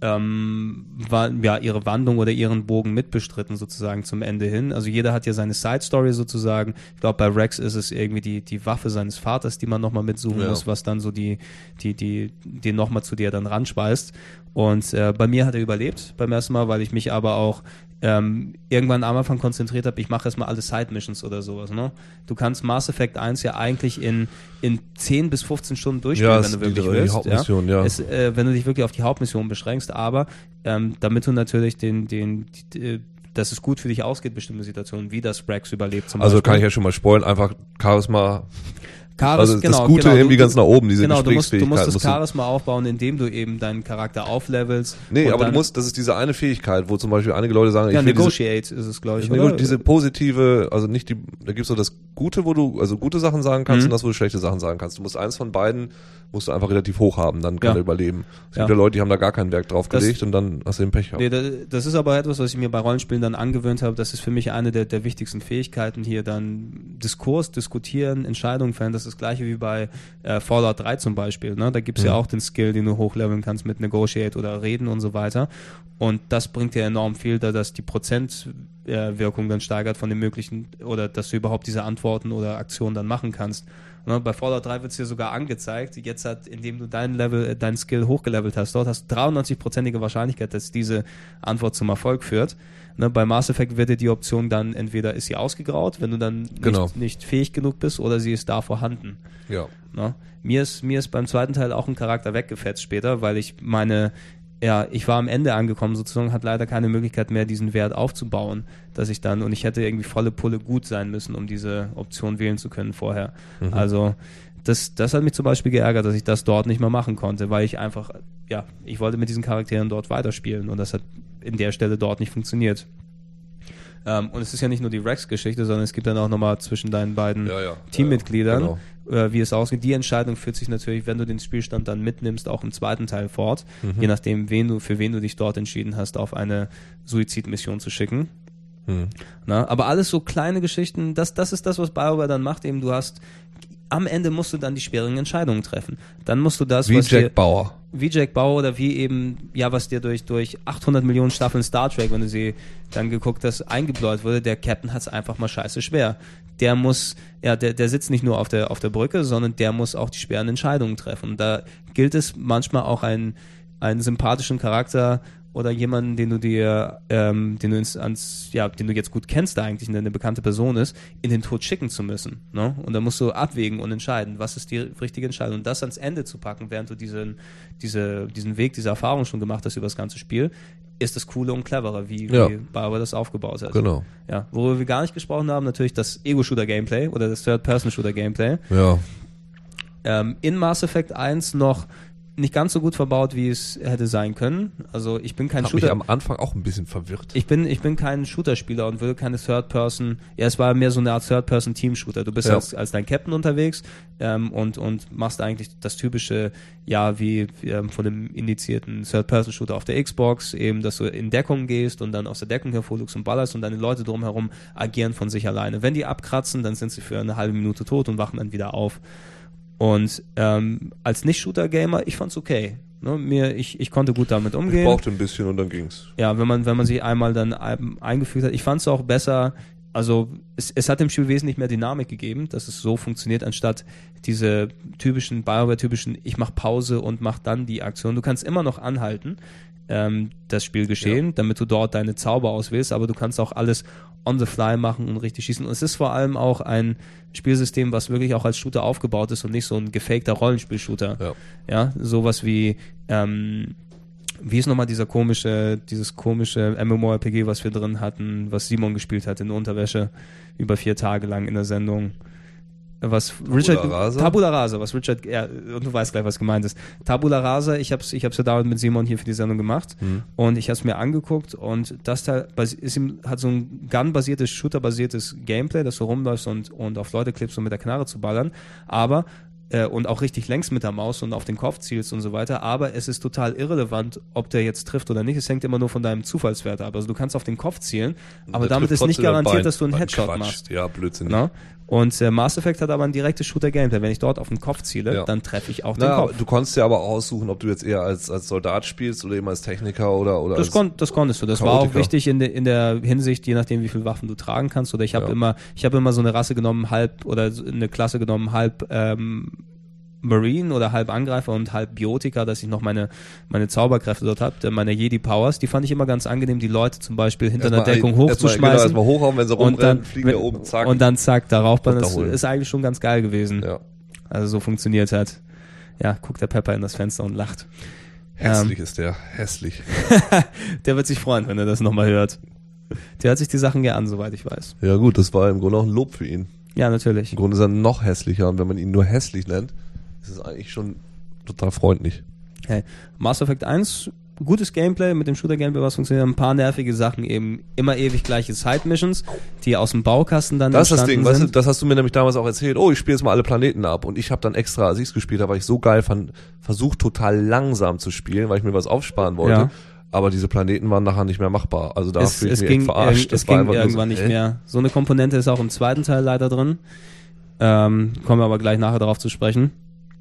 Wandlung oder ihren Bogen mitbestritten sozusagen zum Ende hin. Also jeder hat ja seine Side-Story sozusagen. Ich glaube, bei Rex ist es irgendwie die Waffe seines Vaters, die man nochmal mitsuchen muss, was dann so die nochmal zu dir dann ranspeist. Und bei mir hat er überlebt beim ersten Mal, weil ich mich aber auch irgendwann am Anfang konzentriert habe, ich mache erstmal alle Side-Missions oder sowas. Ne? Du kannst Mass Effect 1 ja eigentlich in 10 bis 15 Stunden durchspielen, wenn du wirklich willst. Die Hauptmission, wenn du dich wirklich auf die Hauptmission beschränkst, aber damit du natürlich dass es gut für dich ausgeht, bestimmte Situationen, wie das Rex überlebt zum Beispiel. Also kann ich ja schon mal spoilern, einfach Charisma Also das Gute irgendwie ganz nach oben, diese Gesprächsfähigkeit. Du musst das Charisma aufbauen, indem du eben deinen Charakter auflevelst. Nee, aber das ist diese eine Fähigkeit, wo zum Beispiel einige Leute sagen, Negotiate ist es, glaube ich, oder? Diese positive, also nicht da gibt's so das Gute, wo du also gute Sachen sagen kannst und das, wo du schlechte Sachen sagen kannst. Du musst eins von beiden musst du einfach relativ hoch haben, dann kann er überleben. Es gibt ja Leute, die haben da gar keinen Wert drauf gelegt und dann hast du den Pech gehabt. Nee, das ist aber etwas, was ich mir bei Rollenspielen dann angewöhnt habe. Das ist für mich eine der wichtigsten Fähigkeiten hier, dann diskutieren, Entscheidungen fällen. Das ist das gleiche wie bei Fallout 3 zum Beispiel. Ne? Da gibt's ja auch den Skill, den du hochleveln kannst mit Negotiate oder Reden und so weiter. Und das bringt dir enorm viel, da dass die Prozentwirkung dann steigert von den möglichen, oder dass du überhaupt diese Antworten oder Aktionen dann machen kannst. Ne? Bei Fallout 3 wird es dir sogar angezeigt, jetzt indem du dein Skill hochgelevelt hast, dort hast du 93%ige Wahrscheinlichkeit, dass diese Antwort zum Erfolg führt. Ne? Bei Mass Effect wird dir die Option dann, entweder ist sie ausgegraut, wenn du dann nicht fähig genug bist, oder sie ist da vorhanden. Ja. Ne? Mir ist beim zweiten Teil auch ein Charakter weggefetzt später, weil ich war am Ende angekommen sozusagen, hat leider keine Möglichkeit mehr, diesen Wert aufzubauen, und ich hätte irgendwie volle Pulle gut sein müssen, um diese Option wählen zu können vorher. Also das hat mich zum Beispiel geärgert, dass ich das dort nicht mehr machen konnte, weil ich einfach, ich wollte mit diesen Charakteren dort weiterspielen und das hat in der Stelle dort nicht funktioniert. Und es ist ja nicht nur die Rex-Geschichte, sondern es gibt dann auch nochmal zwischen deinen beiden Teammitgliedern, wie es ausgeht. Die Entscheidung führt sich natürlich, wenn du den Spielstand dann mitnimmst, auch im zweiten Teil fort, je nachdem, für wen du dich dort entschieden hast, auf eine Suizidmission zu schicken. Na, aber alles so kleine Geschichten, das ist das, was BioWare dann macht, eben am Ende musst du dann die schwierigen Entscheidungen treffen. Dann musst du das, wie Jack Bauer oder wie eben, was dir durch 800 Millionen Staffeln Star Trek, wenn du sie dann geguckt hast, eingebläut wurde, der Captain hat es einfach mal scheiße schwer. Der muss, der sitzt nicht nur auf der Brücke, sondern der muss auch die schweren Entscheidungen treffen. Und da gilt es manchmal auch einen sympathischen Charakter oder jemanden, den du jetzt gut kennst, der eigentlich eine bekannte Person ist, in den Tod schicken zu müssen. Ne? Und da musst du abwägen und entscheiden, was ist die richtige Entscheidung. Und das ans Ende zu packen, während du diesen Weg, diese Erfahrung schon gemacht hast über das ganze Spiel, ist das Coole und Clevere, wie BioWare das aufgebaut hat. Genau. Ja, worüber wir gar nicht gesprochen haben, natürlich das Ego-Shooter-Gameplay oder das Third-Person-Shooter-Gameplay. Ja. In Mass Effect 1 noch nicht ganz so gut verbaut, wie es hätte sein können. Also ich bin kein Shooter. Mich am Anfang auch ein bisschen verwirrt. Ich bin kein Shooter-Spieler und würde keine Third-Person. Es war mehr so eine Art Third-Person-Team-Shooter. Du bist als dein Captain unterwegs und machst eigentlich das typische, wie von dem indizierten Third-Person-Shooter auf der Xbox, eben, dass du in Deckung gehst und dann aus der Deckung hervorlugst und ballerst und deine Leute drumherum agieren von sich alleine. Wenn die abkratzen, dann sind sie für eine halbe Minute tot und wachen dann wieder auf. Und als Nicht-Shooter-Gamer, ich fand's okay. Ne, ich konnte gut damit umgehen. Ich brauchte ein bisschen und dann ging's. Ja, wenn man sich einmal dann eingefügt hat. Ich fand's auch besser, also es hat dem Spiel wesentlich mehr Dynamik gegeben, dass es so funktioniert, anstatt diese typischen BioWare-typischen, ich mach Pause und mach dann die Aktion. Du kannst immer noch anhalten, das Spiel geschehen, damit du dort deine Zauber auswählst, aber du kannst auch alles on the fly machen und richtig schießen. Und es ist vor allem auch ein Spielsystem, was wirklich auch als Shooter aufgebaut ist und nicht so ein gefakter Rollenspiel-Shooter. Ja, sowas wie ist nochmal dieses komische MMORPG, was wir drin hatten, was Simon gespielt hat in Unterwäsche über 4 Tage lang in der Sendung. Tabula Rasa, und du weißt gleich, was gemeint ist. Tabula Rasa, ich hab's ja damals mit Simon hier für die Sendung gemacht und ich hab's mir angeguckt und das Teil hat so ein Gun-basiertes, Shooter-basiertes Gameplay, dass du rumläufst und auf Leute klippst, um mit der Knarre zu ballern, aber und auch richtig längs mit der Maus und auf den Kopf zielst und so weiter, aber es ist total irrelevant, ob der jetzt trifft oder nicht, es hängt immer nur von deinem Zufallswert ab. Also du kannst auf den Kopf zielen, aber damit ist nicht garantiert, dass du einen Headshot machst. Ja, Blödsinn. No? Und Mass Effect hat aber ein direktes Shooter-Gameplay. Wenn ich dort auf den Kopf ziele, dann treffe ich auch den Kopf. Du konntest ja aber auch aussuchen, ob du jetzt eher als Soldat spielst oder eben als Techniker oder das konntest du. Das war auch wichtig in der Hinsicht, je nachdem, wie viele Waffen du tragen kannst. Oder ich habe immer so eine Rasse genommen, eine Klasse genommen, halb Marine oder halb Angreifer und halb Biotiker, dass ich noch meine Zauberkräfte dort habe, meine Jedi-Powers, die fand ich immer ganz angenehm, die Leute zum Beispiel hinter einer Deckung hochzuschmeißen. Erstmal hochhauen, wenn sie rumrennen, fliegen da oben, zack. Und dann zack, darauf, das ist eigentlich schon ganz geil gewesen. Ja. Also so funktioniert hat. Ja, guckt der Pepper in das Fenster und lacht. Hässlich ist der, hässlich. Der wird sich freuen, wenn er das nochmal hört. Der hört sich die Sachen gerne an, soweit ich weiß. Ja gut, das war im Grunde auch ein Lob für ihn. Ja, natürlich. Im Grunde ist er noch hässlicher und wenn man ihn nur hässlich nennt, ist es eigentlich schon total freundlich. Okay. Mass Effect 1, gutes Gameplay, mit dem Shooter-Gameplay, was funktioniert, ein paar nervige Sachen, eben immer ewig gleiche Side-Missions, die aus dem Baukasten dann das ist das Ding, weißt du, das hast du mir nämlich damals auch erzählt, ich spiele jetzt mal alle Planeten ab und ich habe dann extra, als ich es gespielt habe, weil ich so geil fand, versucht total langsam zu spielen, weil ich mir was aufsparen wollte. Ja. Aber diese Planeten waren nachher nicht mehr machbar. Also da fühle ich mich echt verarscht. Es ging irgendwann nicht mehr. So eine Komponente ist auch im zweiten Teil leider drin. Kommen wir aber gleich nachher darauf zu sprechen.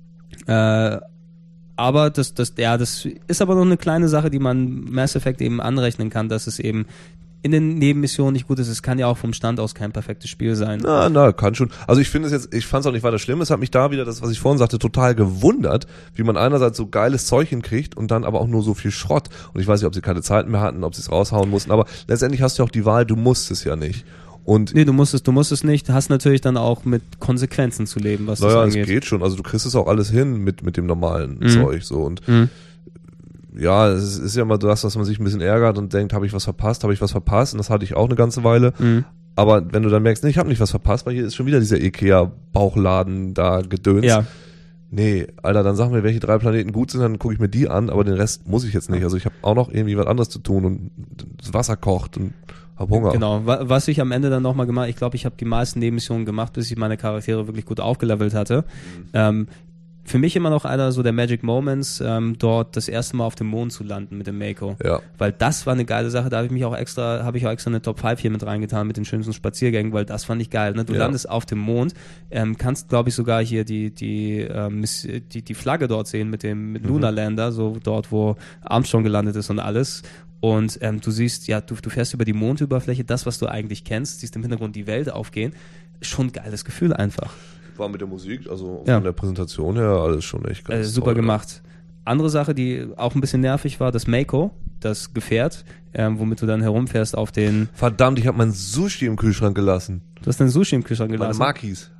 Aber das ist aber noch eine kleine Sache, die man Mass Effect eben anrechnen kann, dass es eben in den Nebenmissionen nicht gut ist. Es kann ja auch vom Stand aus kein perfektes Spiel sein. Na, kann schon. Also ich fand es auch nicht weiter schlimm. Es hat mich da wieder, das, was ich vorhin sagte, total gewundert, wie man einerseits so geiles Zeug hinkriegt und dann aber auch nur so viel Schrott. Und ich weiß nicht, ob sie keine Zeit mehr hatten, ob sie es raushauen mussten, aber letztendlich hast du ja auch die Wahl, du musst es ja nicht. Und nee, du musst es nicht. Hast natürlich dann auch mit Konsequenzen zu leben, was das angeht. Naja, es geht schon. Also du kriegst es auch alles hin mit dem normalen Zeug, so. Und ja, es ist ja immer das, dass man sich ein bisschen ärgert und denkt, habe ich was verpasst? Und das hatte ich auch eine ganze Weile. Aber wenn du dann merkst, nee, ich habe nicht was verpasst, weil hier ist schon wieder dieser Ikea-Bauchladen da Gedöns. Ja. Nee, Alter, dann sag mir, welche 3 Planeten gut sind, dann gucke ich mir die an, aber den Rest muss ich jetzt nicht. Also ich habe auch noch irgendwie was anderes zu tun und das Wasser kocht und hab Hunger. Genau, was ich am Ende dann nochmal gemacht, ich glaube, ich habe die meisten Nebenmissionen gemacht, bis ich meine Charaktere wirklich gut aufgelevelt hatte. Für mich immer noch einer so der Magic Moments, dort das erste Mal auf dem Mond zu landen mit dem Mako. Ja. Weil das war eine geile Sache, da habe ich auch extra eine Top 5 hier mit reingetan mit den schönsten Spaziergängen, weil das fand ich geil. Ne? Du landest auf dem Mond, kannst, glaube ich, sogar hier die Flagge dort sehen mit Lunar Lander, so dort, wo Armstrong gelandet ist und alles. Und du siehst, ja, du fährst über die Mondüberfläche, das, was du eigentlich kennst, siehst im Hintergrund die Welt aufgehen. Schon ein geiles Gefühl einfach. War mit der Musik, also von der Präsentation her, alles schon echt ganz super toll, gemacht. Andere Sache, die auch ein bisschen nervig war, das Mako, das Gefährt, womit du dann herumfährst auf den... Verdammt, ich habe mein Sushi im Kühlschrank gelassen. Du hast dein Sushi im Kühlschrank gelassen? Meine Makis.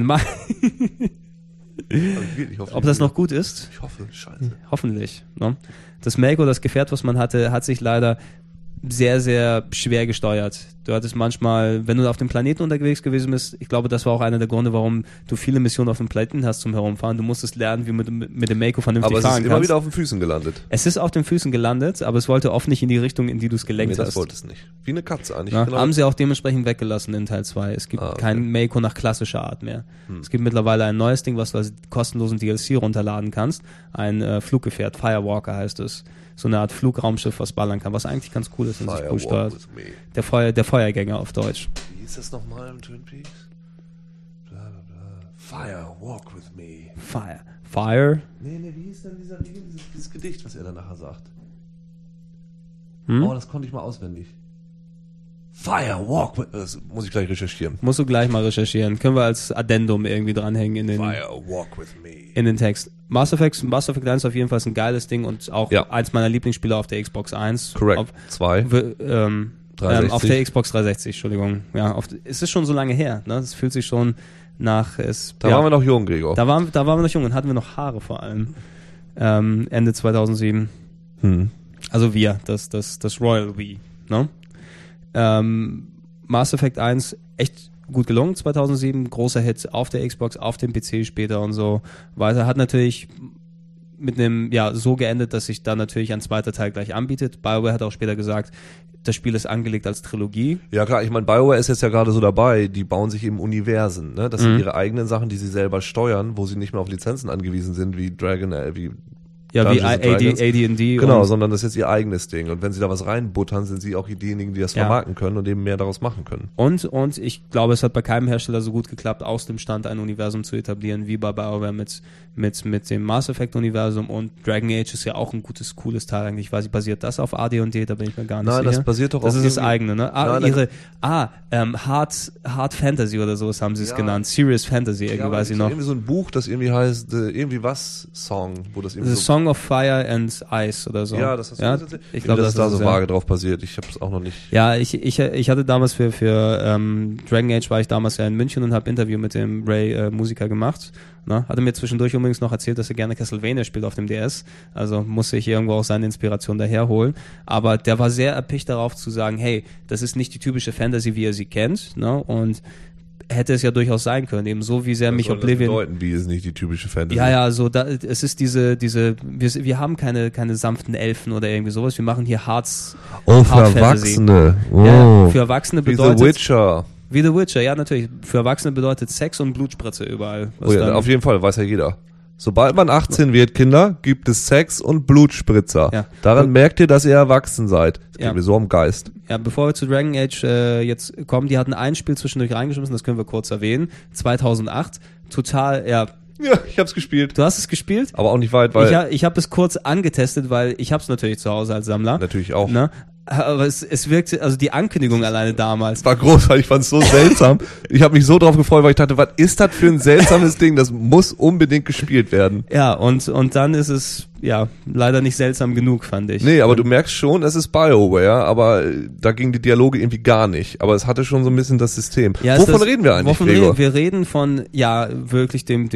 Ob das noch gut ist? Ich hoffe, scheiße. Hoffentlich. Ne? Das Mako, das Gefährt, was man hatte, hat sich leider sehr, sehr schwer gesteuert. Du hattest manchmal, wenn du auf dem Planeten unterwegs gewesen bist, ich glaube, das war auch einer der Gründe, warum du viele Missionen auf dem Planeten hast zum Herumfahren. Du musstest lernen, wie man mit dem Mako vernünftig fahren kannst. Aber es ist immer wieder auf den Füßen gelandet. Es ist auf den Füßen gelandet, aber es wollte oft nicht in die Richtung, in die du es gelenkt hast. Das wollte es nicht. Wie eine Katze eigentlich. Ja, genau. Haben sie auch dementsprechend weggelassen in Teil 2. Es gibt kein Mako nach klassischer Art mehr. Es gibt mittlerweile ein neues Ding, was du als kostenlosen DLC runterladen kannst. Ein Fluggefährt, Firewalker heißt es. So eine Art Flugraumschiff, was ballern kann, was eigentlich ganz cool ist und sich cool steuert. Der Feuergänger auf Deutsch. Wie hieß das nochmal im Twin Peaks? Bla bla bla. Fire, walk with me. Fire? Nee, wie hieß denn dieses Gedicht, was er dann nachher sagt? Oh, das konnte ich mal auswendig. Fire, walk with... Das muss ich gleich recherchieren. Musst du gleich mal recherchieren. Können wir als Addendum irgendwie dranhängen in den... Fire, walk with me. In den Text. Mass Effect 1 auf jeden Fall ist ein geiles Ding und auch eins meiner Lieblingsspiele auf der Xbox 1. Correct. 2. Auf der Xbox 360, Entschuldigung. Ja, es ist schon so lange her. Ne? Es fühlt sich schon nach... Da waren wir noch jung, Gregor. Da waren wir noch jung und hatten wir noch Haare vor allem. Ende 2007. Also das Royal We. Ne? Mass Effect 1 echt gut gelungen, 2007, großer Hit auf der Xbox, auf dem PC später und so weiter. Hat natürlich mit einem, so geendet, dass sich dann natürlich ein zweiter Teil gleich anbietet. BioWare hat auch später gesagt, das Spiel ist angelegt als Trilogie. Ja klar, ich meine, BioWare ist jetzt ja gerade so dabei, die bauen sich eben Universen, ne? Das sind ihre eigenen Sachen, die sie selber steuern, wo sie nicht mehr auf Lizenzen angewiesen sind, wie wie AD&D. Genau, sondern das ist jetzt ihr eigenes Ding. Und wenn sie da was reinbuttern, sind sie auch diejenigen, die das vermarkten können und eben mehr daraus machen können. Und ich glaube, es hat bei keinem Hersteller so gut geklappt, aus dem Stand ein Universum zu etablieren, wie bei BioWare mit dem Mass Effect Universum, und Dragon Age ist ja auch ein gutes, cooles Teil eigentlich. Ich weiß nicht, basiert das auf AD&D? Da bin ich mir gar nicht sicher. Nein, das basiert doch auf... Das ist das eigene, ne? Hard Fantasy oder sowas haben sie es genannt. Serious Fantasy, irgendwie weiß ich noch. Irgendwie so ein Buch, das irgendwie heißt, irgendwie was Song, wo das irgendwie The Song of Fire and Ice oder so. Ja, das hast du erzählt. Ich glaube, das ist da so vage drauf basiert. Ich habe es auch noch nicht. Ja, ich hatte damals für Dragon Age war ich damals ja in München und habe Interview mit dem Ray Musiker gemacht. Ne? Hatte mir zwischendurch übrigens noch erzählt, dass er gerne Castlevania spielt auf dem DS. Also musste ich irgendwo auch seine Inspiration daherholen. Aber der war sehr erpicht darauf zu sagen, hey, das ist nicht die typische Fantasy, wie ihr sie kennt. Ne? Und hätte es ja durchaus sein können, eben so wie sehr mich Oblivion... Das bedeuten, wie ist nicht die typische Fantasy. Ja, so es ist wir haben keine sanften Elfen oder irgendwie sowas, wir machen hier Hearts. Für Erwachsene. Ja, für Erwachsene bedeutet... Wie The Witcher. Wie The Witcher, ja natürlich. Für Erwachsene bedeutet Sex und Blutspritze überall. Auf jeden Fall, weiß ja jeder. Sobald man 18 wird, Kinder, gibt es Sex und Blutspritzer. Ja. Daran merkt ihr, dass ihr erwachsen seid. Das geht mir so am Geist. Ja, bevor wir zu Dragon Age jetzt kommen, die hatten ein Spiel zwischendurch reingeschmissen, das können wir kurz erwähnen. 2008. Total, Ja, ich hab's gespielt. Du hast es gespielt? Aber auch nicht weit, weil... Ich hab es kurz angetestet, weil ich hab's natürlich zu Hause als Sammler. Natürlich auch. Ne? Aber es wirkte, also die Ankündigung alleine damals. War großartig, ich fand's so seltsam. Ich habe mich so drauf gefreut, weil ich dachte, was ist das für ein seltsames Ding? Das muss unbedingt gespielt werden. Ja, und dann ist es, leider nicht seltsam genug, fand ich. Nee, aber du merkst schon, es ist BioWare, aber da gingen die Dialoge irgendwie gar nicht. Aber es hatte schon so ein bisschen das System. Ja, wovon reden wir eigentlich, Gregor? Wir reden von, wirklich der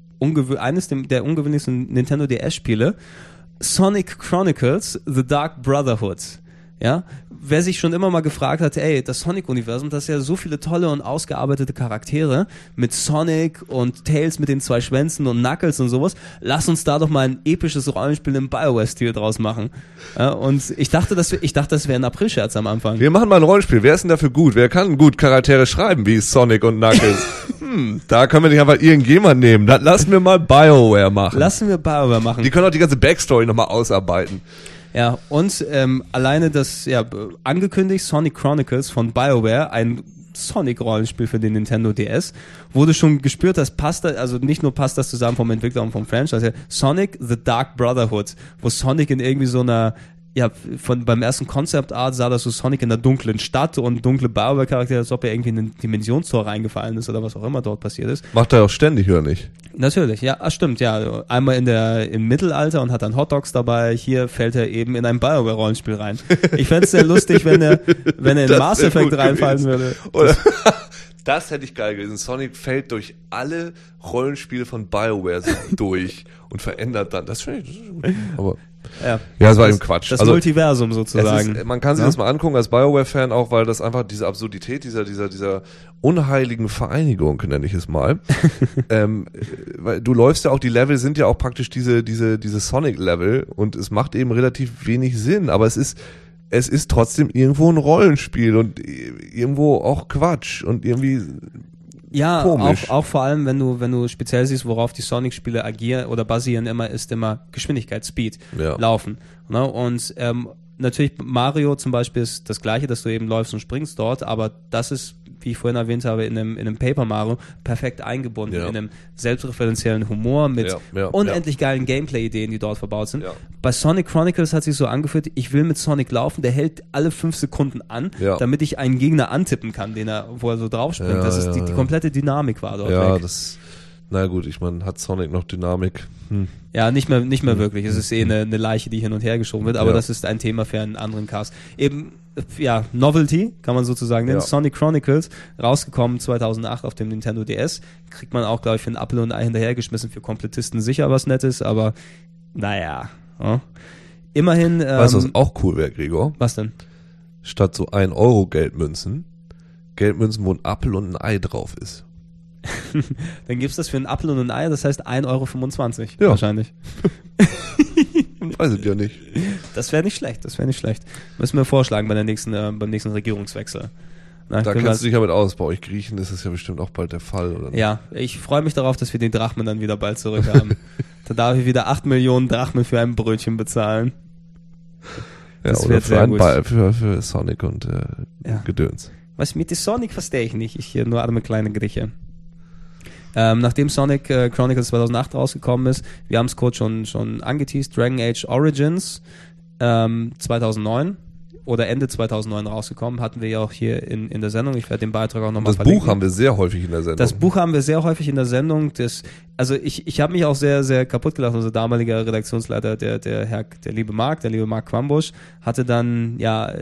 ungewöhnlichsten Nintendo DS-Spiele. Sonic Chronicles, The Dark Brotherhood. Ja, wer sich schon immer mal gefragt hat, das Sonic-Universum, das ist ja so viele tolle und ausgearbeitete Charaktere mit Sonic und Tails mit den 2 Schwänzen und Knuckles und sowas, lass uns da doch mal ein episches Rollenspiel im BioWare-Stil draus machen. Ja, und ich dachte, das wäre ein Aprilscherz am Anfang. Wir machen mal ein Rollenspiel. Wer ist denn dafür gut? Wer kann gut Charaktere schreiben wie Sonic und Knuckles? Da können wir nicht einfach irgendjemand nehmen. Das lassen wir mal BioWare machen. Die können auch die ganze Backstory nochmal ausarbeiten. Ja, und alleine das, angekündigt, Sonic Chronicles von BioWare, ein Sonic-Rollenspiel für den Nintendo DS, wurde schon gespürt, das passt, also nicht nur passt das zusammen vom Entwickler und vom Franchise, Sonic The Dark Brotherhood, wo Sonic in irgendwie so einer, beim ersten Concept Art sah das so Sonic in einer dunklen Stadt und dunkle BioWare-Charaktere, als ob er irgendwie in ein Dimensionstor reingefallen ist oder was auch immer dort passiert ist. Macht er auch ständig, oder nicht? Natürlich, stimmt, einmal im Mittelalter und hat dann Hotdogs dabei, hier fällt er eben in ein BioWare-Rollenspiel rein. Ich fände es sehr lustig, wenn er in Mass Effect reinfallen würde. Oder das hätte ich geil gewesen. Sonic fällt durch alle Rollenspiele von BioWare durch und verändert dann. Das finde ich gut. Aber es war eben Quatsch. Das Multiversum sozusagen. Man kann sich das mal angucken als BioWare-Fan auch, weil das einfach diese Absurdität dieser unheiligen Vereinigung, nenne ich es mal. Weil du läufst ja auch, die Level sind ja auch praktisch diese Sonic-Level und es macht eben relativ wenig Sinn, aber es ist trotzdem irgendwo ein Rollenspiel und irgendwo auch Quatsch und irgendwie komisch. Auch vor allem, wenn du speziell siehst, worauf die Sonic-Spiele agieren oder basieren, ist immer Geschwindigkeit, Speed, Laufen. Ne? Und natürlich Mario zum Beispiel ist das Gleiche, dass du eben läufst und springst dort, aber das ist, wie ich vorhin erwähnt habe, in einem Paper Mario perfekt eingebunden, in einem selbstreferenziellen Humor mit unendlich geilen Gameplay-Ideen, die dort verbaut sind. Ja. Bei Sonic Chronicles hat sich so angefühlt, ich will mit Sonic laufen, der hält alle 5 Sekunden an, damit ich einen Gegner antippen kann, wo er so draufspringt. Das ist die komplette Dynamik war dort weg. Na gut, ich meine, hat Sonic noch Dynamik? Ja, nicht mehr wirklich. Es ist eine Leiche, die hin und her geschoben wird, aber das ist ein Thema für einen anderen Cast. Eben, Novelty, kann man sozusagen nennen. Sonic Chronicles, rausgekommen 2008 auf dem Nintendo DS. Kriegt man auch, glaube ich, für ein Apfel und ein Ei hinterhergeschmissen, für Komplettisten sicher was Nettes, aber naja. Immerhin... weißt du, was auch cool wäre, Gregor? Was denn? Statt so 1 Euro Geldmünzen, wo ein Apfel und ein Ei drauf ist. Dann gibt's das für einen Apfel und ein Ei, das heißt 1,25 Euro wahrscheinlich. Weiß ich ja nicht. Das wäre nicht schlecht. Müssen wir vorschlagen beim nächsten Regierungswechsel. Da kennst du dich damit aus. Bei euch Griechen ist es ja bestimmt auch bald der Fall, oder nicht? Ja, ich freue mich darauf, dass wir den Drachmen dann wieder bald zurück haben. Da darf ich wieder 8 Millionen Drachmen für ein Brötchen bezahlen. Das oder für einen Ball, für Sonic und Gedöns. Was mit der Sonic verstehe ich nicht. Ich hier nur arme kleine Grieche. Nachdem Sonic Chronicles 2008 rausgekommen ist, wir haben es kurz schon angeteased, Dragon Age Origins 2009 oder Ende 2009 rausgekommen, hatten wir ja auch hier in der Sendung. Ich werde den Beitrag auch nochmal verlinken. Das Buch haben wir sehr häufig in der Sendung. Also ich habe mich auch sehr, sehr kaputt gelacht. Unser damaliger Redaktionsleiter, der liebe Marc Quambusch, hatte dann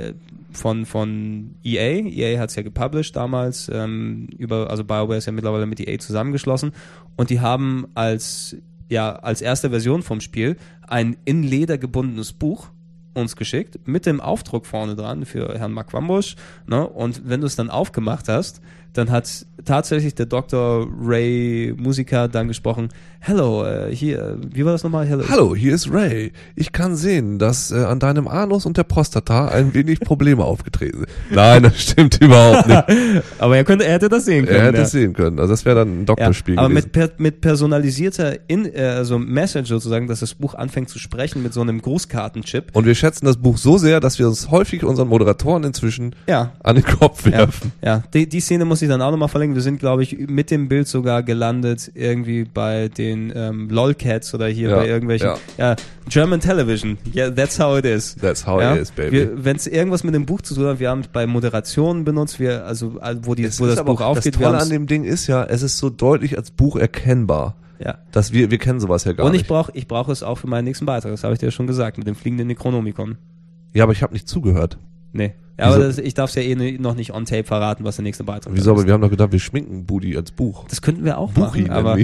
von EA hat es ja gepublished damals, also BioWare ist ja mittlerweile mit EA zusammengeschlossen und die haben als erste Version vom Spiel ein in Leder gebundenes Buch uns geschickt, mit dem Aufdruck vorne dran für Herrn Mark Wambusch, ne? Und wenn du es dann aufgemacht hast, dann hat tatsächlich der Dr. Ray Musiker dann gesprochen, hello, hier, wie war das nochmal? Hallo, hier ist Ray. Ich kann sehen, dass an deinem Anus und der Prostata ein wenig Probleme aufgetreten sind. Nein, das stimmt überhaupt nicht. Aber er hätte das sehen können. Er hätte es sehen können. Also das wäre dann ein Doktorspiel gewesen. Aber mit personalisierter also Message sozusagen, dass das Buch anfängt zu sprechen mit so einem Grußkartenchip. Und wir schätzen das Buch so sehr, dass wir uns häufig unseren Moderatoren inzwischen an den Kopf werfen. Ja. Die Szene muss ich dann auch nochmal verlinken. Wir sind, glaube ich, mit dem Bild sogar gelandet irgendwie bei den LOLcats oder hier bei irgendwelchen German Television. Yeah, that's how it is. That's how it is, baby. Wenn es irgendwas mit dem Buch zu tun hat, wir haben es bei Moderationen benutzt, wo das Buch aufgeht. Das Tolle an dem Ding ist ja, es ist so deutlich als Buch erkennbar. Ja. Dass wir kennen sowas ja gar nicht. Und ich brauche es auch für meinen nächsten Beitrag, das habe ich dir ja schon gesagt, mit dem fliegenden Necronomicon. Ja, aber ich habe nicht zugehört. Nee. Ja, aber ich darf es ja noch nicht on tape verraten, was der nächste Beitrag ist. Wieso? Aber wir haben doch gedacht, wir schminken Budi als Buch. Das könnten wir auch machen, aber...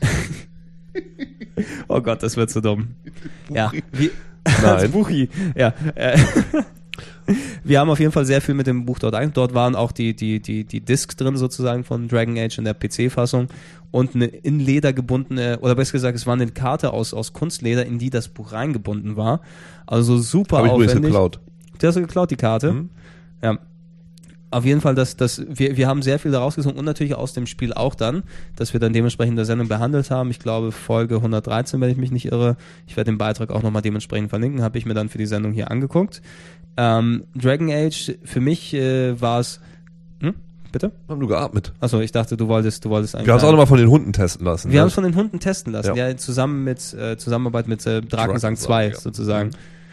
Oh Gott, das wird so dumm. Ja, als Buchi. Ja. Wir haben auf jeden Fall sehr viel mit dem Buch dort waren auch die Discs drin sozusagen von Dragon Age in der PC-Fassung und eine in Leder gebundene, oder besser gesagt, es war eine Karte aus Kunstleder, in die das Buch reingebunden war. Also super aufwendig. Hab ich übrigens geklaut. Du hast geklaut, die Karte? Mhm. Ja. Auf jeden Fall, wir haben sehr viel daraus gezogen und natürlich aus dem Spiel auch dann, dass wir dann dementsprechend in der Sendung behandelt haben. Ich glaube, Folge 113, wenn ich mich nicht irre. Ich werde den Beitrag auch nochmal dementsprechend verlinken, habe ich mir dann für die Sendung hier angeguckt. Dragon Age, für mich war es... Bitte? Haben du geatmet? Achso, ich dachte, du wolltest eigentlich... Wir haben es auch nochmal von den Hunden testen lassen. Wir haben es von den Hunden testen lassen, ja Zusammenarbeit mit Drakensang 2 sozusagen.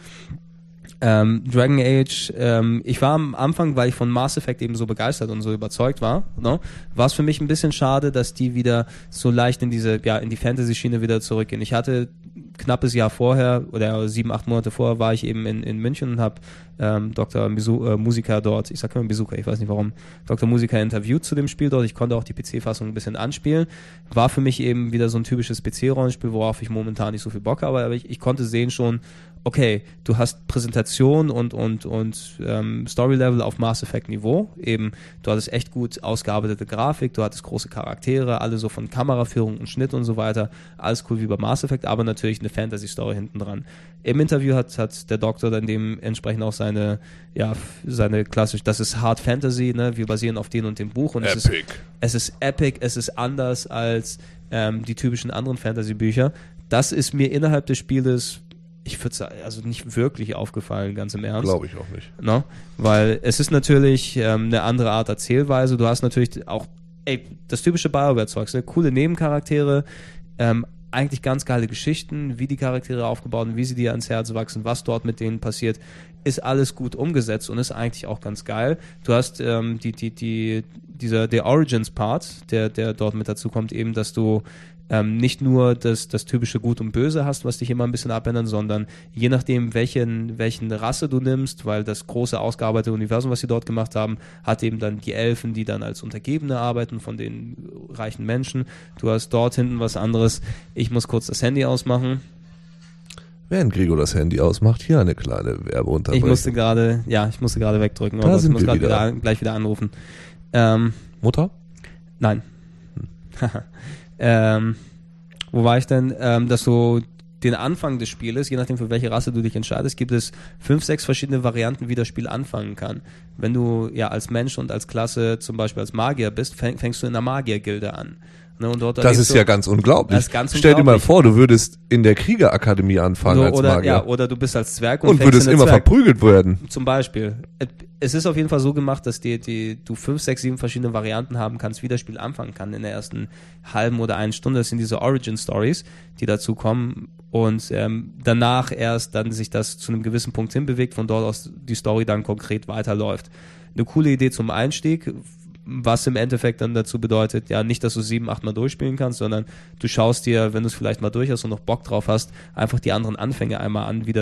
Dragon Age, ich war am Anfang, weil ich von Mass Effect eben so begeistert und so überzeugt war, ne, war es für mich ein bisschen schade, dass die wieder so leicht in die Fantasy-Schiene wieder zurückgehen. Ich hatte knappes Jahr vorher oder 7-8 Monate vorher war ich eben in München und habe Dr. Musiker dort, ich sag immer Besucher, ich weiß nicht warum, Dr. Musiker interviewt zu dem Spiel dort. Ich konnte auch die PC-Fassung ein bisschen anspielen. War für mich eben wieder so ein typisches PC-Rollenspiel, worauf ich momentan nicht so viel Bock habe, aber ich konnte sehen schon, okay, du hast Präsentation und Story-Level auf Mass Effect-Niveau. Eben, du hattest echt gut ausgearbeitete Grafik, du hattest große Charaktere, alle so von Kameraführung und Schnitt und so weiter. Alles cool wie bei Mass Effect, aber natürlich eine Fantasy-Story hinten dran. Im Interview hat der Doktor dann dementsprechend auch seine klassische, das ist Hard Fantasy, ne? Wir basieren auf dem und dem Buch. Und es ist epic, es ist anders als die typischen anderen Fantasy-Bücher. Das ist mir innerhalb des Spieles, ich würde sagen, also nicht wirklich aufgefallen, ganz im Ernst. Glaube ich auch nicht. No? Weil es ist natürlich eine andere Art Erzählweise. Du hast natürlich auch das typische BioWare-Zeugs, ne? Coole Nebencharaktere, eigentlich ganz geile Geschichten, wie die Charaktere aufgebaut sind, wie sie dir ans Herz wachsen, was dort mit denen passiert, ist alles gut umgesetzt und ist eigentlich auch ganz geil. Du hast der Origins-Part, der dort mit dazu kommt, eben, dass du nicht nur das typische Gut und Böse hast, was dich immer ein bisschen abändert, sondern je nachdem, welchen Rasse du nimmst, weil das große ausgearbeitete Universum, was sie dort gemacht haben, hat eben dann die Elfen, die dann als Untergebene arbeiten von den reichen Menschen. Du hast dort hinten was anderes. Ich muss kurz das Handy ausmachen. Während Gregor das Handy ausmacht, hier eine kleine Werbeunterbrechung. Ich musste gerade wegdrücken, aber ich muss gerade gleich wieder anrufen. Mutter? Nein. Wo war ich denn? Dass du den Anfang des Spieles, je nachdem für welche Rasse du dich entscheidest, gibt es 5, 6 verschiedene Varianten, wie das Spiel anfangen kann. Wenn du ja als Mensch und als Klasse zum Beispiel als Magier bist, fängst du in der Magiergilde an. Ne, und dort das ist ja ganz unglaublich. Stell dir mal vor, du würdest in der Kriegerakademie anfangen als Magier. Ja, oder du bist als Zwerg und würdest immer verprügelt werden. Zum Beispiel. Es ist auf jeden Fall so gemacht, dass du 5, 6, 7 verschiedene Varianten haben kannst, wie das Spiel anfangen kann in der ersten halben oder einen Stunde. Das sind diese Origin-Stories, die dazu kommen und danach erst dann sich das zu einem gewissen Punkt hinbewegt, von dort aus die Story dann konkret weiterläuft. Eine coole Idee zum Einstieg, was im Endeffekt dann dazu bedeutet, ja, nicht, dass du 7, 8 Mal durchspielen kannst, sondern du schaust dir, wenn du es vielleicht mal durch hast und noch Bock drauf hast, einfach die anderen Anfänge einmal an, wie das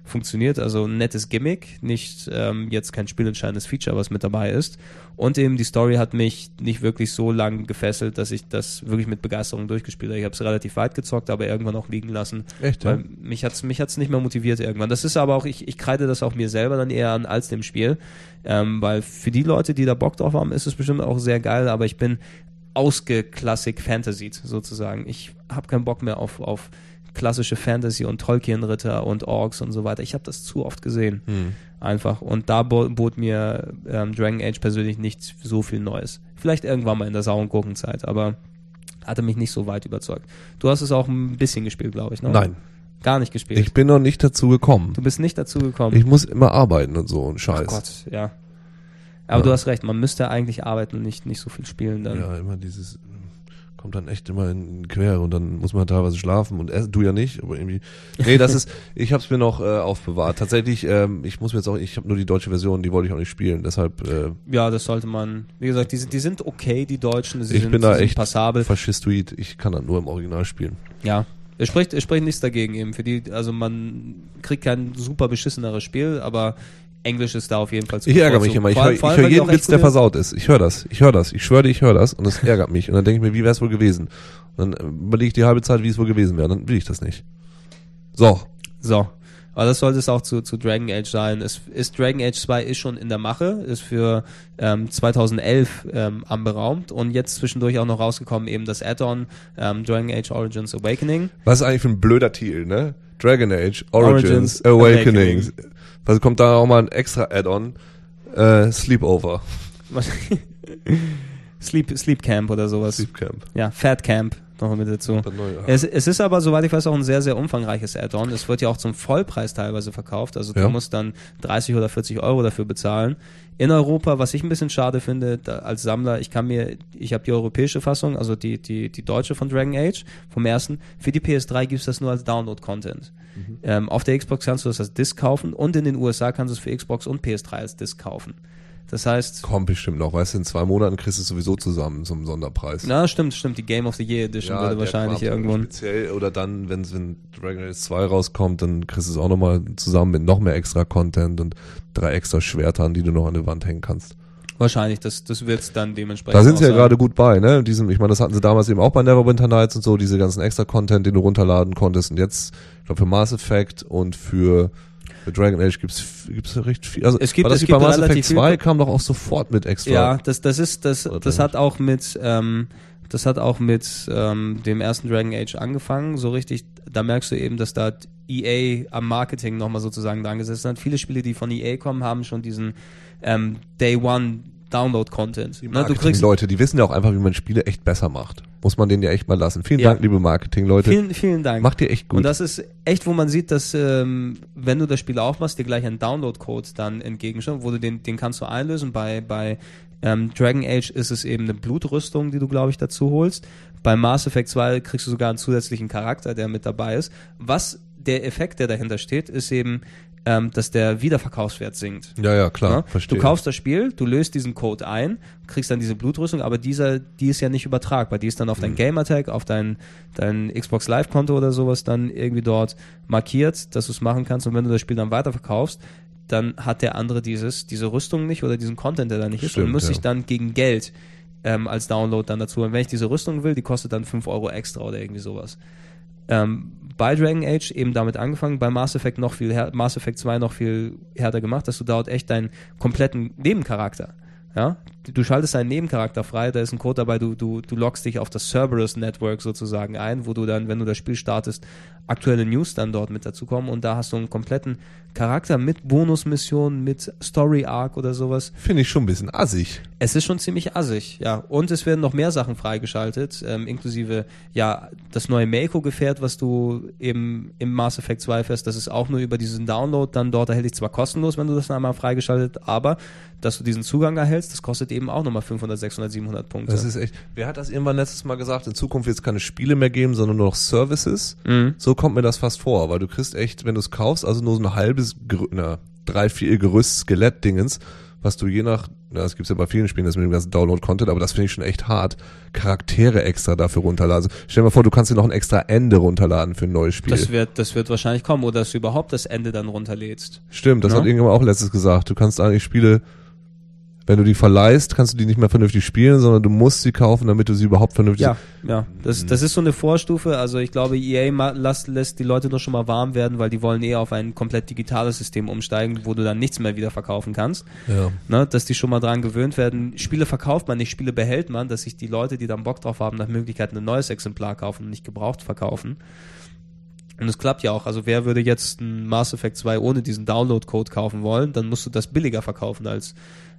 funktioniert. Also ein nettes Gimmick, nicht jetzt kein spielentscheidendes Feature, was mit dabei ist. Und eben die Story hat mich nicht wirklich so lang gefesselt, dass ich das wirklich mit Begeisterung durchgespielt habe. Ich habe es relativ weit gezockt, aber irgendwann auch liegen lassen. Echt, ja? Weil mich hat's nicht mehr motiviert irgendwann. Das ist aber auch, ich kreide das auch mir selber dann eher an als dem Spiel. Weil für die Leute, die da Bock drauf haben, ist es bestimmt auch sehr geil, aber ich bin ausgeklassik-fantasied sozusagen. Ich habe keinen Bock mehr auf klassische Fantasy und Tolkien-Ritter und Orks und so weiter. Ich habe das zu oft gesehen. Einfach. Und da bot mir Dragon Age persönlich nicht so viel Neues. Vielleicht irgendwann mal in der sauren Gurkenzeit, aber hatte mich nicht so weit überzeugt. Du hast es auch ein bisschen gespielt, glaube ich, ne? Nein. Gar nicht gespielt. Ich bin noch nicht dazu gekommen. Du bist nicht dazu gekommen. Ich muss immer arbeiten und so und Scheiß. Oh Gott, ja. Aber du hast recht, man müsste eigentlich arbeiten und nicht so viel spielen dann. Ja, immer dieses, kommt dann echt immer in Quere und dann muss man teilweise schlafen und du ja nicht, aber irgendwie, nee, das ist, ich hab's mir noch aufbewahrt. Tatsächlich, ich habe nur die deutsche Version, die wollte ich auch nicht spielen, deshalb. Ja, das sollte man, wie gesagt, die sind okay, die Deutschen, ich bin da echt passabel. Faschistoid, ich kann das nur im Original spielen. Ja. Es spricht nichts dagegen eben für die, also man kriegt kein super beschisseneres Spiel, aber Englisch ist da auf jeden Fall zu. Ich ärgere mich immer. Ich höre jeden Witz, der versaut ist. Ich höre das. Ich schwöre dir, ich höre das und das ärgert mich. Und dann denke ich mir, wie wäre es wohl gewesen? Und dann überlege ich die halbe Zeit, wie es wohl gewesen wäre. Dann will ich das nicht. So. Aber das sollte es auch zu Dragon Age sein. Dragon Age 2 ist schon in der Mache, ist für 2011 anberaumt und jetzt zwischendurch auch noch rausgekommen eben das Add-on Dragon Age Origins Awakening. Was ist eigentlich für ein blöder Titel, ne? Dragon Age Origins Awakening. Was kommt da auch mal ein extra Add-on? Sleepover. Sleep Camp oder sowas. Sleep Camp. Ja, Fat Camp noch mit dazu. Es ist aber, soweit ich weiß, auch ein sehr, sehr umfangreiches Add-on. Es wird ja auch zum Vollpreis teilweise verkauft. Also du musst dann 30 oder 40 Euro dafür bezahlen. In Europa, was ich ein bisschen schade finde, als Sammler, ich habe die europäische Fassung, also die deutsche von Dragon Age, vom ersten. Für die PS3 gibt es das nur als Download-Content. Auf der Xbox kannst du das als Disc kaufen und in den USA kannst du es für Xbox und PS3 als Disc kaufen. Das heißt... Kommt bestimmt noch, weißt du, in 2 Monaten kriegst du es sowieso zusammen zum Sonderpreis. Na, stimmt. Die Game of the Year Edition würde wahrscheinlich irgendwo... Speziell, oder dann, wenn Dragon Age 2 rauskommt, dann kriegst du es auch nochmal zusammen mit noch mehr extra Content und 3 extra Schwertern, die du noch an der Wand hängen kannst. Wahrscheinlich, das wird es dann dementsprechend. Da sind sie ja gerade gut bei, ne? Ich meine, das hatten sie damals eben auch bei Neverwinter Nights und so, diese ganzen extra Content, den du runterladen konntest. Und jetzt, ich glaube, für Mass Effect und für Dragon Age gibt's recht viel. Also es gibt bei Mass Effect 2 kam doch auch sofort mit extra. Ja, das hat auch mit dem ersten Dragon Age angefangen, so richtig. Da merkst du eben, dass da EA am Marketing nochmal sozusagen dran gesessen hat. Viele Spiele, die von EA kommen, haben schon diesen Day One Download-Content. Die Marketing-Leute, die wissen ja auch einfach, wie man Spiele echt besser macht. Muss man denen ja echt mal lassen. Vielen Dank, liebe Marketing-Leute. Vielen Dank. Macht ihr echt gut. Und das ist echt, wo man sieht, dass wenn du das Spiel aufmachst, dir gleich ein Download-Code dann entgegensteht, wo du den kannst du einlösen. Bei Dragon Age ist es eben eine Blutrüstung, die du, glaube ich, dazu holst. Bei Mass Effect 2 kriegst du sogar einen zusätzlichen Charakter, der mit dabei ist. Was der Effekt, der dahinter steht, ist eben, dass der Wiederverkaufswert sinkt. Ja, klar, ja? Verstehe. Du kaufst das Spiel, du löst diesen Code ein, kriegst dann diese Blutrüstung, aber die ist ja nicht übertragbar. Die ist dann auf dein Gamertag, auf dein Xbox Live-Konto oder sowas dann irgendwie dort markiert, dass du es machen kannst und wenn du das Spiel dann weiterverkaufst, dann hat der andere diese Rüstung nicht oder diesen Content, der da nicht ist und muss sich dann gegen Geld als Download dann dazu. Und wenn ich diese Rüstung will, die kostet dann 5 Euro extra oder irgendwie sowas. Bei Dragon Age eben damit angefangen, bei Mass Effect 2 noch viel härter gemacht, dass du dort echt deinen kompletten Nebencharakter, ja, du schaltest deinen Nebencharakter frei, da ist ein Code dabei, du loggst dich auf das Cerberus Network sozusagen ein, wo du dann, wenn du das Spiel startest, aktuelle News dann dort mit dazu kommen und da hast du einen kompletten Charakter mit Bonusmissionen, mit Story Arc oder sowas. Finde ich schon ein bisschen assig. Es ist schon ziemlich assig, ja. Und es werden noch mehr Sachen freigeschaltet, inklusive, ja, das neue Mako-Gefährt, was du eben im Mass Effect 2 fährst, das ist auch nur über diesen Download dann dort erhältlich, zwar kostenlos, wenn du das einmal freigeschaltet, aber dass du diesen Zugang erhältst, das kostet eben auch nochmal 500, 600, 700 Punkte. Das ist echt, wer hat das irgendwann letztes Mal gesagt, in Zukunft wird es keine Spiele mehr geben, sondern nur noch Services? So kommt mir das fast vor, weil du kriegst echt, wenn du es kaufst, also nur so ein halbes, 3-4 Gerüst, Skelett-Dingens, was du das gibt's ja bei vielen Spielen, das mit dem ganzen Download-Content, aber das finde ich schon echt hart, Charaktere extra dafür runterladen. Also, stell dir mal vor, du kannst dir noch ein extra Ende runterladen für ein neues Spiel. Das wird wahrscheinlich kommen, oder dass du überhaupt das Ende dann runterlädst. Stimmt, das hat irgendjemand auch letztes gesagt. Du kannst eigentlich Spiele, wenn du die verleihst, kannst du die nicht mehr vernünftig spielen, sondern du musst sie kaufen, damit du sie überhaupt vernünftig... Ja. Das ist so eine Vorstufe. Also ich glaube, EA lässt die Leute doch schon mal warm werden, weil die wollen auf ein komplett digitales System umsteigen, wo du dann nichts mehr wieder verkaufen kannst. Ja. Ne, dass die schon mal dran gewöhnt werden. Spiele verkauft man nicht, Spiele behält man, dass sich die Leute, die dann Bock drauf haben, nach Möglichkeit ein neues Exemplar kaufen und nicht gebraucht verkaufen. Und es klappt ja auch. Also wer würde jetzt ein Mass Effect 2 ohne diesen Download-Code kaufen wollen, dann musst du das billiger verkaufen als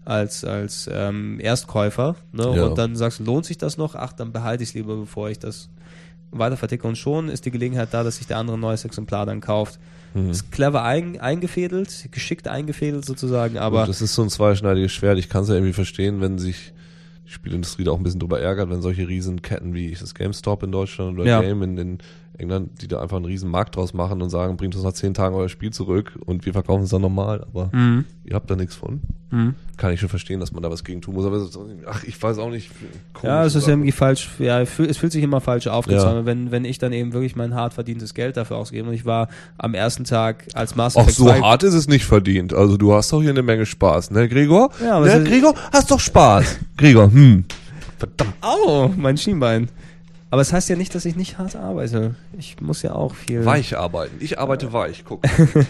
Erstkäufer, ne? Ja. Und dann sagst du, lohnt sich das noch? Ach, dann behalte ich es lieber, bevor ich das weiter verticke. Und schon ist die Gelegenheit da, dass sich der andere ein neues Exemplar dann kauft. Ist clever eingefädelt, geschickt eingefädelt sozusagen, aber... Und das ist so ein zweischneidiges Schwert. Ich kann es ja irgendwie verstehen, wenn sich die Spielindustrie da auch ein bisschen drüber ärgert, wenn solche Riesenketten wie das GameStop in Deutschland oder Game in England, die da einfach einen riesen Markt draus machen und sagen, bringt uns nach 10 Tagen euer Spiel zurück und wir verkaufen es dann normal, aber ihr habt da nichts von. Kann ich schon verstehen, dass man da was gegen tun muss, aber ich weiß auch nicht. Ja, es ist irgendwie falsch, es fühlt sich immer falsch aufgezäumt, wenn ich dann eben wirklich mein hart verdientes Geld dafür ausgebe und ich war am ersten Tag als Mass Effect 2... Ach, so hart ist es nicht verdient, also du hast doch hier eine Menge Spaß, ne Gregor? Ja, aber ne Gregor, hast doch Spaß. Gregor, verdammt. Au, mein Schienbein. Aber es heißt ja nicht, dass ich nicht hart arbeite. Ich muss ja auch viel... Weich arbeiten. Ich arbeite weich, guck.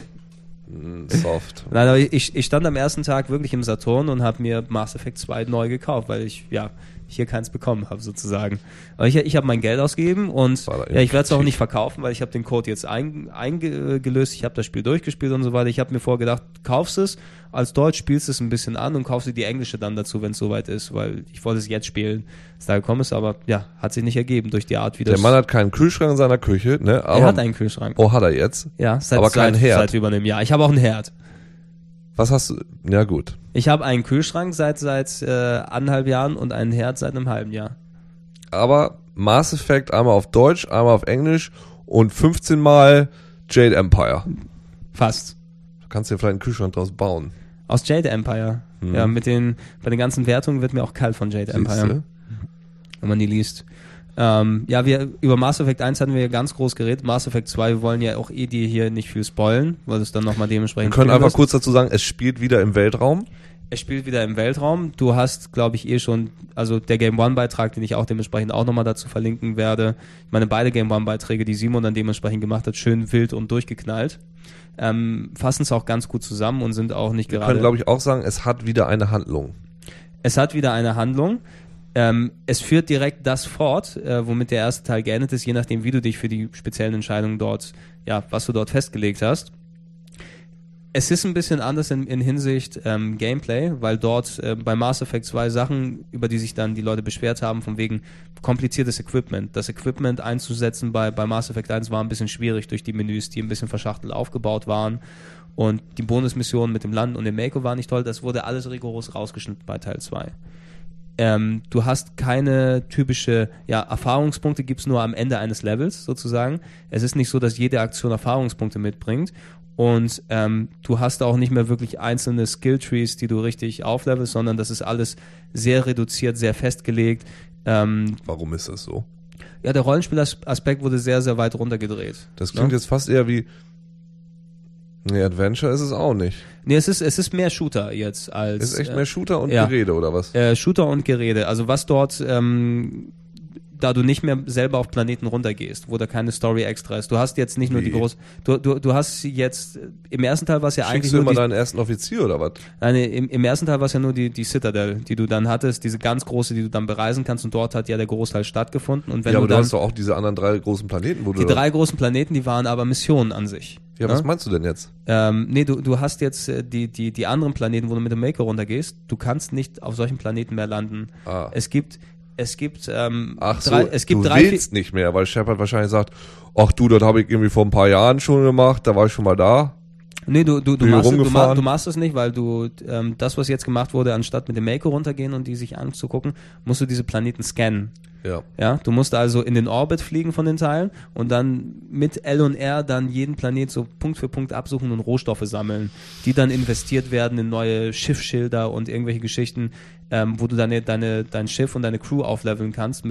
Soft. Nein, aber ich stand am ersten Tag wirklich im Saturn und habe mir Mass Effect 2 neu gekauft, weil ich hier keins bekommen habe sozusagen. Aber ich habe mein Geld ausgegeben und ich werde es auch nicht verkaufen, weil ich habe den Code jetzt eingelöst, ich habe das Spiel durchgespielt und so weiter. Ich habe mir vorgedacht, kaufst es als Deutsch, spielst es ein bisschen an und kaufst dir die englische dann dazu, wenn es soweit ist, weil ich wollte es jetzt spielen, als da gekommen ist, aber hat sich nicht ergeben durch die Art, wie das... Der Mann hat keinen Kühlschrank in seiner Küche, ne? Aber er hat einen Kühlschrank. Oh, hat er jetzt? Ja, aber keinen Herd. Seit über einem Jahr. Ich habe auch einen Herd. Was hast du? Ja, gut. Ich habe einen Kühlschrank seit 1,5 Jahren und einen Herd seit einem halben Jahr. Aber Mass Effect einmal auf Deutsch, einmal auf Englisch und 15 Mal Jade Empire. Fast. Du kannst dir vielleicht einen Kühlschrank draus bauen. Aus Jade Empire. Ja, bei den ganzen Wertungen wird mir auch kalt von Jade Empire. Wenn man die liest. Über Mass Effect 1 hatten wir ja ganz groß geredet. Mass Effect 2, wir wollen ja auch dir hier nicht viel spoilen, weil es dann nochmal dementsprechend... Wir können einfach kurz dazu sagen, es spielt wieder im Weltraum. Es spielt wieder im Weltraum. Du hast, glaube ich, schon, also der Game One-Beitrag, den ich auch dementsprechend auch nochmal dazu verlinken werde. Ich meine, beide Game One-Beiträge, die Simon dann dementsprechend gemacht hat, schön wild und durchgeknallt. Fassen es auch ganz gut zusammen und sind auch nicht gerade... Wir können, glaube ich, auch sagen, es hat wieder eine Handlung. Es hat wieder eine Handlung. Es führt direkt das fort, womit der erste Teil geendet ist, je nachdem, wie du dich für die speziellen Entscheidungen dort, was du dort festgelegt hast. Es ist ein bisschen anders in Hinsicht Gameplay, weil dort bei Mass Effect 2 Sachen, über die sich dann die Leute beschwert haben, von wegen kompliziertes Equipment. Das Equipment einzusetzen bei Mass Effect 1 war ein bisschen schwierig durch die Menüs, die ein bisschen verschachtelt aufgebaut waren. Und die Bonusmission mit dem Land und dem Mako war nicht toll. Das wurde alles rigoros rausgeschnitten bei Teil 2. Du hast keine typische, Erfahrungspunkte gibt's nur am Ende eines Levels sozusagen. Es ist nicht so, dass jede Aktion Erfahrungspunkte mitbringt und du hast auch nicht mehr wirklich einzelne Skilltrees, die du richtig auflevelst, sondern das ist alles sehr reduziert, sehr festgelegt. Warum ist das so? Ja, der Rollenspielaspekt wurde sehr, sehr weit runtergedreht. Das klingt jetzt fast eher wie... Nee, Adventure ist es auch nicht. Nee, es ist mehr Shooter jetzt als... Es ist echt mehr Shooter und Gerede, oder was? Shooter und Gerede. Also was dort, da du nicht mehr selber auf Planeten runtergehst, wo da keine Story extra ist. Du hast jetzt nicht nur die große... Du hast jetzt... Im ersten Teil war es ja eigentlich nur... Schickst du immer deinen ersten Offizier, oder was? Nein, im ersten Teil war es ja nur die Citadel, die du dann hattest, diese ganz große, die du dann bereisen kannst und dort hat ja der Großteil stattgefunden. Und wenn aber du hast doch auch diese anderen 3 großen Planeten, wo du... Die 3 großen Planeten, die waren aber Missionen an sich. Ja, was meinst du denn jetzt? Nee, du hast jetzt die anderen Planeten, wo du mit dem Mako runtergehst. Du kannst nicht auf solchen Planeten mehr landen. Es gibt willst nicht mehr, weil Shepard wahrscheinlich sagt, ach du, das habe ich irgendwie vor ein paar Jahren schon gemacht, da war ich schon mal da. Nee, du machst es nicht, weil du das, was jetzt gemacht wurde, anstatt mit dem Mako runtergehen und die sich anzugucken, musst du diese Planeten scannen. Ja, du musst also in den Orbit fliegen von den Teilen und dann mit L und R dann jeden Planet so Punkt für Punkt absuchen und Rohstoffe sammeln, die dann investiert werden in neue Schiffsschilder und irgendwelche Geschichten, wo du dein Schiff und deine Crew aufleveln kannst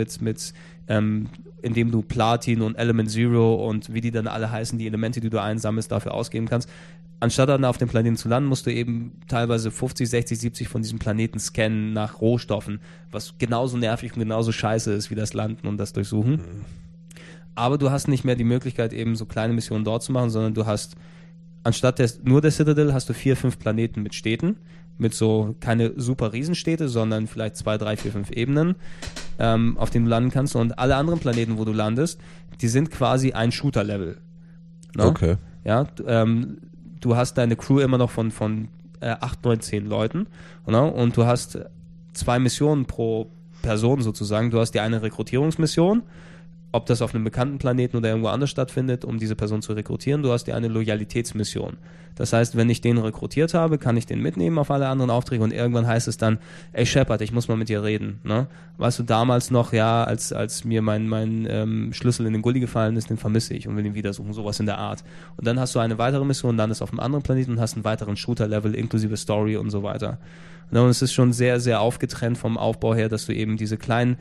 indem du Platin und Element Zero und wie die dann alle heißen, die Elemente, die du einsammelst, dafür ausgeben kannst. Anstatt dann auf dem Planeten zu landen, musst du eben teilweise 50, 60, 70 von diesem Planeten scannen nach Rohstoffen, was genauso nervig und genauso scheiße ist wie das Landen und das Durchsuchen. Aber du hast nicht mehr die Möglichkeit, eben so kleine Missionen dort zu machen, sondern du hast, anstatt nur der Citadel, hast du 4, 5 Planeten mit Städten, mit so keine super Riesenstädte, sondern vielleicht 2, 3, 4, 5 Ebenen, auf denen du landen kannst. Und alle anderen Planeten, wo du landest, die sind quasi ein Shooter-Level. No? Okay. Ja, du hast deine Crew immer noch von 8, 9, 10 Leuten, und du hast 2 Missionen pro Person sozusagen. Du hast die eine Rekrutierungsmission, ob das auf einem bekannten Planeten oder irgendwo anders stattfindet, um diese Person zu rekrutieren. Du hast ja eine Loyalitätsmission. Das heißt, wenn ich den rekrutiert habe, kann ich den mitnehmen auf alle anderen Aufträge und irgendwann heißt es dann, ey Shepard, ich muss mal mit dir reden. Ne? Weißt du, damals noch, ja, als mir mein Schlüssel in den Gully gefallen ist, den vermisse ich und will ihn wieder suchen, sowas in der Art. Und dann hast du eine weitere Mission, landest auf einem anderen Planeten und hast einen weiteren Shooter-Level inklusive Story und so weiter. Und es ist schon sehr, sehr aufgetrennt vom Aufbau her, dass du eben diese kleinen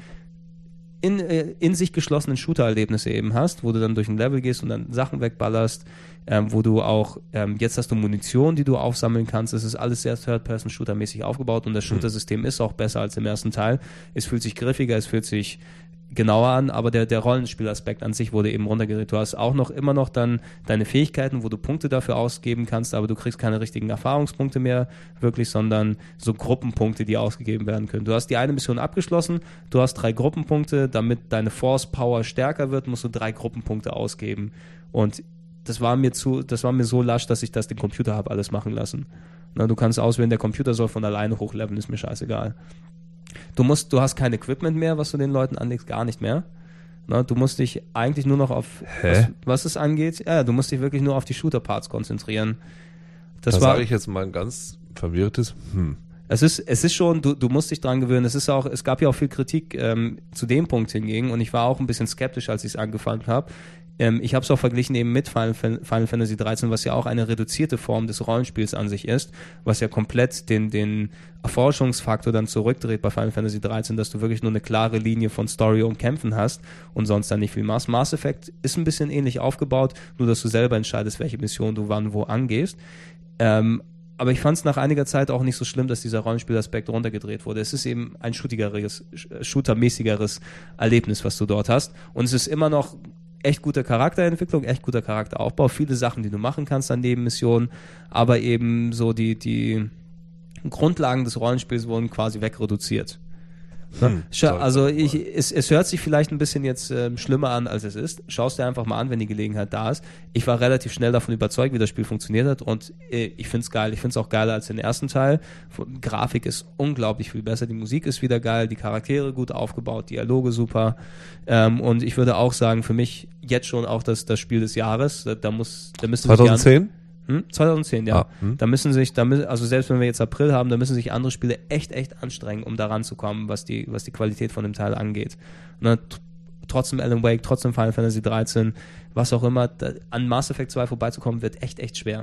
in sich geschlossenen Shooter-Erlebnisse eben hast, wo du dann durch ein Level gehst und dann Sachen wegballerst, wo du auch, jetzt hast du Munition, die du aufsammeln kannst. Es ist alles sehr Third-Person-Shooter-mäßig aufgebaut und das Shooter-System ist auch besser als im ersten Teil. Es fühlt sich griffiger, es fühlt sich genauer an, aber der Rollenspielaspekt an sich wurde eben runtergedreht. Du hast auch immer noch dann deine Fähigkeiten, wo du Punkte dafür ausgeben kannst, aber du kriegst keine richtigen Erfahrungspunkte mehr wirklich, sondern so Gruppenpunkte, die ausgegeben werden können. Du hast die eine Mission abgeschlossen, du hast 3 Gruppenpunkte, damit deine Force Power stärker wird, musst du 3 Gruppenpunkte ausgeben und das war mir so lasch, dass ich das den Computer habe alles machen lassen. Na, du kannst auswählen, der Computer soll von alleine hochleveln, ist mir scheißegal. Du hast kein Equipment mehr, was du den Leuten anlegst, gar nicht mehr. Na, du musst dich eigentlich nur noch auf, was es angeht, du musst dich wirklich nur auf die Shooter-Parts konzentrieren. Das sage ich jetzt mal ein ganz verwirrtes, Es ist schon, du musst dich dran gewöhnen. Es gab ja auch viel Kritik zu dem Punkt hingegen und ich war auch ein bisschen skeptisch, als ich es angefangen habe. Ich habe es auch verglichen eben mit Final Fantasy 13, was ja auch eine reduzierte Form des Rollenspiels an sich ist, was ja komplett den Erforschungsfaktor dann zurückdreht bei Final Fantasy 13, dass du wirklich nur eine klare Linie von Story und Kämpfen hast und sonst dann nicht viel machst. Mass Effect ist ein bisschen ähnlich aufgebaut, nur dass du selber entscheidest, welche Mission du wann wo angehst. Aber ich fand es nach einiger Zeit auch nicht so schlimm, dass dieser Rollenspielaspekt runtergedreht wurde. Es ist eben ein shootermäßigeres Erlebnis, was du dort hast. Und es ist immer noch echt guter Charakterentwicklung, echt guter Charakteraufbau, viele Sachen, die du machen kannst an Nebenmissionen, aber eben so die Grundlagen des Rollenspiels wurden quasi wegreduziert. Also es hört sich vielleicht ein bisschen jetzt schlimmer an, als es ist. Schau es dir einfach mal an, wenn die Gelegenheit da ist. Ich war relativ schnell davon überzeugt, wie das Spiel funktioniert hat und ich finde es geil. Ich finde es auch geiler als den ersten Teil. Grafik ist unglaublich viel besser, die Musik ist wieder geil, die Charaktere gut aufgebaut, Dialoge super und ich würde auch sagen, für mich jetzt schon auch das Spiel des Jahres. Da müssen 2010? 2010, ja. Da müssen also selbst wenn wir jetzt April haben, da müssen sich andere Spiele echt anstrengen, um da ranzukommen, was die Qualität von dem Teil angeht. Und trotzdem Alan Wake, trotzdem Final Fantasy 13, was auch immer, an Mass Effect 2 vorbeizukommen, wird echt schwer.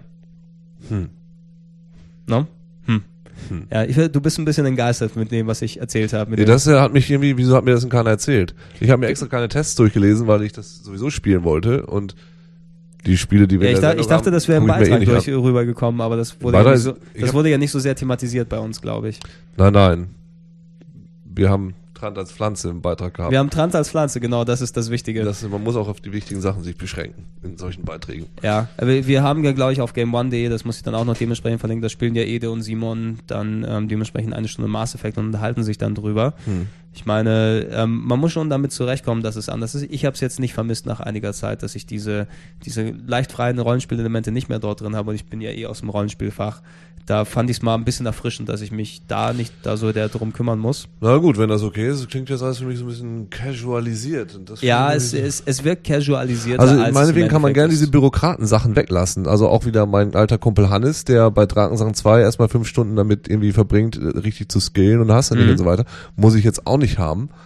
No? Ja, du bist ein bisschen entgeistert mit dem, was ich erzählt habe. Das hat mich irgendwie, wieso hat mir das denn keiner erzählt? Ich habe mir extra keine Tests durchgelesen, weil ich das sowieso spielen wollte und die Spiele, die wir ich dachte, das wäre im Beitrag rübergekommen, aber das wurde ja nicht so sehr thematisiert bei uns, glaube ich. Nein. Wir haben Trant als Pflanze im Beitrag gehabt. Wir haben Trant als Pflanze, genau, das ist das Wichtige. Man muss auch auf die wichtigen Sachen sich beschränken in solchen Beiträgen. Ja, aber wir haben ja, glaube ich, auf GameOne.de, das muss ich dann auch noch dementsprechend verlinken, da spielen ja Ede und Simon dann dementsprechend 1 Stunde Mass Effect und unterhalten sich dann drüber. Ich meine, man muss schon damit zurechtkommen, dass es anders ist. Ich habe es jetzt nicht vermisst nach einiger Zeit, dass ich diese leicht freien Rollenspielelemente nicht mehr dort drin habe und ich bin ja aus dem Rollenspielfach. Da fand ich es mal ein bisschen erfrischend, dass ich mich da nicht drum kümmern muss. Na gut, wenn das okay ist, klingt jetzt alles für mich so ein bisschen casualisiert. Und das es wirkt casualisiert. Also meinetwegen kann man gerne diese Bürokraten-Sachen weglassen. Also auch wieder mein alter Kumpel Hannes, der bei Drakensang 2 erstmal 5 Stunden damit irgendwie verbringt, richtig zu skillen und hast dann nicht und so weiter. Muss ich jetzt auch nicht haben.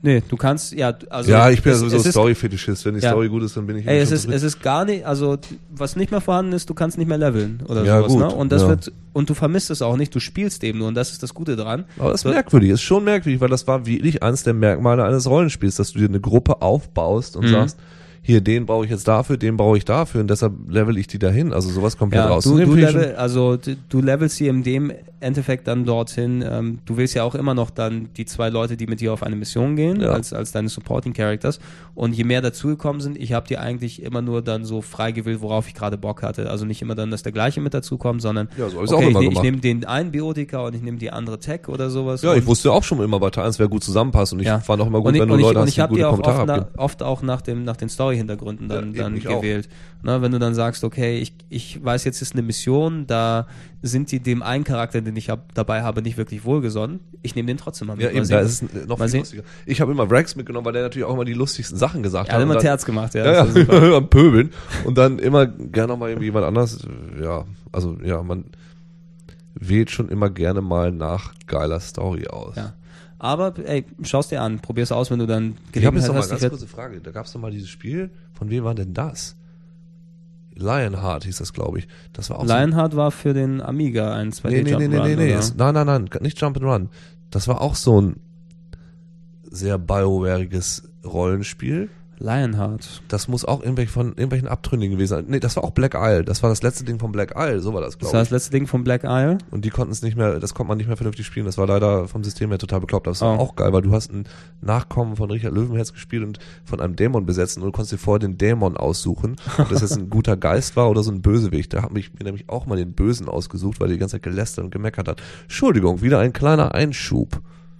Nee, du kannst, ja, also... Ja, ich bin ja sowieso Story-Fetischist. Wenn die Story gut ist, dann bin ich... Ey, es ist gar nicht, also, was nicht mehr vorhanden ist, du kannst nicht mehr leveln oder ja, sowas, gut, ne? Und das wird, und du vermisst es auch nicht, du spielst eben nur und das ist das Gute dran. Aber das ist merkwürdig, ist schon merkwürdig, weil das war wirklich eines der Merkmale eines Rollenspiels, dass du dir eine Gruppe aufbaust und sagst, hier, den brauche ich jetzt dafür, den brauche ich dafür und deshalb level ich die dahin. Also sowas komplett raus. Du levelst sie in dem Endeffekt dann dorthin. Du willst ja auch immer noch dann die 2 Leute, die mit dir auf eine Mission gehen, als deine Supporting Characters. Und je mehr dazugekommen sind, ich habe dir eigentlich immer nur dann so frei gewählt, worauf ich gerade Bock hatte. Also nicht immer dann, dass der gleiche mit dazukommt, sondern ich nehme den einen Biotiker und ich nehme die andere Tech oder sowas. Ja, ich wusste auch schon immer bei Teil 1, wer gut zusammenpasst und ich fand auch immer gut, wenn du Leute hast, die gute Kommentare haben. Oft auch nach den Story-Hintergründen dann gewählt. Na, wenn du dann sagst, okay, ich weiß, jetzt ist eine Mission, da sind die dem einen Charakter, den ich dabei habe, nicht wirklich wohlgesonnen. Ich nehme den trotzdem mal mit. Ja, eben, da ist es noch viel lustiger. Ich habe immer Vrax mitgenommen, weil der natürlich auch immer die lustigsten Sachen gesagt hat. Er hat immer Terz gemacht, ja. Am Pöbeln. Und dann immer gerne noch mal irgendwie jemand anders. Ja, also ja, man wählt schon immer gerne mal nach geiler Story aus. Ja. Aber, ey, schau's dir an, probier's aus, wenn du dann Ich habe jetzt noch mal eine ganz kurze Frage. Da gab's noch mal dieses Spiel, von wem war denn das? Lionheart hieß das, glaube ich. Das war auch Lionheart war für den Amiga ein 2D-Jump'n'Run. Nee. Nein, nicht Jump'n'Run. Das war auch so ein sehr BioWare-iges Rollenspiel. Lionheart. Das muss auch irgendwelchen Abtrünnigen gewesen sein. Nee, das war auch Black Isle. Das war das letzte Ding von Black Isle. So war das, glaube ich. Das war das letzte Ding von Black Isle? Und die konnten es nicht mehr, das konnte man nicht mehr vernünftig spielen. Das war leider vom System her total bekloppt. Das war auch geil, weil du hast einen Nachkommen von Richard Löwenherz gespielt und von einem Dämon besetzt und du konntest dir vorher den Dämon aussuchen, ob das jetzt ein guter Geist war oder so ein Bösewicht. Da habe ich mir nämlich auch mal den Bösen ausgesucht, weil der die ganze Zeit gelästert und gemeckert hat. Entschuldigung, wieder ein kleiner Einschub.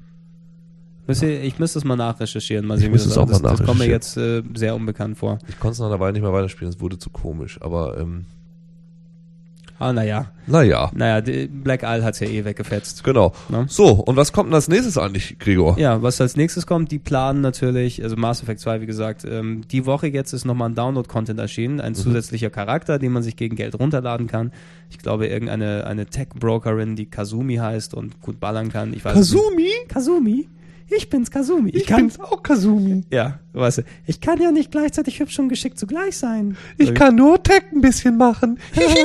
Ich müsste es mal nachrecherchieren, mal sehen, wie das aussieht. Das kommt mir jetzt sehr unbekannt vor. Ich konnte es nach einer Weile nicht mehr weiterspielen, es wurde zu komisch, aber naja, Black Isle hat's ja eh weggefetzt. Genau. No? So, und was kommt denn als nächstes eigentlich, Gregor? Ja, was als nächstes kommt, die planen natürlich, also Mass Effect 2, wie gesagt, die Woche jetzt ist nochmal ein Download-Content erschienen, ein zusätzlicher Charakter, den man sich gegen Geld runterladen kann. Ich glaube, eine Tech-Brokerin, die Kazumi heißt und gut ballern kann. Ich weiß Kazumi? Kazumi? Ich bin's Kazumi. Ich bin's auch Kazumi. Ja, weißt du, ich kann ja nicht gleichzeitig hübsch und geschickt zugleich sein. Ich kann nur Tech ein bisschen machen.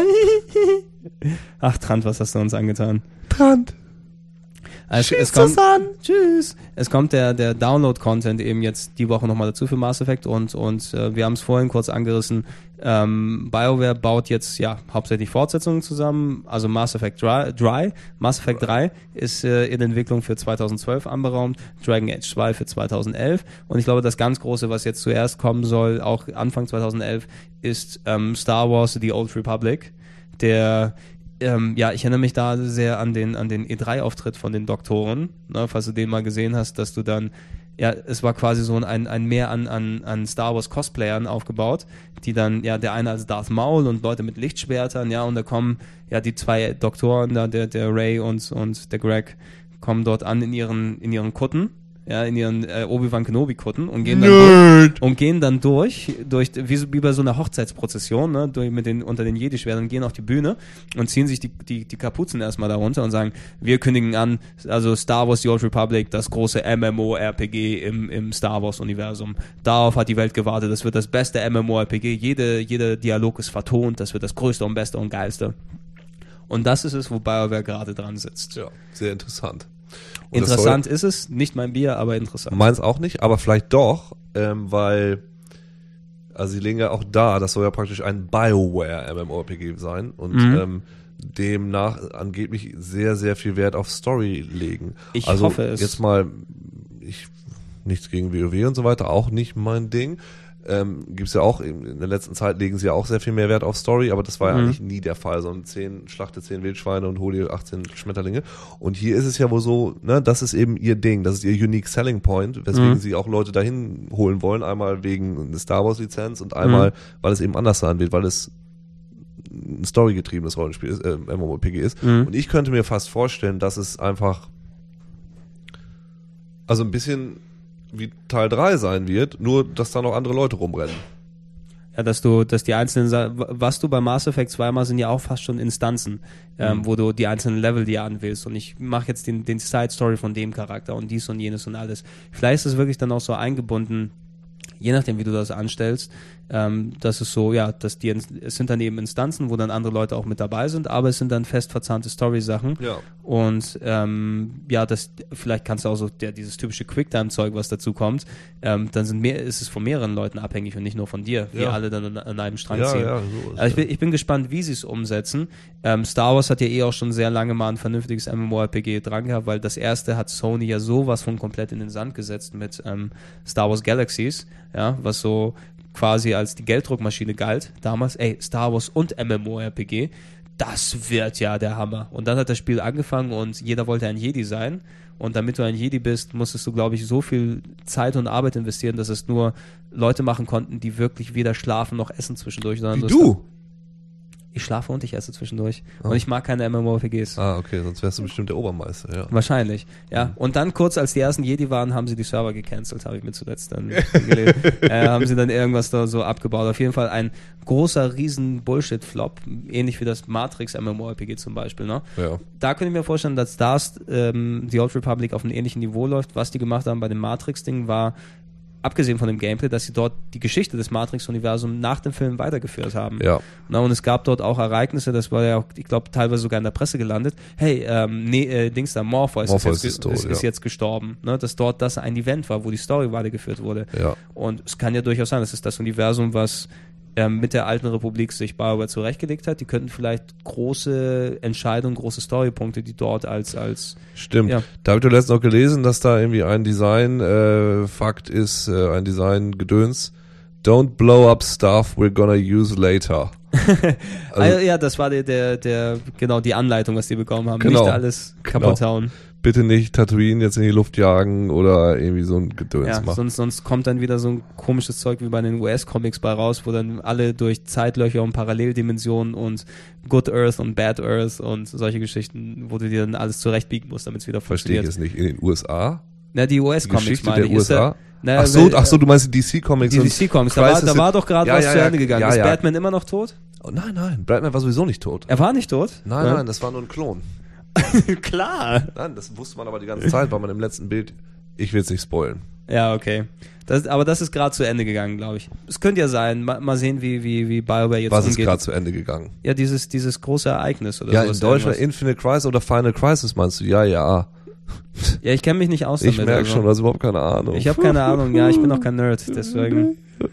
Ach, Trant, was hast du uns angetan? Trant. Also, Tschüss. Es kommt der Download-Content eben jetzt die Woche nochmal dazu für Mass Effect und wir haben es vorhin kurz angerissen. BioWare baut jetzt hauptsächlich Fortsetzungen zusammen, also Mass Effect 3 ist in Entwicklung für 2012 anberaumt, Dragon Age 2 für 2011 und ich glaube, das ganz Große, was jetzt zuerst kommen soll, auch Anfang 2011, ist Star Wars The Old Republic, der ich erinnere mich da sehr an den E3-Auftritt von den Doktoren, ne, falls du den mal gesehen hast, dass du dann, es war quasi so ein Mehr an Star Wars Cosplayern aufgebaut, die dann, der eine als Darth Maul und Leute mit Lichtschwertern, und da kommen, die 2 Doktoren da, der Ray und der Greg, kommen dort an in ihren Kutten, in ihren Obi-Wan Kenobi-Kutten und gehen dann durch wie bei so einer Hochzeitsprozession, ne, unter den Jedi-Schwertern, gehen auf die Bühne und ziehen sich die Kapuzen erstmal darunter und sagen, wir kündigen an, also Star Wars The Old Republic, das große MMORPG im Star Wars-Universum. Darauf hat die Welt gewartet, das wird das beste MMORPG, jeder Dialog ist vertont, das wird das größte und beste und geilste. Und das ist es, wo BioWare gerade dran sitzt. Ja, sehr interessant. Und interessant ist es, nicht mein Bier, aber interessant. Meins auch nicht, aber vielleicht doch, weil, also sie legen ja auch da, das soll ja praktisch ein BioWare MMORPG sein und demnach angeblich sehr, sehr viel Wert auf Story legen. Ich hoffe es. Jetzt mal, nichts gegen WoW und so weiter, auch nicht mein Ding. Gibt's ja auch, in der letzten Zeit legen sie ja auch sehr viel mehr Wert auf Story, aber das war ja eigentlich nie der Fall, sondern schlachte 10 Wildschweine und hol dir 18 Schmetterlinge. Und hier ist es ja wohl so, ne, das ist eben ihr Ding, das ist ihr Unique Selling Point, weswegen sie auch Leute dahin holen wollen, einmal wegen der Star Wars Lizenz und einmal, weil es eben anders sein wird, weil es ein storygetriebenes Rollenspiel ist, MMORPG ist. Und ich könnte mir fast vorstellen, dass es einfach, also ein bisschen wie Teil 3 sein wird, nur dass da noch andere Leute rumrennen. Ja, dass die einzelnen, was du bei Mass Effect 2 machst, sind ja auch fast schon Instanzen, wo du die einzelnen Level dir anwählst und ich mache jetzt den Side-Story von dem Charakter und dies und jenes und alles. Vielleicht ist es wirklich dann auch so eingebunden, je nachdem, wie du das anstellst, dass es so, ja, es sind dann eben Instanzen, wo dann andere Leute auch mit dabei sind, aber es sind dann fest verzahnte Story-Sachen. Ja. Und vielleicht kannst du auch so dieses typische Quicktime-Zeug, was dazu kommt, dann ist es von mehreren Leuten abhängig und nicht nur von dir, wie alle dann an einem Strang ziehen. Ja, so also ich bin gespannt, wie sie es umsetzen. Star Wars hat ja auch schon sehr lange mal ein vernünftiges MMORPG dran gehabt, weil das erste hat Sony ja sowas von komplett in den Sand gesetzt mit Star Wars Galaxies, ja, was so quasi als die Gelddruckmaschine galt damals, Star Wars und MMORPG, das wird ja der Hammer. Und dann hat das Spiel angefangen und jeder wollte ein Jedi sein und damit du ein Jedi bist, musstest du, glaube ich, so viel Zeit und Arbeit investieren, dass es nur Leute machen konnten, die wirklich weder schlafen noch essen zwischendurch. Sondern wie du? Ich schlafe und ich esse zwischendurch. Und ich mag keine MMORPGs. Okay, sonst wärst du bestimmt der Obermeister, ja. Wahrscheinlich, ja. Und dann kurz, als die ersten Jedi waren, haben sie die Server gecancelt, habe ich mir zuletzt dann gelesen. Haben sie dann irgendwas da so abgebaut. Auf jeden Fall ein großer, riesen Bullshit-Flop, ähnlich wie das Matrix-MMORPG zum Beispiel, ne? Ja. Da könnte ich mir vorstellen, dass The Old Republic auf einem ähnlichen Niveau läuft. Was die gemacht haben bei dem Matrix-Ding war, abgesehen von dem Gameplay, dass sie dort die Geschichte des Matrix-Universums nach dem Film weitergeführt haben. Ja. Na, und es gab dort auch Ereignisse, das war ja auch, ich glaube, teilweise sogar in der Presse gelandet. Hey, Morpheus ist jetzt gestorben. Ne? Dass dort das ein Event war, wo die Story weitergeführt wurde. Ja. Und es kann ja durchaus sein, das ist das Universum, was mit der alten Republik sich BioWare zurechtgelegt hat. Die könnten vielleicht große Entscheidungen, große Storypunkte, die dort als Stimmt. Ja. Da habe ich letztens noch gelesen, dass da irgendwie ein Design-Fakt ist, ein Design-Gedöns. Don't blow up stuff we're gonna use later. Also, ja, das war die Anleitung, was die bekommen haben. Genau. Nicht alles kaputt hauen. Bitte nicht Tatooine jetzt in die Luft jagen oder irgendwie so ein Gedöns machen. Sonst kommt dann wieder so ein komisches Zeug wie bei den US-Comics bei raus, wo dann alle durch Zeitlöcher und Paralleldimensionen und Good Earth und Bad Earth und solche Geschichten, wo du dir dann alles zurechtbiegen musst, damit es wieder funktioniert. Verstehe ich es nicht. In den USA? Na, die US-Comics meine ich. USA? Ach so, du meinst die DC-Comics? Die DC-Comics, da war doch gerade was zu Ende gegangen. Ist Batman immer noch tot? Oh, nein, Batman war sowieso nicht tot. Er war nicht tot? Nein, das war nur ein Klon. Klar. Nein, das wusste man aber die ganze Zeit, weil man im letzten Bild, ich will es nicht spoilen. Ja, okay. Aber das ist gerade zu Ende gegangen, glaube ich. Es könnte ja sein, mal sehen, wie BioWare jetzt umgeht. Was ist gerade zu Ende gegangen? Ja, dieses große Ereignis oder so. Ja, in Deutschland Infinite Crisis oder Final Crisis meinst du? Ja. Ja, ich kenne mich nicht aus damit. Ich merke schon, du hast überhaupt keine Ahnung. Ich habe keine Ahnung, ja, ich bin auch kein Nerd, deswegen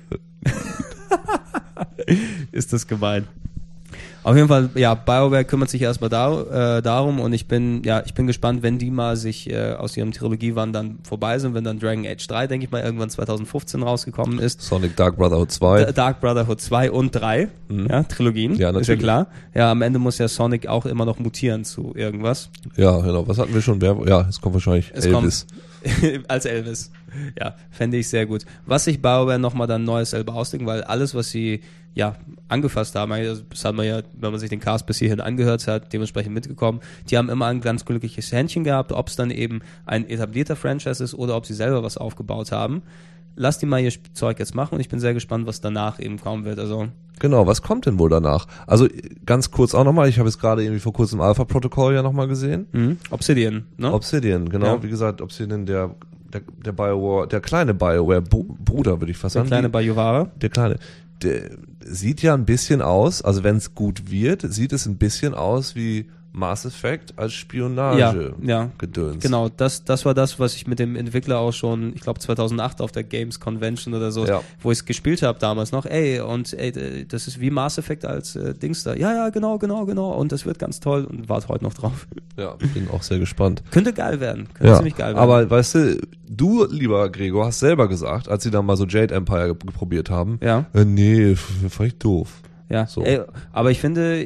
ist das gemein. Auf jeden Fall, ja, BioWare kümmert sich erstmal darum und ich bin gespannt, wenn die mal sich aus ihrem Trilogiewandern vorbei sind, wenn dann Dragon Age 3, denke ich mal, irgendwann 2015 rausgekommen ist. Sonic Dark Brotherhood 2. Dark Brotherhood 2 und 3, ja, Trilogien, ja, ist ja klar. Ja, am Ende muss ja Sonic auch immer noch mutieren zu irgendwas. Ja, genau, was hatten wir schon? Es kommt wahrscheinlich Elvis. Als Elvis. Ja, fände ich sehr gut. Was sich BioWare nochmal dann Neues selber ausdenken, weil alles, was sie angefasst haben, das hat man ja, wenn man sich den Cast bis hierhin angehört hat, dementsprechend mitgekommen, die haben immer ein ganz glückliches Händchen gehabt, ob es dann eben ein etablierter Franchise ist oder ob sie selber was aufgebaut haben. Lass die mal ihr Zeug jetzt machen und ich bin sehr gespannt, was danach eben kommen wird. Also genau, was kommt denn wohl danach? Also ganz kurz auch nochmal, ich habe jetzt gerade irgendwie vor kurzem Alpha-Protokoll ja nochmal gesehen. Obsidian, ne? Obsidian, genau. Ja. Wie gesagt, Obsidian, der BioWare, der kleine BioWare-Bruder, würde ich fast sagen. Der kleine BioWare? Der kleine. Der sieht ja ein bisschen aus, also wenn es gut wird, sieht es ein bisschen aus wie Mass Effect als Spionage-Gedöns. Genau, das war das, was ich mit dem Entwickler auch schon, ich glaube 2008 auf der Games Convention oder so, wo ich es gespielt habe damals noch, das ist wie Mass Effect als Dings da. Ja, genau, und das wird ganz toll und warte heute noch drauf. Ja, bin auch sehr gespannt. Könnte geil werden, ziemlich geil werden. Aber weißt du, lieber Gregor, hast selber gesagt, als sie dann mal so Jade Empire probiert haben, nee, fand ich doof. Ja, so. Aber ich finde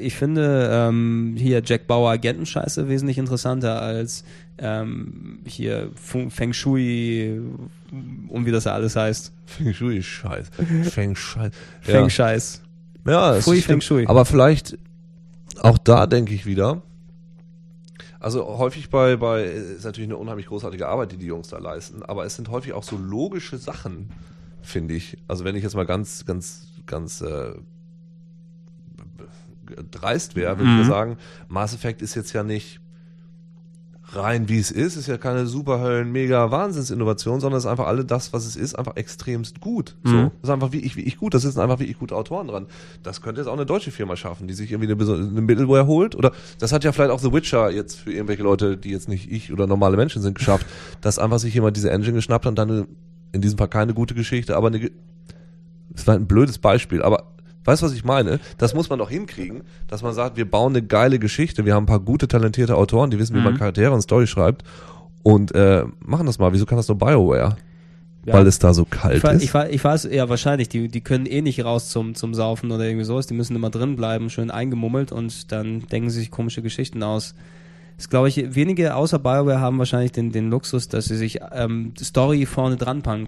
hier Jack Bauer Agentenscheiße wesentlich interessanter als hier Feng Shui und wie das ja alles heißt. Feng Shui Scheiß. Feng Scheiß. Feng Scheiß. Ja, es ist Feng Shui. Aber vielleicht auch da denke ich wieder. Also häufig ist natürlich eine unheimlich großartige Arbeit, die Jungs da leisten, aber es sind häufig auch so logische Sachen, finde ich. Also wenn ich jetzt mal ganz dreist wäre, würde ich mal sagen, Mass Effect ist jetzt ja nicht rein wie es ist ja keine Superhöllen, mega Wahnsinnsinnovation, sondern es ist einfach das, was es ist, einfach extremst gut. So. Das ist einfach wie ich gut, da sitzen einfach wie ich gute Autoren dran. Das könnte jetzt auch eine deutsche Firma schaffen, die sich irgendwie eine Middleware holt, oder das hat ja vielleicht auch The Witcher jetzt für irgendwelche Leute, die jetzt nicht ich oder normale Menschen sind, geschafft, dass einfach sich jemand diese Engine geschnappt hat und dann in diesem Fall keine gute Geschichte, aber es war ein blödes Beispiel, aber weißt du, was ich meine? Das muss man doch hinkriegen, dass man sagt, wir bauen eine geile Geschichte, wir haben ein paar gute, talentierte Autoren, die wissen, wie man Charaktere und Story schreibt und machen das mal. Wieso kann das nur BioWare? Ja. Weil es da so kalt ist? Ich weiß, ja wahrscheinlich, die können eh nicht raus zum Saufen oder irgendwie sowas, die müssen immer drin bleiben, schön eingemummelt und dann denken sie sich komische Geschichten aus. Das glaube ich, wenige außer BioWare haben wahrscheinlich den Luxus, dass sie sich Story vorne dran packen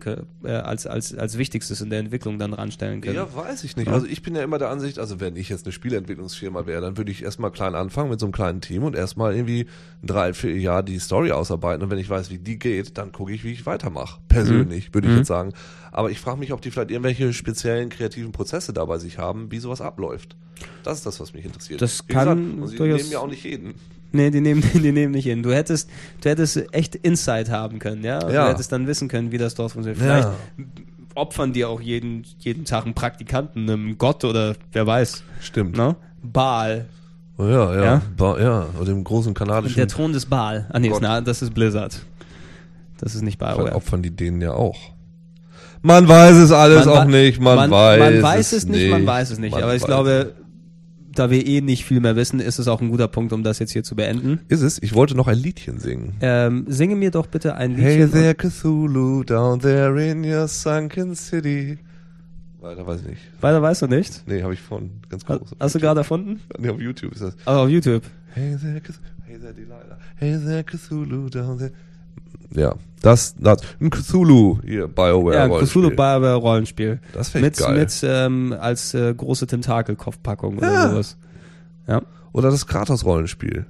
als Wichtigstes in der Entwicklung dann ranstellen können. Ja, weiß ich nicht. Also ich bin ja immer der Ansicht, also wenn ich jetzt eine Spieleentwicklungsfirma wäre, dann würde ich erstmal klein anfangen mit so einem kleinen Team und erstmal irgendwie 3-4 Jahre die Story ausarbeiten und wenn ich weiß, wie die geht, dann gucke ich, wie ich weitermache. Persönlich, würde ich jetzt sagen. Aber ich frage mich, ob die vielleicht irgendwelche speziellen kreativen Prozesse da bei sich haben, wie sowas abläuft. Das ist das, was mich interessiert. Das kann und sie nehmen ja auch nicht jeden. Nee, die nehmen nicht hin. Du hättest echt Insight haben können, ja? Du hättest dann wissen können, wie das dort funktioniert. Vielleicht opfern die auch jeden Tag einen Praktikanten, einem Gott oder wer weiß. Stimmt. Ne? Baal. Oh ja. Oder dem großen kanadischen... Der Thron des Baal. Ah nee, das ist Blizzard. Das ist nicht BioWare. Vielleicht opfern die denen ja auch. Man weiß es alles auch nicht, man weiß es nicht. Aber ich glaube, da wir eh nicht viel mehr wissen, ist es auch ein guter Punkt, um das jetzt hier zu beenden. Ist es? Ich wollte noch ein Liedchen singen. Singe mir doch bitte ein Liedchen. Hey there Cthulhu, down there in your sunken city. Weiter weiß ich nicht. Weiter weißt du nicht? Nee, habe ich von ganz groß. Hast du gerade erfunden? Nee, auf YouTube ist das. Also auf YouTube. Hey there Delilah, hey there Cthulhu, down there. Ja, das ein Cthulhu hier, BioWare Rollenspiel. Ja, ein Cthulhu BioWare Rollenspiel. Das finde ich geil. Mit als große Tentakelkopfpackung oder sowas. Ja. Oder das Kratos Rollenspiel.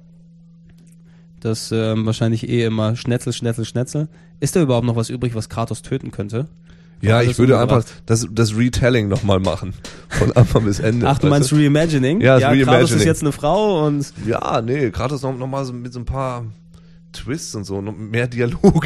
Das wahrscheinlich immer Schnetzel. Ist da überhaupt noch was übrig, was Kratos töten könnte? Ja, ich würde einfach das Retelling nochmal machen. Von Anfang bis Ende. Ach, du meinst Reimagining? Ja, Reimagining. Kratos ist jetzt eine Frau und... Ja, nee, Kratos noch mal so mit so ein paar Twists und so, noch mehr Dialoge.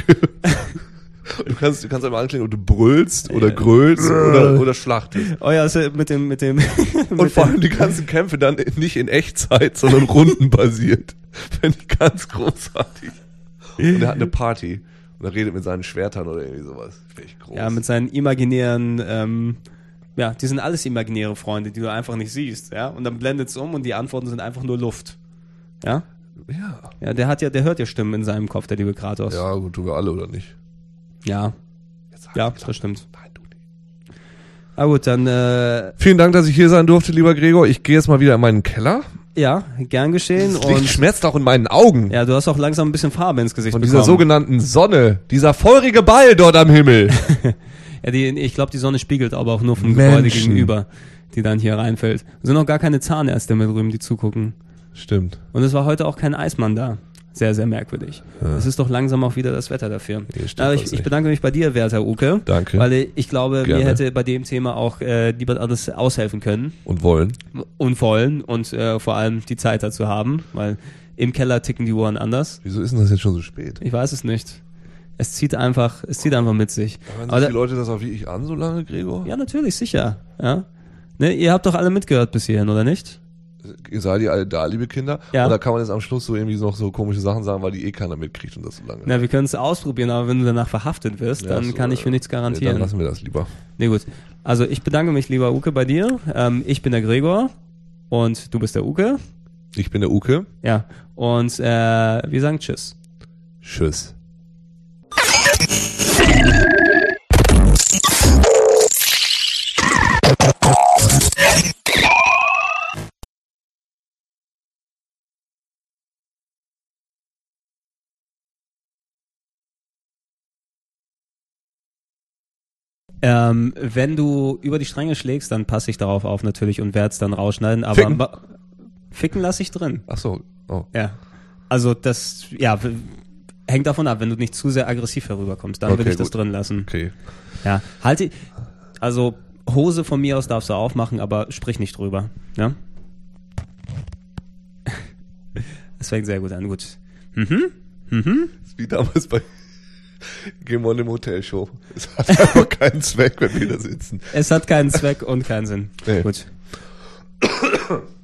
Du kannst einmal anklingen und du brüllst oder grölst oder schlachtest. Oh ja, also mit dem und vor allem die ganzen Kämpfe dann nicht in Echtzeit, sondern rundenbasiert. Fände ich ganz großartig. Und er hat eine Party und er redet mit seinen Schwertern oder irgendwie sowas. Finde ich groß. Ja, mit seinen imaginären, die sind alles imaginäre Freunde, die du einfach nicht siehst, ja. Und dann blendet es um und die Antworten sind einfach nur Luft. Ja? Ja, der hört ja Stimmen in seinem Kopf, der liebe Kratos. Ja, gut, tun wir alle, oder nicht? Ja. Das stimmt. Nein, du nicht. Ah gut, dann vielen Dank, dass ich hier sein durfte, lieber Gregor. Ich gehe jetzt mal wieder in meinen Keller. Ja, gern geschehen. Das Licht schmerzt auch in meinen Augen. Ja, du hast auch langsam ein bisschen Farbe ins Gesicht bekommen. Von dieser sogenannten Sonne, dieser feurige Ball dort am Himmel. Ja, ich glaube, die Sonne spiegelt aber auch nur vom Gebäude gegenüber, die dann hier reinfällt. Es sind auch gar keine Zahnärzte mehr drüben, die zugucken. Stimmt. Und es war heute auch kein Eismann da. Sehr, sehr merkwürdig. Ja. Es ist doch langsam auch wieder das Wetter dafür. Aber ich bedanke mich bei dir, werter Uke. Danke. Weil ich glaube, mir hätte bei dem Thema auch niemand anderes aushelfen können. Und wollen. Und vor allem die Zeit dazu haben, weil im Keller ticken die Uhren anders. Wieso ist denn das jetzt schon so spät? Ich weiß es nicht. Es zieht einfach mit sich. Hören sich die Leute das auch wie ich an so lange, Gregor? Ja, natürlich, sicher. Ja. Ne, ihr habt doch alle mitgehört bis hierhin, oder nicht? Ihr seid ihr alle da, liebe Kinder? Ja. Oder kann man jetzt am Schluss so irgendwie noch so komische Sachen sagen, weil die keiner mitkriegt und das so lange? Na, wir können es ausprobieren, aber wenn du danach verhaftet wirst, dann kann ich für nichts garantieren. Dann lassen wir das lieber. Nee, gut. Also ich bedanke mich, lieber Uke, bei dir. Ich bin der Gregor und du bist der Uke. Ich bin der Uke. Ja. Und wir sagen Tschüss. Tschüss. Wenn du über die Stränge schlägst, dann passe ich darauf auf natürlich und werde es dann rausschneiden. Aber Ficken lasse ich drin. Ach so. Oh. Ja. Also das, hängt davon ab. Wenn du nicht zu sehr aggressiv herüberkommst, dann will ich das drin lassen. Okay. Ja. Also Hose von mir aus darfst du aufmachen, aber sprich nicht drüber. Ja? Das fängt sehr gut an. Gut. Das ist wie damals bei Game On im Hotel-Show. Es hat einfach keinen Zweck, wenn wir da sitzen. Es hat keinen Zweck und keinen Sinn. Nee. Gut.